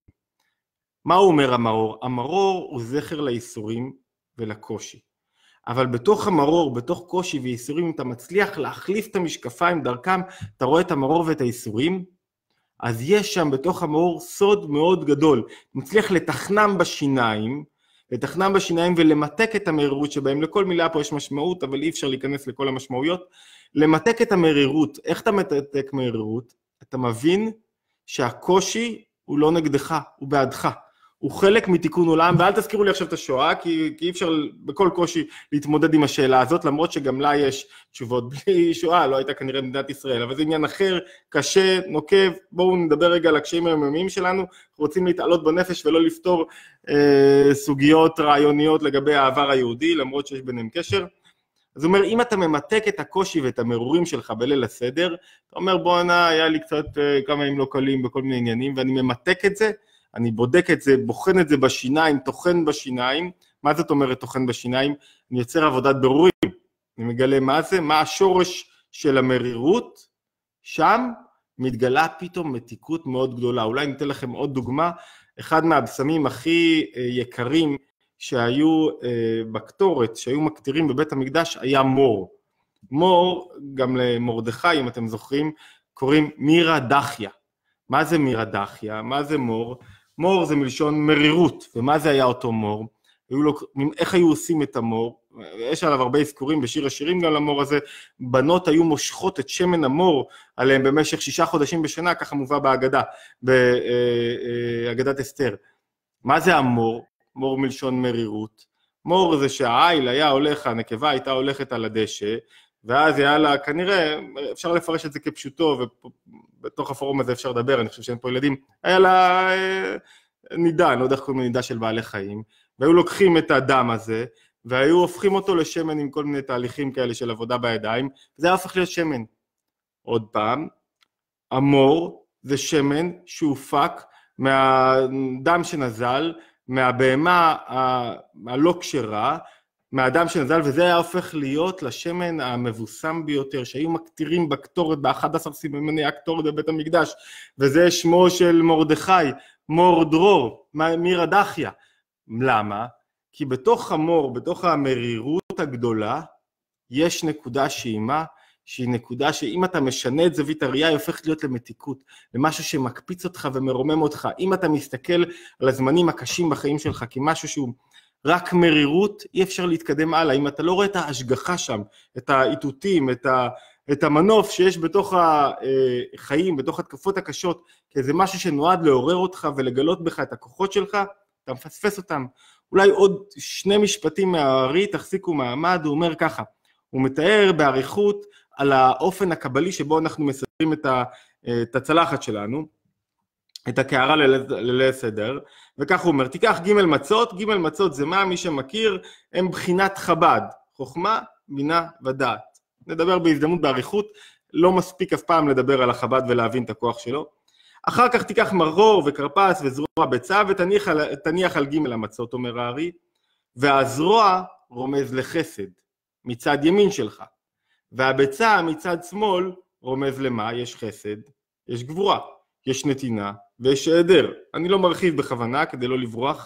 Speaker 1: מה הוא אומר המרור? המרור הוא זכר לאיסורים ולקושי. אבל בתוך המרור, בתוך קושי ואיסורים, אם אתה מצליח להחליף את המשקפיים דרכם, אתה רואה את המרור ואת האיסורים, אז יש שם בתוך המרור סוד מאוד גדול, מצליח לתכנם בשיניים, לתכנן בשיניים ולמתק את המרירות שבהם. לכל מילה פה יש משמעות, אבל אי אפשר להיכנס לכל המשמעויות. למתק את המרירות. איך אתה מתק מרירות? אתה מבין שהקושי הוא לא נגדך, הוא בעדך. הוא חלק מתיקון עולם, ואל תזכירו לי עכשיו את השואה, כי אי אפשר בכל קושי להתמודד עם השאלה הזאת, למרות שגם לה יש תשובות. בלי שואה לא הייתה כנראה מדינת ישראל, אבל זה עניין אחר, קשה, נוקב. בואו נדבר רגע על הקשיים היומיומיים שלנו. אנחנו רוצים להתעלות בנפש ולא לפתור סוגיות רעיוניות לגבי העבר היהודי, למרות שיש ביניהם קשר. אז הוא אומר, אם אתה ממתק את הקושי ואת המרורים שלך בליל הסדר, אתה אומר, בואנה, היה לי קצת כמה ימים לא קלים בכל מיני עניינים, ואני ממתק את זה, אני בודק את זה, בוחן את זה בשיניים, טוחן בשיניים. מה זאת אומרת טוחן בשיניים? אני יוצר עבודת ברורים, אני מגלה מה זה, מה השורש של המרירות, שם מתגלה פתאום מתיקות מאוד גדולה. אולי ניתן לכם עוד דוגמה, אחד מהבשמים הכי יקרים שהיו בקטורת, שהיו מקטירים בבית המקדש, היה מור. מור, גם למרדכי, אם אתם זוכרים, קוראים מירה דחיה. מה זה מירה דחיה? מה זה מור? מור זה מלשון מרירות, ומה זה היה אותו מור? איך היו עושים את המור? יש עליו הרבה אזכורים בשיר השירים גם למור הזה. בנות היו מושכות את שמן המור עליהם במשך 6 חודשים בשנה, ככה מובא בהגדה, בהגדת אסתר. מה זה המור? מור מלשון מרירות. מור זה שהעיל היה הולך, הנקבה הייתה הולכת על הדשא, ואז היה לה, כנראה, אפשר לפרש את זה כפשוטו, ובתוך הפורום הזה אפשר לדבר, אני חושב שאין פה ילדים, היה לה נידה, אני לא יודע איך קוראים נידה של בעלי חיים, והיו לוקחים את הדם הזה, והיו הופכים אותו לשמן עם כל מיני תהליכים כאלה של עבודה בידיים, וזה היה הופך להיות שמן. עוד פעם, המור זה שמן שהופק מהדם שנזל, מהבהמה הלא כשרה, מהאדם שנזל, וזה היה הופך להיות לשמן המבוסם ביותר, שהיו מקטירים בקטורת, ב-11 סימני הקטורת בבית המקדש, וזה שמו של מרדכי, מור דרור, מירה דחיה. למה? כי בתוך המור, בתוך המרירות הגדולה, יש נקודה שאימה, שהיא נקודה שאם אתה משנה את זווית הראייה, היא הופכת להיות למתיקות, למשהו שמקפיץ אותך ומרומם אותך. אם אתה מסתכל על הזמנים הקשים בחיים שלך, כמשהו שהוא רק מרירות, אי אפשר להתקדם הלאה. אם אתה לא רואה את ההשגחה שם, את האיתותים, את המנוף שיש בתוך החיים, בתוך התקפות הקשות, כי זה משהו שנועד לעורר אותך ולגלות בך את הכוחות שלך, אתה מפספס אותם. אולי עוד 2 משפטים מהארי, תחזיקו מעמד. הוא אומר ככה, הוא מתאר בעריכות על האופן הקבלי שבו אנחנו מסדרים את הצלחת שלנו, את הקערה לליל הסדר, וכך הוא אומר, תיקח ג' מצות, ג' מצות זה מה? מי שמכיר, הם בחינת חב"ד, חוכמה, בינה ודעת. נדבר בהזדמנות בעריכות, לא מספיק אף פעם לדבר על החב"ד ולהבין את הכוח שלו. אחר כך תיקח מרור וקרפס וזרוע ביצה, ותניח על ג' המצות, אומר הארי, והזרוע רומז לחסד, מצד ימין שלך, והביצה מצד שמאל רומז למה? יש חסד, יש גבורה, יש נתינה ויש העדר. אני לא מרחיב בכוונה כדי לא לברוח.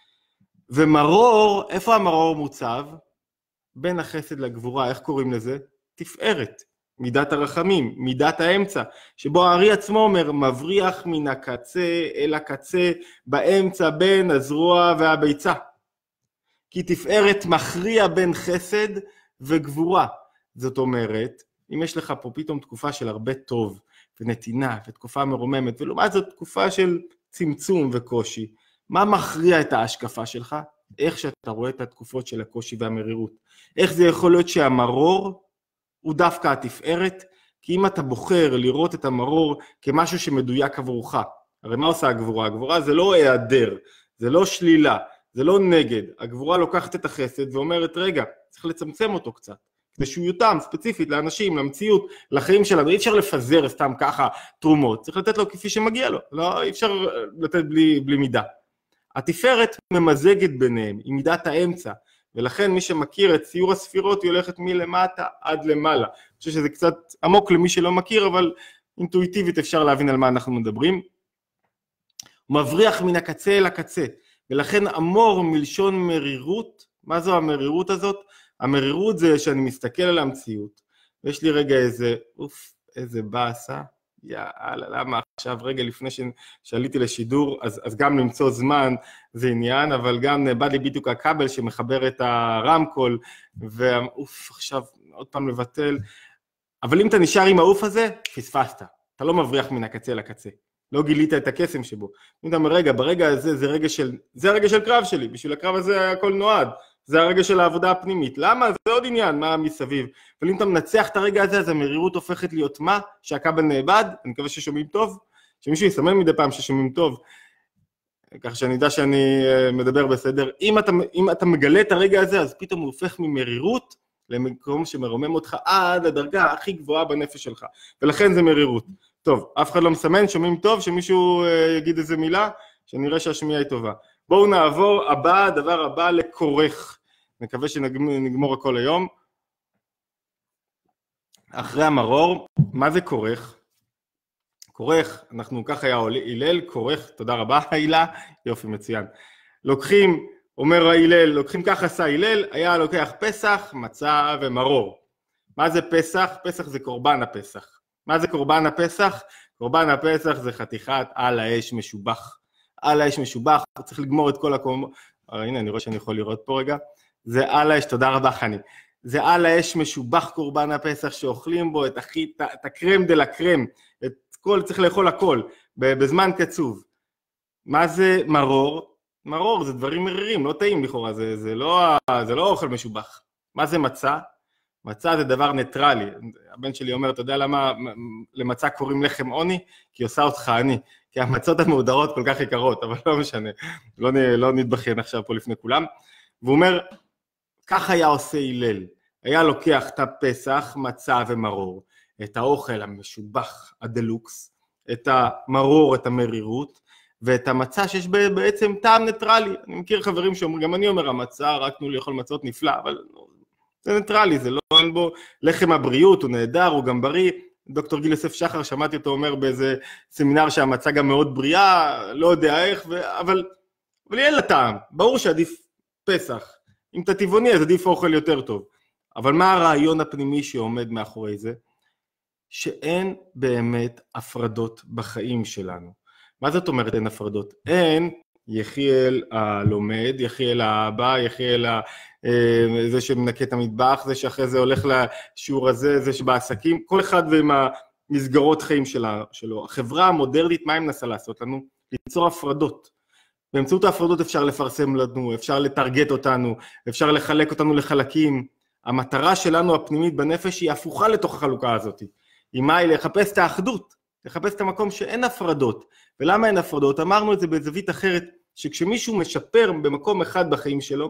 Speaker 1: ומרור, איפה המרור מוצב? בין החסד לגבורה, איך קוראים לזה? תפארת, מידת הרחמים, מידת האמצע, שבו הארי עצמו אומר, מבריח מן הקצה אל הקצה, באמצע בין הזרוע והביצה. כי תפארת מכריע בין חסד וגבורה. זאת אומרת, אם יש לך פה פתאום תקופה של הרבה טוב ונתינה ותקופה מרוממת, ולעומת זאת תקופה של צמצום וקושי, מה מכריע את ההשקפה שלך? איך שאתה רואה את התקופות של הקושי והמרירות. איך זה יכול להיות שהמרור הוא דווקא התפארת? כי אם אתה בוחר לראות את המרור כמשהו שמדויק עבורך, הרי מה עושה הגבורה? הגבורה זה לא היעדר, זה לא שלילה, זה לא נגד. הגבורה לוקחת את החסד ואומרת, רגע, צריך לצמצם אותו קצת, כדי שהוא יותם ספציפית לאנשים, למציאות, לחיים שלנו. אי אפשר לפזר סתם ככה תרומות, צריך לתת לו כפי שמגיע לו, לא, אי אפשר לתת בלי מידה. התפארת ממזגת ביניהם, היא מידת האמצע, ולכן מי שמכיר את ציור הספירות, היא הולכת מלמטה עד למעלה. אני חושב שזה קצת עמוק למי שלא מכיר, אבל אינטואיטיבית אפשר להבין על מה אנחנו מדברים. הוא מבריח מן הקצה אל הקצה, ולכן אמור מלשון מרירות. מה זו המרירות הזאת? המרירות זה שאני מסתכל על המציאות, ויש לי רגע איזה באסה, יאללה, למה עכשיו רגע לפני שעליתי לשידור, אז גם למצוא זמן זה עניין, אבל גם נאבד לי בדיוק הכבל שמחבר את הרמקול, ואוף, עכשיו עוד פעם לבטל, אבל אם אתה נשאר עם האוף הזה, פספסת, אתה לא מבריח מן הקצה לקצה, לא גילית את הקסם שבו. אם אתה אומר, רגע, ברגע הזה זה הרגע של קרב שלי, בשביל הקרב הזה הכל נועד, זה הרגע של העבודה הפנימית. למה? זה עוד עניין, מה מסביב. אבל אם אתה מנצח את הרגע הזה, אז המרירות הופכת להיות מה? שהכבל נאבד, אני מקווה ששומעים טוב, שמישהו יסמן מדי פעם ששומעים טוב, כך שאני יודע שאני מדבר בסדר. אם אתה מגלה את הרגע הזה, אז פתאום הוא הופך ממרירות למקום שמרומם אותך עד לדרגה הכי גבוהה בנפש שלך. ולכן זה מרירות. טוב, אף אחד לא מסמן, שומעים טוב, שמישהו יגיד איזה מילה, שנראה שהשמיעה היא טובה. בואו נעבור הדבר הבא לכורך. מקווה שנגמור הכל היום. אחרי המרור, מה זה כורך? כורך, אנחנו ככה היה הלל, כורך, תודה רבה הילה, יופי מצוין. לוקחים, אומר ההלל, לוקחים ככה עשה הלל, היה לוקח פסח, מצה ומרור. מה זה פסח? פסח זה קורבן הפסח. מה זה קורבן הפסח? קורבן הפסח זה חתיכת על האש משובח. על האש משובח, צריך לגמור את כל הקורבן. הנה, אני רואה שאני יכול לראות פה רגע. זה על האש, תודה רבה חני. זה על האש משובח קורבן הפסח שאוכלים בו את הקרם דה לקרם, את כל, צריך לאכול הכל, בזמן קצוב. מה זה מרור? מרור זה דברים מרירים, לא טעים לכאורה, זה לא אוכל משובח. מה זה מצה? מצה זה דבר ניטרלי. הבן שלי אומר, אתה יודע למה למצה קוראים לחם עוני? כי עושה אותך עני. כי המצות המהודרות כל כך יקרות, אבל לא משנה. לא נתבחין עכשיו פה לפני כולם. והוא אומר, כך היה עושה הלל. היה לוקח את הפסח, מצה ומרור, את האוכל המשובח, הדלוקס, את המרור, את המרירות, ואת המצה שיש בעצם טעם ניטרלי. אני מכיר חברים שאומרים, גם אני אומר, המצה, רק תנו לי לאכול מצות נפלא, אבל זה ניטרלי, זה לא אין בו לחם הבריאות, הוא נהדר, הוא גם בריא. דוקטור גיל יוסף שחר, שמעתי אותו אומר באיזה סמינר שהמצה גם מאוד בריאה, לא יודע איך, אבל אין לה טעם. ברור שעדיף פסח. אם אתה טבעוני, אז עדיף אוכל יותר טוב. אבל מה הרעיון הפנימי שעומד מאחורי זה? שאין באמת הפרדות בחיים שלנו. מה זאת אומרת אין הפרדות? אין יחיאל הלומד, יחיאל האבא, יחיאל זה שמנקה את המטבח, זה שאחרי זה הולך לשיעור הזה, זה שבעסקים, כל אחד ועם המסגרות חיים שלו. החברה המודרנית, מה היא מנסה לעשות לנו? ליצור הפרדות. באמצעות ההפרדות אפשר לפרסם לנו, אפשר לטרגט אותנו, אפשר לחלק אותנו לחלקים. המטרה שלנו הפנימית בנפש היא הפוכה לתוך החלוקה הזאת. היא מה? היא לחפש את האחדות, לחפש את המקום שאין הפרדות. ולמה אין הפרדות? אמרנו את זה בזווית אחרת, שכשמישהו משפר במקום אחד בחיים שלו,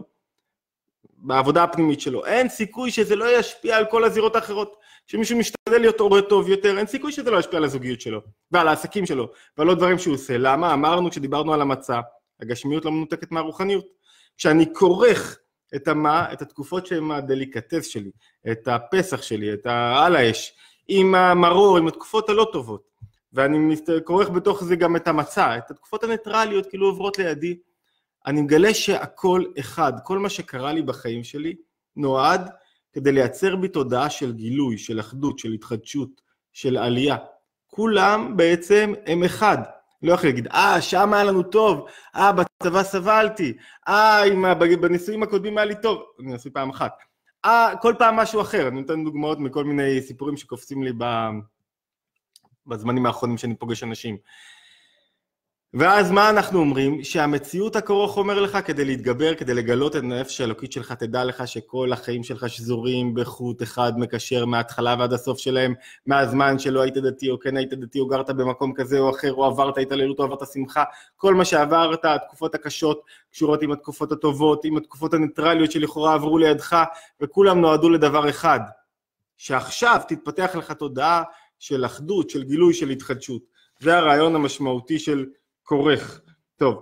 Speaker 1: בעבודה הפנימית שלו, אין סיכוי שזה לא ישפיע על כל הזירות האחרות. כשמישהו משתדל להיות הורה טוב יותר, אין סיכוי שזה לא ישפיע על הזוגיות שלו, ועל העסקים שלו, ועל עוד דברים שהוא עושה. למה? אמרנו כשדיברנו על המצה, הגשמיות לא מנותקת מהרוחניות. כשאני כורך את התקופות שהן הדליקטס שלי, את הפסח שלי, את על האש, עם המרור, עם התקופות הלא טובות, ואני כורך בתוך זה גם את המצה, את התקופות הניטרליות כאילו עוברות לידי, אני מגלה שהכל אחד, כל מה שקרה לי בחיים שלי, נועד כדי לייצר בי תודעה של גילוי, של אחדות, של התחדשות, של עלייה. כולם בעצם הם אחד. לא יכול להגיד, שם היה לנו טוב, בצבא סבלתי, בניסויים הקודמים היה לי טוב, אני נשוי פעם אחת, כל פעם משהו אחר, אני נותן דוגמאות מכל מיני סיפורים שקופצים לי בזמנים האחרונים שאני פוגש אנשים. ואז מה אנחנו אומרים? שהמציאות הכרוך אומר לך כדי להתגבר, כדי לגלות את הנפש האלוקית שלך, תדע לך שכל החיים שלך שזורים בחוט אחד מקשר מההתחלה ועד הסוף שלהם, מהזמן שלא היית דתי או כן היית דתי, או גרת במקום כזה או אחר, או עברת התעללות או עברת שמחה, כל מה שעברת, התקופות הקשות, קשורות עם התקופות הטובות, עם התקופות הניטרליות שלכאורה עברו לידך, וכולם נועדו לדבר אחד, שעכשיו תתפתח לך תודעה של אחדות, של גילוי, של התחדשות. זה הרעיון המשמעותי של כורך. טוב,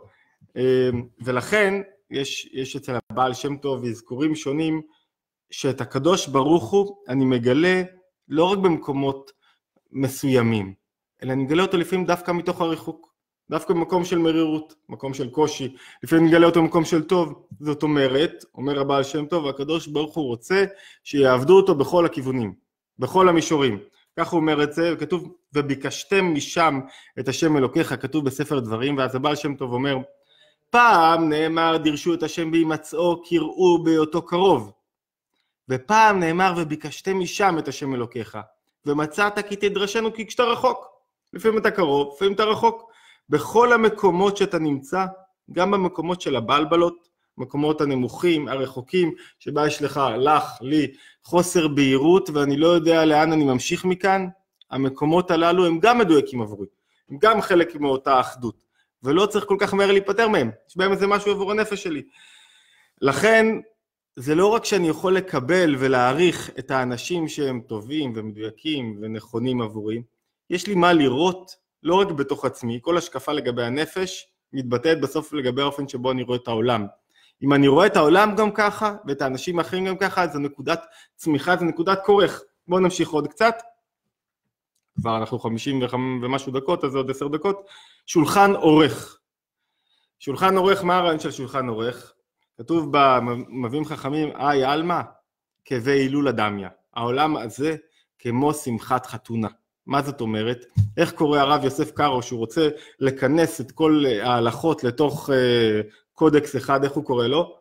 Speaker 1: ולכן יש אצל הבעל שם טוב אזכורים שונים, שאת הקדוש ברוך הוא אני מגלה לא רק במקומות מסוימים, אלא אני מגלה אותו לפעמים דווקא מתוך הריחוק, דווקא במקום של מרירות, מקום של קושי, לפעמים נגלה אותו במקום של טוב. זאת אומרת, אומר הבעל שם טוב, הקדוש ברוך הוא רוצה שיעבדו אותו בכל הכיוונים, בכל המישורים. כך הוא אומר את זה, וכתוב, וביקשתם משם את השם אלוקיך, כתוב בספר דברים, ואז הבעל שם טוב אומר, פעם נאמר דרשו את השם בהימצאו, קראו בהיותו קרוב, ופעם נאמר וביקשתם משם את השם אלוקיך, ומצאת כי תדרשנו כי כשאתה רחוק, לפעמים אתה קרוב, לפעמים אתה רחוק, בכל המקומות שאתה נמצא, גם במקומות של הבלבלות, מקומות הנמוכים, הרחוקים, שבה יש לך, לי, חוסר בהירות, ואני לא יודע לאן אני ממשיך מכאן, המקומות הללו הם גם מדויקים עבורי, הם גם חלק מאותה אחדות, ולא צריך כל כך מהר להיפטר מהם, יש בהם איזה משהו עבור הנפש שלי. לכן, זה לא רק שאני יכול לקבל ולהעריך את האנשים שהם טובים ומדויקים ונכונים עבורי, יש לי מה לראות, לא רק בתוך עצמי, כל השקפה לגבי הנפש, מתבטאת בסוף לגבי האופן שבו אני רואה את העולם. אם אני רואה את העולם גם ככה, ואת האנשים האחרים גם ככה, זו נקודת צמיחה, זו נקודת כורך. בואו נמשיך עוד קצת. כבר אנחנו 50 ומשהו דקות, אז עוד 10 דקות. שולחן עורך. שולחן עורך, מה הרעיון של שולחן עורך? כתוב במביאים חכמים, עלמא, כהווה הילולה דמיא. העולם הזה כמו שמחת חתונה. מה זאת אומרת? איך קורא הרב יוסף קארו שהוא רוצה לכנס את כל ההלכות לתוך קודקס אחד, איך הוא קורא לו?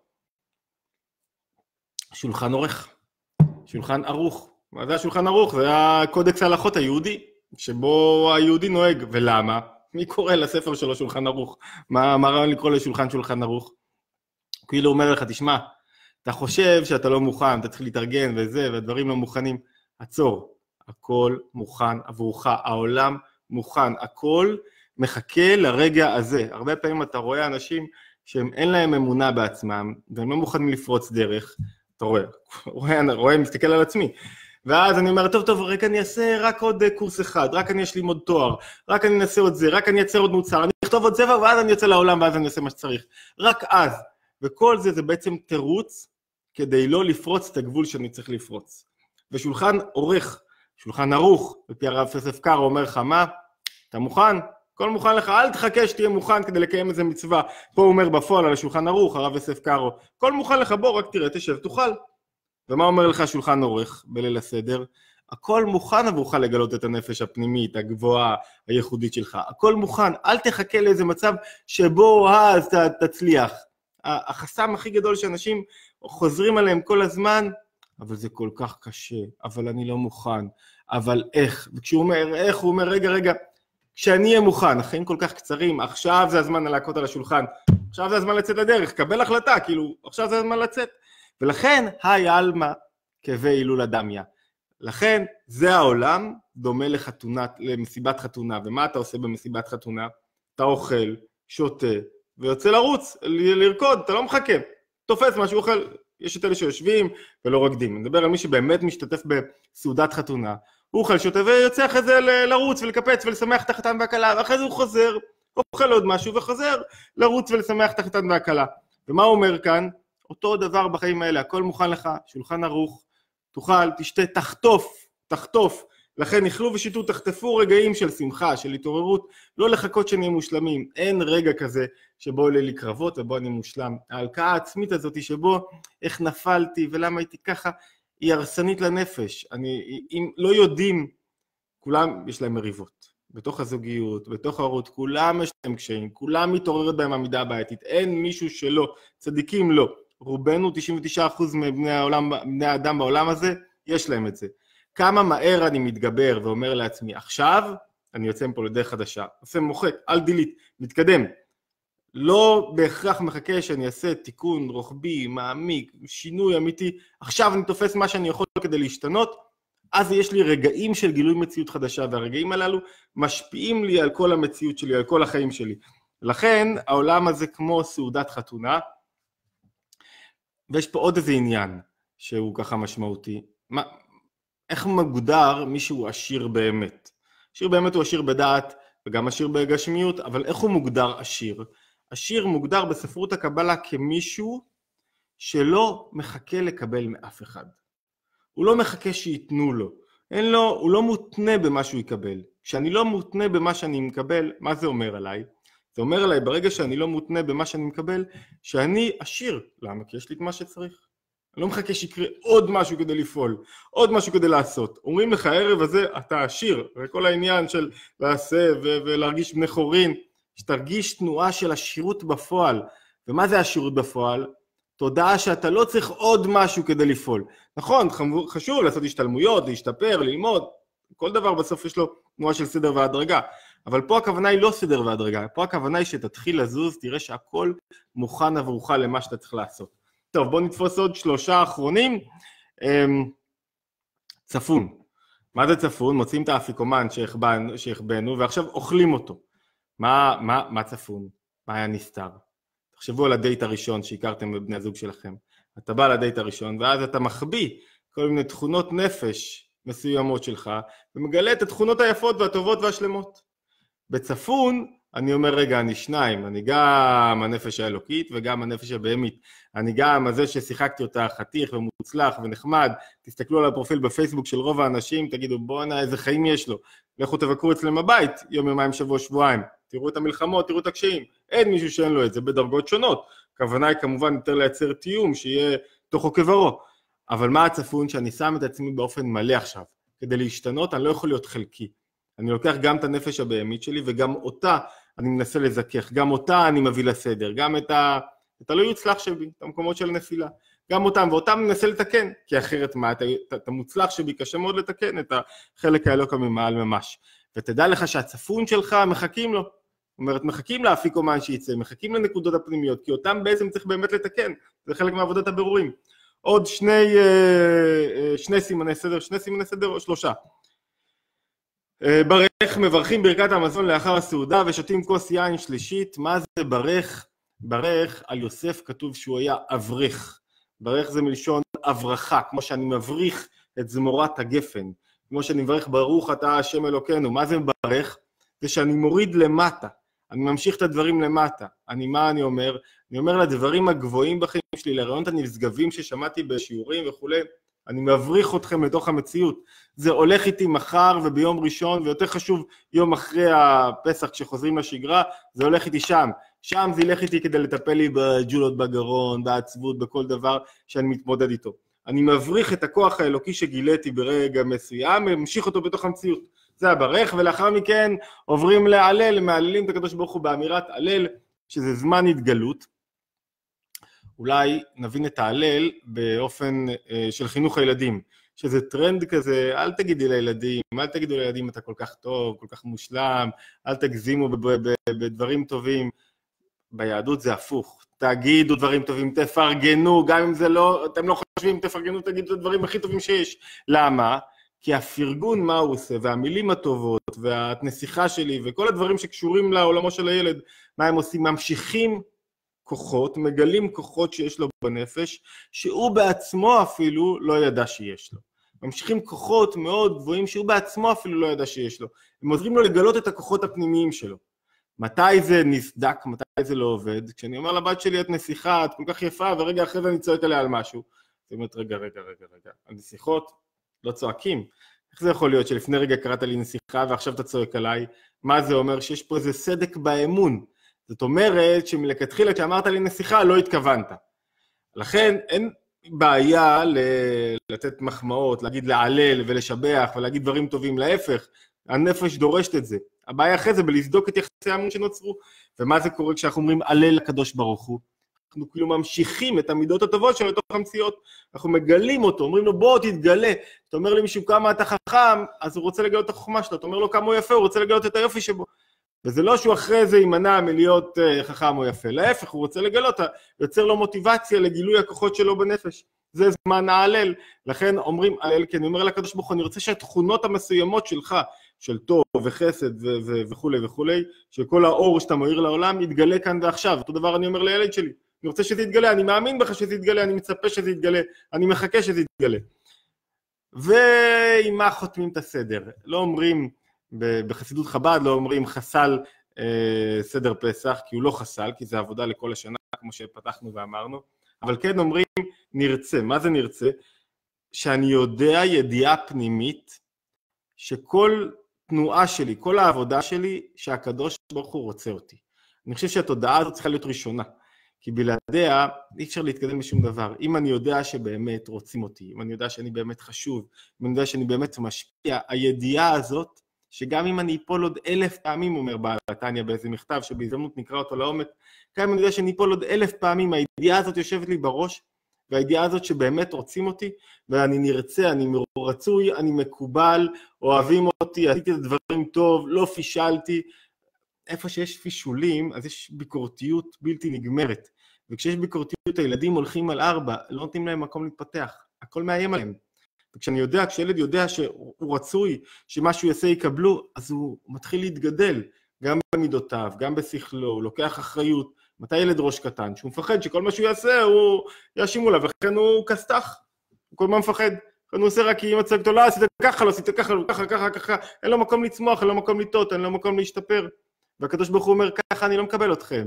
Speaker 1: שולחן עורך, שולחן ערוך. מה זה השולחן ערוך? זה הקודקס ההלכות היהודי, שבו היהודי נוהג. ולמה? מי קורא לספר שלו שולחן ערוך? מה רעיון לקרוא לשולחן שולחן ערוך? כאילו אומר לך, תשמע, אתה חושב שאתה לא מוכן, אתה צריך להתארגן וזה, והדברים לא מוכנים. עצור. הכל מוכן עבורך, העולם מוכן, הכל מחכה לרגע הזה. הרבה פעמים אתה רואה אנשים שהם אין להם אמונה בעצמם, והם לא מוכנים לפרוץ דרך, אתה רואה, מסתכל על עצמי, ואז אני אומר, טוב, רק אני אעשה רק עוד קורס אחד, רק אני אשלים עוד תואר, רק אני אנסה עוד זה, רק אני אצר עוד מוצר, אני אכתוב עוד צבע, ואז אני יוצא לעולם, ואז אני אעשה מה שצריך. רק אז, וכל זה בעצם תירוץ, כדי לא לפרוץ את הגבול שאני צריך לפרוץ. ושולחן עורך, שולחן ערוך, לפי הרב יוסף קארו אומר לך, מה? אתה מוכן? הכל מוכן לך, אל תחכה שתהיה מוכן כדי לקיים איזה מצווה. פה הוא אומר בפועל על השולחן ערוך, הרב יוסף קארו, הכל מוכן לך, בוא, רק תראה, תשב, תאכל. ומה אומר לך שולחן עורך בליל הסדר? הכל מוכן עבורך לגלות את הנפש הפנימית, הגבוהה, הייחודית שלך. הכל מוכן, אל תחכה לאיזה מצב שבו אז תצליח. החסם הכי גדול שאנשים חוזרים עליהם כל הזמן, אבל זה כל כך קשה, אבל אני לא מוכן, אבל איך? וכשהוא אומר איך, הוא אומר רגע, כשאני אהיה מוכן, החיים כל כך קצרים, עכשיו זה הזמן להכות על השולחן, עכשיו זה הזמן לצאת לדרך, קבל החלטה, כאילו, עכשיו זה הזמן לצאת. ולכן, עלמא כהווה הילולה דמיא. לכן, זה העולם דומה למסיבת חתונה. ומה אתה עושה במסיבת חתונה? אתה אוכל, שותה, ויוצא לרוץ, לרקוד, אתה לא מחכה. תופס משהו אוכל, יש את אלה שיושבים ולא רוקדים. נדבר על מי שבאמת משתתף בסעודת חתונה. הוא אוכל, שותה ויוצא אחרי זה לרוץ ולקפץ ולשמח את החתן והכלה, ואחרי זה הוא חוזר, אוכל עוד משהו וחוזר לרוץ ולשמח את החתן והכלה. ומה הוא אומר כאן? אותו דבר בחיים האלה, הכל מוכן לך, שולחן ערוך, תאכל, תשתה, תחטוף. לכן אכלו ושיתו, תחטפו רגעים של שמחה, של התעוררות, לא לחכות שנהיה מושלמים. אין רגע כזה שבו עולה לי קרבות ובו אני מושלם. ההלקאה העצמית הזאת שבו איך נפלתי ולמה הייתי ככה, היא הרסנית לנפש. אם לא יודעים, כולם יש להם מריבות. בתוך הזוגיות, בתוך ההורות, כולם יש להם קשיים, כולם מתעוררת בהם המידה הבעייתית. אין מישהו שלא, צדיקים לא. רובנו 99% מבני האדם בעולם הזה, יש להם את זה. כמה מהר אני מתגבר ואומר לעצמי, עכשיו אני יוצא מפה לדרך חדשה, עושה מוחק, אל דילית, מתקדם. לא בהכרח מחכה שאני אעשה תיקון רוחבי, מעמיק, שינוי אמיתי, עכשיו אני תופס מה שאני יכול כדי להשתנות, אז יש לי רגעים של גילוי מציאות חדשה, והרגעים הללו משפיעים לי על כל המציאות שלי, על כל החיים שלי. לכן העולם הזה כמו סעודת חתונה, ויש פה עוד איזה עניין שהוא ככה משמעותי. איך מגודר מישהו עשיר באמת? עשיר באמת הוא עשיר בדעת וגם עשיר בגשמיות, אבל איך הוא מוגדר עשיר? עשיר מוגדר בספרות הקבלה כמישהו שלא מחכה לקבל מאף אחד. הוא לא מחכה שיתנו לו. הוא לא מותנה במה שהוא יקבל. כשאני לא מותנה במה שאני מקבל, מה זה אומר עליי? זה אומר עליי, ברגע שאני לא מותנה במה שאני מקבל, שאני עשיר. למה? כי יש לי את מה שצריך. אני לא מחכה שיקרה עוד משהו כדי לפעול, עוד משהו כדי לעשות. אומרים לך, הערב הזה אתה עשיר, וכל העניין של להסב ולהרגיש בני חורין, שתרגיש תנועה של עשירות בפועל. ומה זה עשירות בפועל? תודעה שאתה לא צריך עוד משהו כדי לפעול. נכון, חשוב לעשות השתלמויות, להשתפר, ללמוד, כל דבר בסוף יש לו תנועה של סדר והדרגה. אבל פה הכוונה היא לא סדר והדרגה, פה הכוונה היא שתתחיל לזוז, תראה שהכל מוכן עבורך למה שאתה צריך לעשות. טוב, בואו נתפוס עוד 3 אחרונים. צפון. מה זה צפון? מוצאים את האפיקומן שהחבאנו, ועכשיו אוכלים אותו. מה צפון? מה היה נסתר? תחשבו על הדייט הראשון שהכרתם בבני הזוג שלכם. אתה בא לדייט הראשון, ואז אתה מחביא כל מיני תכונות נפש מסוימות שלך, ומגלה את התכונות היפות והטובות והשלמות. בצפון, אני אומר, רגע, אני שניים, אני גם הנפש האלוקית וגם הנפש הבהמית. אני גם הזה ששיחקתי אותה חתיך ומוצלח ונחמד, תסתכלו על הפרופיל בפייסבוק של רוב האנשים, תגידו, בואנה, איזה חיים יש לו. לכו תבקרו אצלם בבית, יום, יומיים, שבוע, שבועיים. תראו את המלחמות, תראו את הקשיים. אין מישהו שאין לו את זה בדרגות שונות. הכוונה היא כמובן יותר לייצר תיאום, שיהיה תוכו כברו. אבל מה הצפון? שאני שם את עצמי באופן מלא עכשיו. כדי להשתנות, אני לא יכול להיות חלקי. אני לוקח גם את הנפש הבהמית שלי, וגם אותה אני מנסה לזכך, גם אותה אני מביא לסדר, גם את הלא יוצלח שבי, את המקומות של הנפילה, גם אותם, ואותם מנסה לתקן, כי אחרת מה, את המוצלח שבי קשה מאוד לתקן, את החלק האלוקא ממעל ממש. ותדע לך שהצפון שלך מחכים לו, זאת אומרת, מחכים לאפיקומן שייצא, מחכים לנקודות הפנימיות, כי אותם בעצם צריך באמת לתקן, זה חלק מעבודת הבירורים. עוד שני סימני סדר או 3. ברך, מברכים ברכת המזון לאחר הסעודה ושותים כוס יין שלישית. מה זה ברך? ברך על יוסף כתוב שהוא היה אברך. ברך זה מלשון אברכה, כמו שאני מבריך את זמורת הגפן, כמו שאני מברך ברוך אתה השם אלוקינו. מה זה ברך? זה שאני מוריד למטה, אני ממשיך את הדברים למטה. מה אני אומר? אני אומר לדברים הגבוהים בחיים שלי, לרעיונות הנשגבים ששמעתי בשיעורים וכו', אני מבריך אתכם לתוך המציאות. זה הולך איתי מחר וביום ראשון, ויותר חשוב יום אחרי הפסח כשחוזרים לשגרה, זה הולך איתי שם. שם זה ילך איתי כדי לטפל לי בג'ולות בגרון, בעצבות, בכל דבר שאני מתמודד איתו. אני מבריך את הכוח האלוקי שגיליתי ברגע מסוים, וממשיך אותו בתוך המציאות. זה הברך, ולאחר מכן עוברים להלל, מעללים את הקדוש ברוך הוא באמירת הלל, שזה זמן התגלות. אולי נבין את ההלל באופן של חינוך הילדים, שזה טרנד כזה, אל תגידו לילדים אתה כל כך טוב, כל כך מושלם, אל תגזימו בדברים טובים. ביהדות זה הפוך, תגידו דברים טובים, תפרגנו, גם אם אתם לא חושבים, תפרגנו, תגידו את הדברים הכי טובים שיש. למה? כי הפרגון מה הוא עושה, והמילים הטובות, והנסיכה שלי, וכל הדברים שקשורים לעולמו של הילד, מה הם עושים? ממשיכים כוחות, מגלים כוחות שיש לו בנפש, שהוא בעצמו אפילו לא ידע שיש לו. ממשיכים כוחות מאוד גבוהים שהוא בעצמו אפילו לא ידע שיש לו. הם עוזרים לו לגלות את הכוחות הפנימיים שלו. מתי זה נסדק, מתי זה לא עובד? כשאני אומר לבת שלי את נסיכה, את כל כך יפה, ורגע אחרי זה אני צועק עליה על משהו. זאת אומרת, רגע. הנסיכות לא צועקים. איך זה יכול להיות שלפני רגע קראת לי נסיכה ועכשיו אתה צועק עליי? מה זה אומר? שיש פה איזה סדק באמון. זאת אומרת שמלכתחילה כשאמרת לי נסיכה לא התכוונת. לכן אין בעיה לתת מחמאות, להגיד לעלל ולשבח ולהגיד דברים טובים, להפך, הנפש דורשת את זה. הבעיה אחרי זה בלסדוק את יחסי האמון שנוצרו. ומה זה קורה כשאנחנו אומרים הלל לקדוש ברוך הוא? אנחנו כאילו ממשיכים את המידות הטובות שלו לתוך המציאות, אנחנו מגלים אותו, אומרים לו בוא תתגלה, אתה אומר למישהו כמה אתה חכם, אז הוא רוצה לגלות את החוכמה שלו, אתה אומר לו כמה הוא יפה, הוא רוצה לגלות את היופי שבו. וזה לא שהוא אחרי זה יימנע מלהיות חכם או יפה, להפך, הוא רוצה לגלות, יוצר לו מוטיבציה לגילוי הכוחות שלו בנפש. זה זמן ההלל, לכן אומרים הלל, כי אני אומר לקדוש ברוך הוא, אני רוצה שהתכונות המסוימות שלך, של טוב וחסד וכו' וכו', שכל האור שאתה מאיר לעולם יתגלה כאן ועכשיו. אותו דבר אני אומר לילד שלי, אני רוצה שזה יתגלה, אני מאמין בך שזה יתגלה, אני מצפה שזה יתגלה, אני מחכה שזה יתגלה. ועם מה חותמים את הסדר? לא אומרים, בחסידות חב"ד לא אומרים חסל סדר פסח, כי הוא לא חסל, כי זה עבודה לכל השנה, כמו שפתחנו ואמרנו, אבל כן אומרים נרצה. מה זה נרצה? שאני יודע ידיעה פנימית, שכל תנועה שלי, כל העבודה שלי, שהקדוש ברוך הוא רוצה אותי. אני חושב שהתודעה הזאת צריכה להיות ראשונה, כי בלעדיה אי אפשר להתקדם בשום דבר. אם אני יודע שבאמת רוצים אותי, אם אני יודע שאני באמת חשוב, אם אני יודע שאני באמת משפיע, הידיעה הזאת, שגם אם אני אפול עוד 1000 פעמים, אומר בעל התניא באיזה מכתב, שבהזדמנות נקרא אותו לעומק, גם אם אני יודע שאני אפול עוד 1000 פעמים, הידיעה הזאת יושבת לי בראש, והידיעה הזאת שבאמת רוצים אותי, ואני נרצה, אני רצוי, אני מקובל, אוהבים אותי, עשיתי את הדברים טוב, לא פישלתי. איפה שיש פישולים, אז יש ביקורתיות בלתי נגמרת. וכשיש ביקורתיות, הילדים הולכים על 4, לא נותנים להם מקום להתפתח. הכל מאיים עליהם. כשילד יודע שהוא רצוי, שמה שהוא יעשה יקבלו, אז הוא מתחיל להתגדל, גם במידותיו, גם בשכלו, הוא לוקח אחריות. מתי ילד ראש קטן? שהוא מפחד שכל מה שהוא יעשה, הוא יאשימו לה, וכן הוא כסתח. הוא כל מה מפחד. הוא עושה רק כי אם הצג גדולה, עשית ככה, לא עשית ככה, ככה, אין לו מקום לצמוח, אין לו מקום לטעות, אין לו מקום להשתפר. והקדוש ברוך הוא אומר, ככה אני לא מקבל אתכם.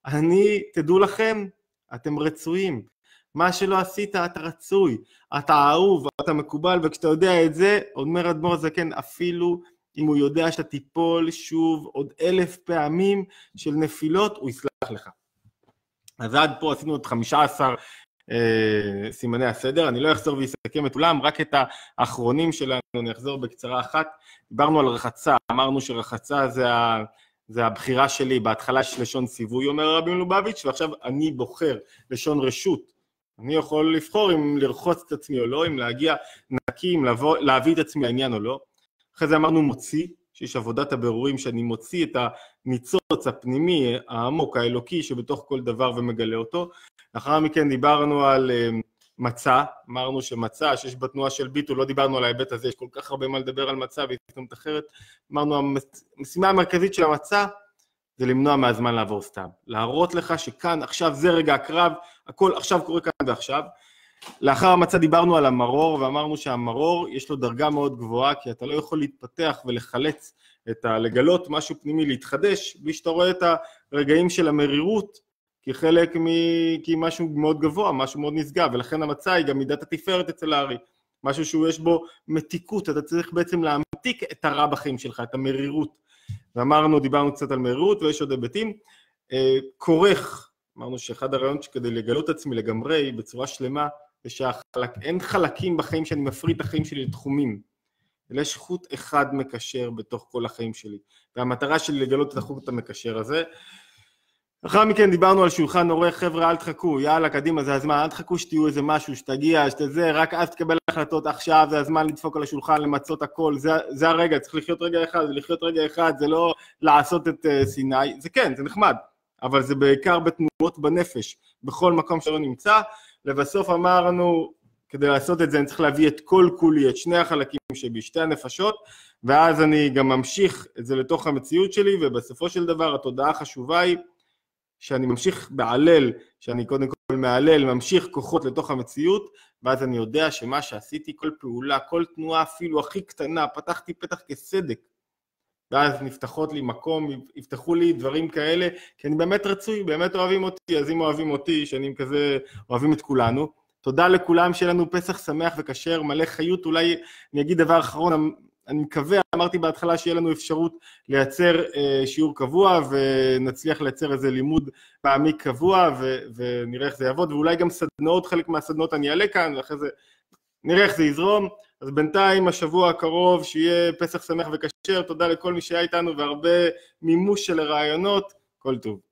Speaker 1: תדעו לכם, אתם רצויים. מה שלא עשית, אתה רצוי, אתה אהוב, אתה מקובל, וכשאתה יודע את זה, אומר אדמו"ר הזקן, אפילו אם הוא יודע שאתה תיפול שוב עוד 1000 פעמים של נפילות, הוא יסלח לך. אז עד פה עשינו עוד 15 סימני הסדר, אני לא אחזור ויסכם את כולם, רק את האחרונים שלנו נחזור בקצרה אחת. דיברנו על רחצה, אמרנו שרחצה זה הבחירה שלי, בהתחלה יש לשון ציווי, אומר רבי מלובביץ', ועכשיו אני בוחר לשון רשות. אני יכול לבחור אם לרחוץ את עצמי או לא, אם להגיע נקי, אם להביא את עצמי לעניין או לא. אחרי זה אמרנו מוציא, שיש עבודת הבירורים שאני מוציא את הניצוץ הפנימי, העמוק, האלוקי, שבתוך כל דבר ומגלה אותו. לאחר מכן דיברנו על מצה, אמרנו שמצה, שיש בתנועה של ביטול, לא דיברנו על ההיבט הזה, יש כל כך הרבה מה לדבר על מצה והתקדמות אחרת. אמרנו, המשימה המרכזית של המצה, זה למנוע מהזמן לעבור סתם. להראות לך שכאן, עכשיו זה רגע הקרב, הכל עכשיו קורה כאן ועכשיו. לאחר המצה דיברנו על המרור, ואמרנו שהמרור יש לו דרגה מאוד גבוהה, כי אתה לא יכול להתפתח ולחלץ לגלות משהו פנימי, להתחדש, בלי שאתה רואה את הרגעים של המרירות, כי משהו מאוד גבוה, משהו מאוד נשגב, ולכן המצה היא גם מידת התפארת אצל הארי. משהו שיש בו מתיקות, אתה צריך בעצם להמתיק את הרע בחיים שלך, את המרירות. ואמרנו, דיברנו קצת על מרירות, ויש עוד היבטים. כורך, אמרנו שאחד הרעיונות שכדי לגלות עצמי לגמרי, בצורה שלמה, זה שאין חלקים בחיים שאני מפריד את החיים שלי לתחומים. אלא יש חוט אחד מקשר בתוך כל החיים שלי. והמטרה שלי לגלות את החוט המקשר הזה. אחר מכן דיברנו על שולחן עורך, חבר'ה, אל תחכו, יאללה, קדימה, זה הזמן, אל תחכו שתהיו איזה משהו, שתגיע, שתזה, רק אז תקבל החלטות עכשיו, זה הזמן לדפוק על השולחן, למצות הכל, זה הרגע, צריך לחיות רגע אחד, ולחיות רגע אחד, זה לא לעשות את סיני, זה כן, זה נחמד, אבל זה בעיקר בתנועות בנפש, בכל מקום שלא נמצא. לבסוף אמרנו, כדי לעשות את זה אני צריך להביא את כל כולי, את שני החלקים שבי, שתי הנפשות, ואז אני גם ממשיך את זה לתוך המציאות שלי, ובסופו של דבר התודעה החשובה היא, שאני ממשיך בעלל, שאני קודם כל מעלל, ממשיך כוחות לתוך המציאות, ואז אני יודע שמה שעשיתי, כל פעולה, כל תנועה אפילו הכי קטנה, פתחתי פתח כסדק, ואז נפתחות לי מקום, יפתחו לי דברים כאלה, כי אני באמת רצוי, באמת אוהבים אותי, אז אם אוהבים אותי, שאני כזה אוהבים את כולנו. תודה לכולם, שיהיה לנו פסח שמח וכשר, מלא חיות. אולי אני אגיד דבר אחרון, אני מקווה, אמרתי בהתחלה שיהיה לנו אפשרות לייצר שיעור קבוע, ונצליח לייצר איזה לימוד מעמיק קבוע, ונראה איך זה יעבוד, ואולי גם סדנאות, חלק מהסדנאות אני אעלה כאן, ואחרי זה נראה איך זה יזרום. אז בינתיים השבוע הקרוב שיהיה פסח שמח וכשר, תודה לכל מי שהיה איתנו, והרבה מימוש של הרעיונות, כל טוב.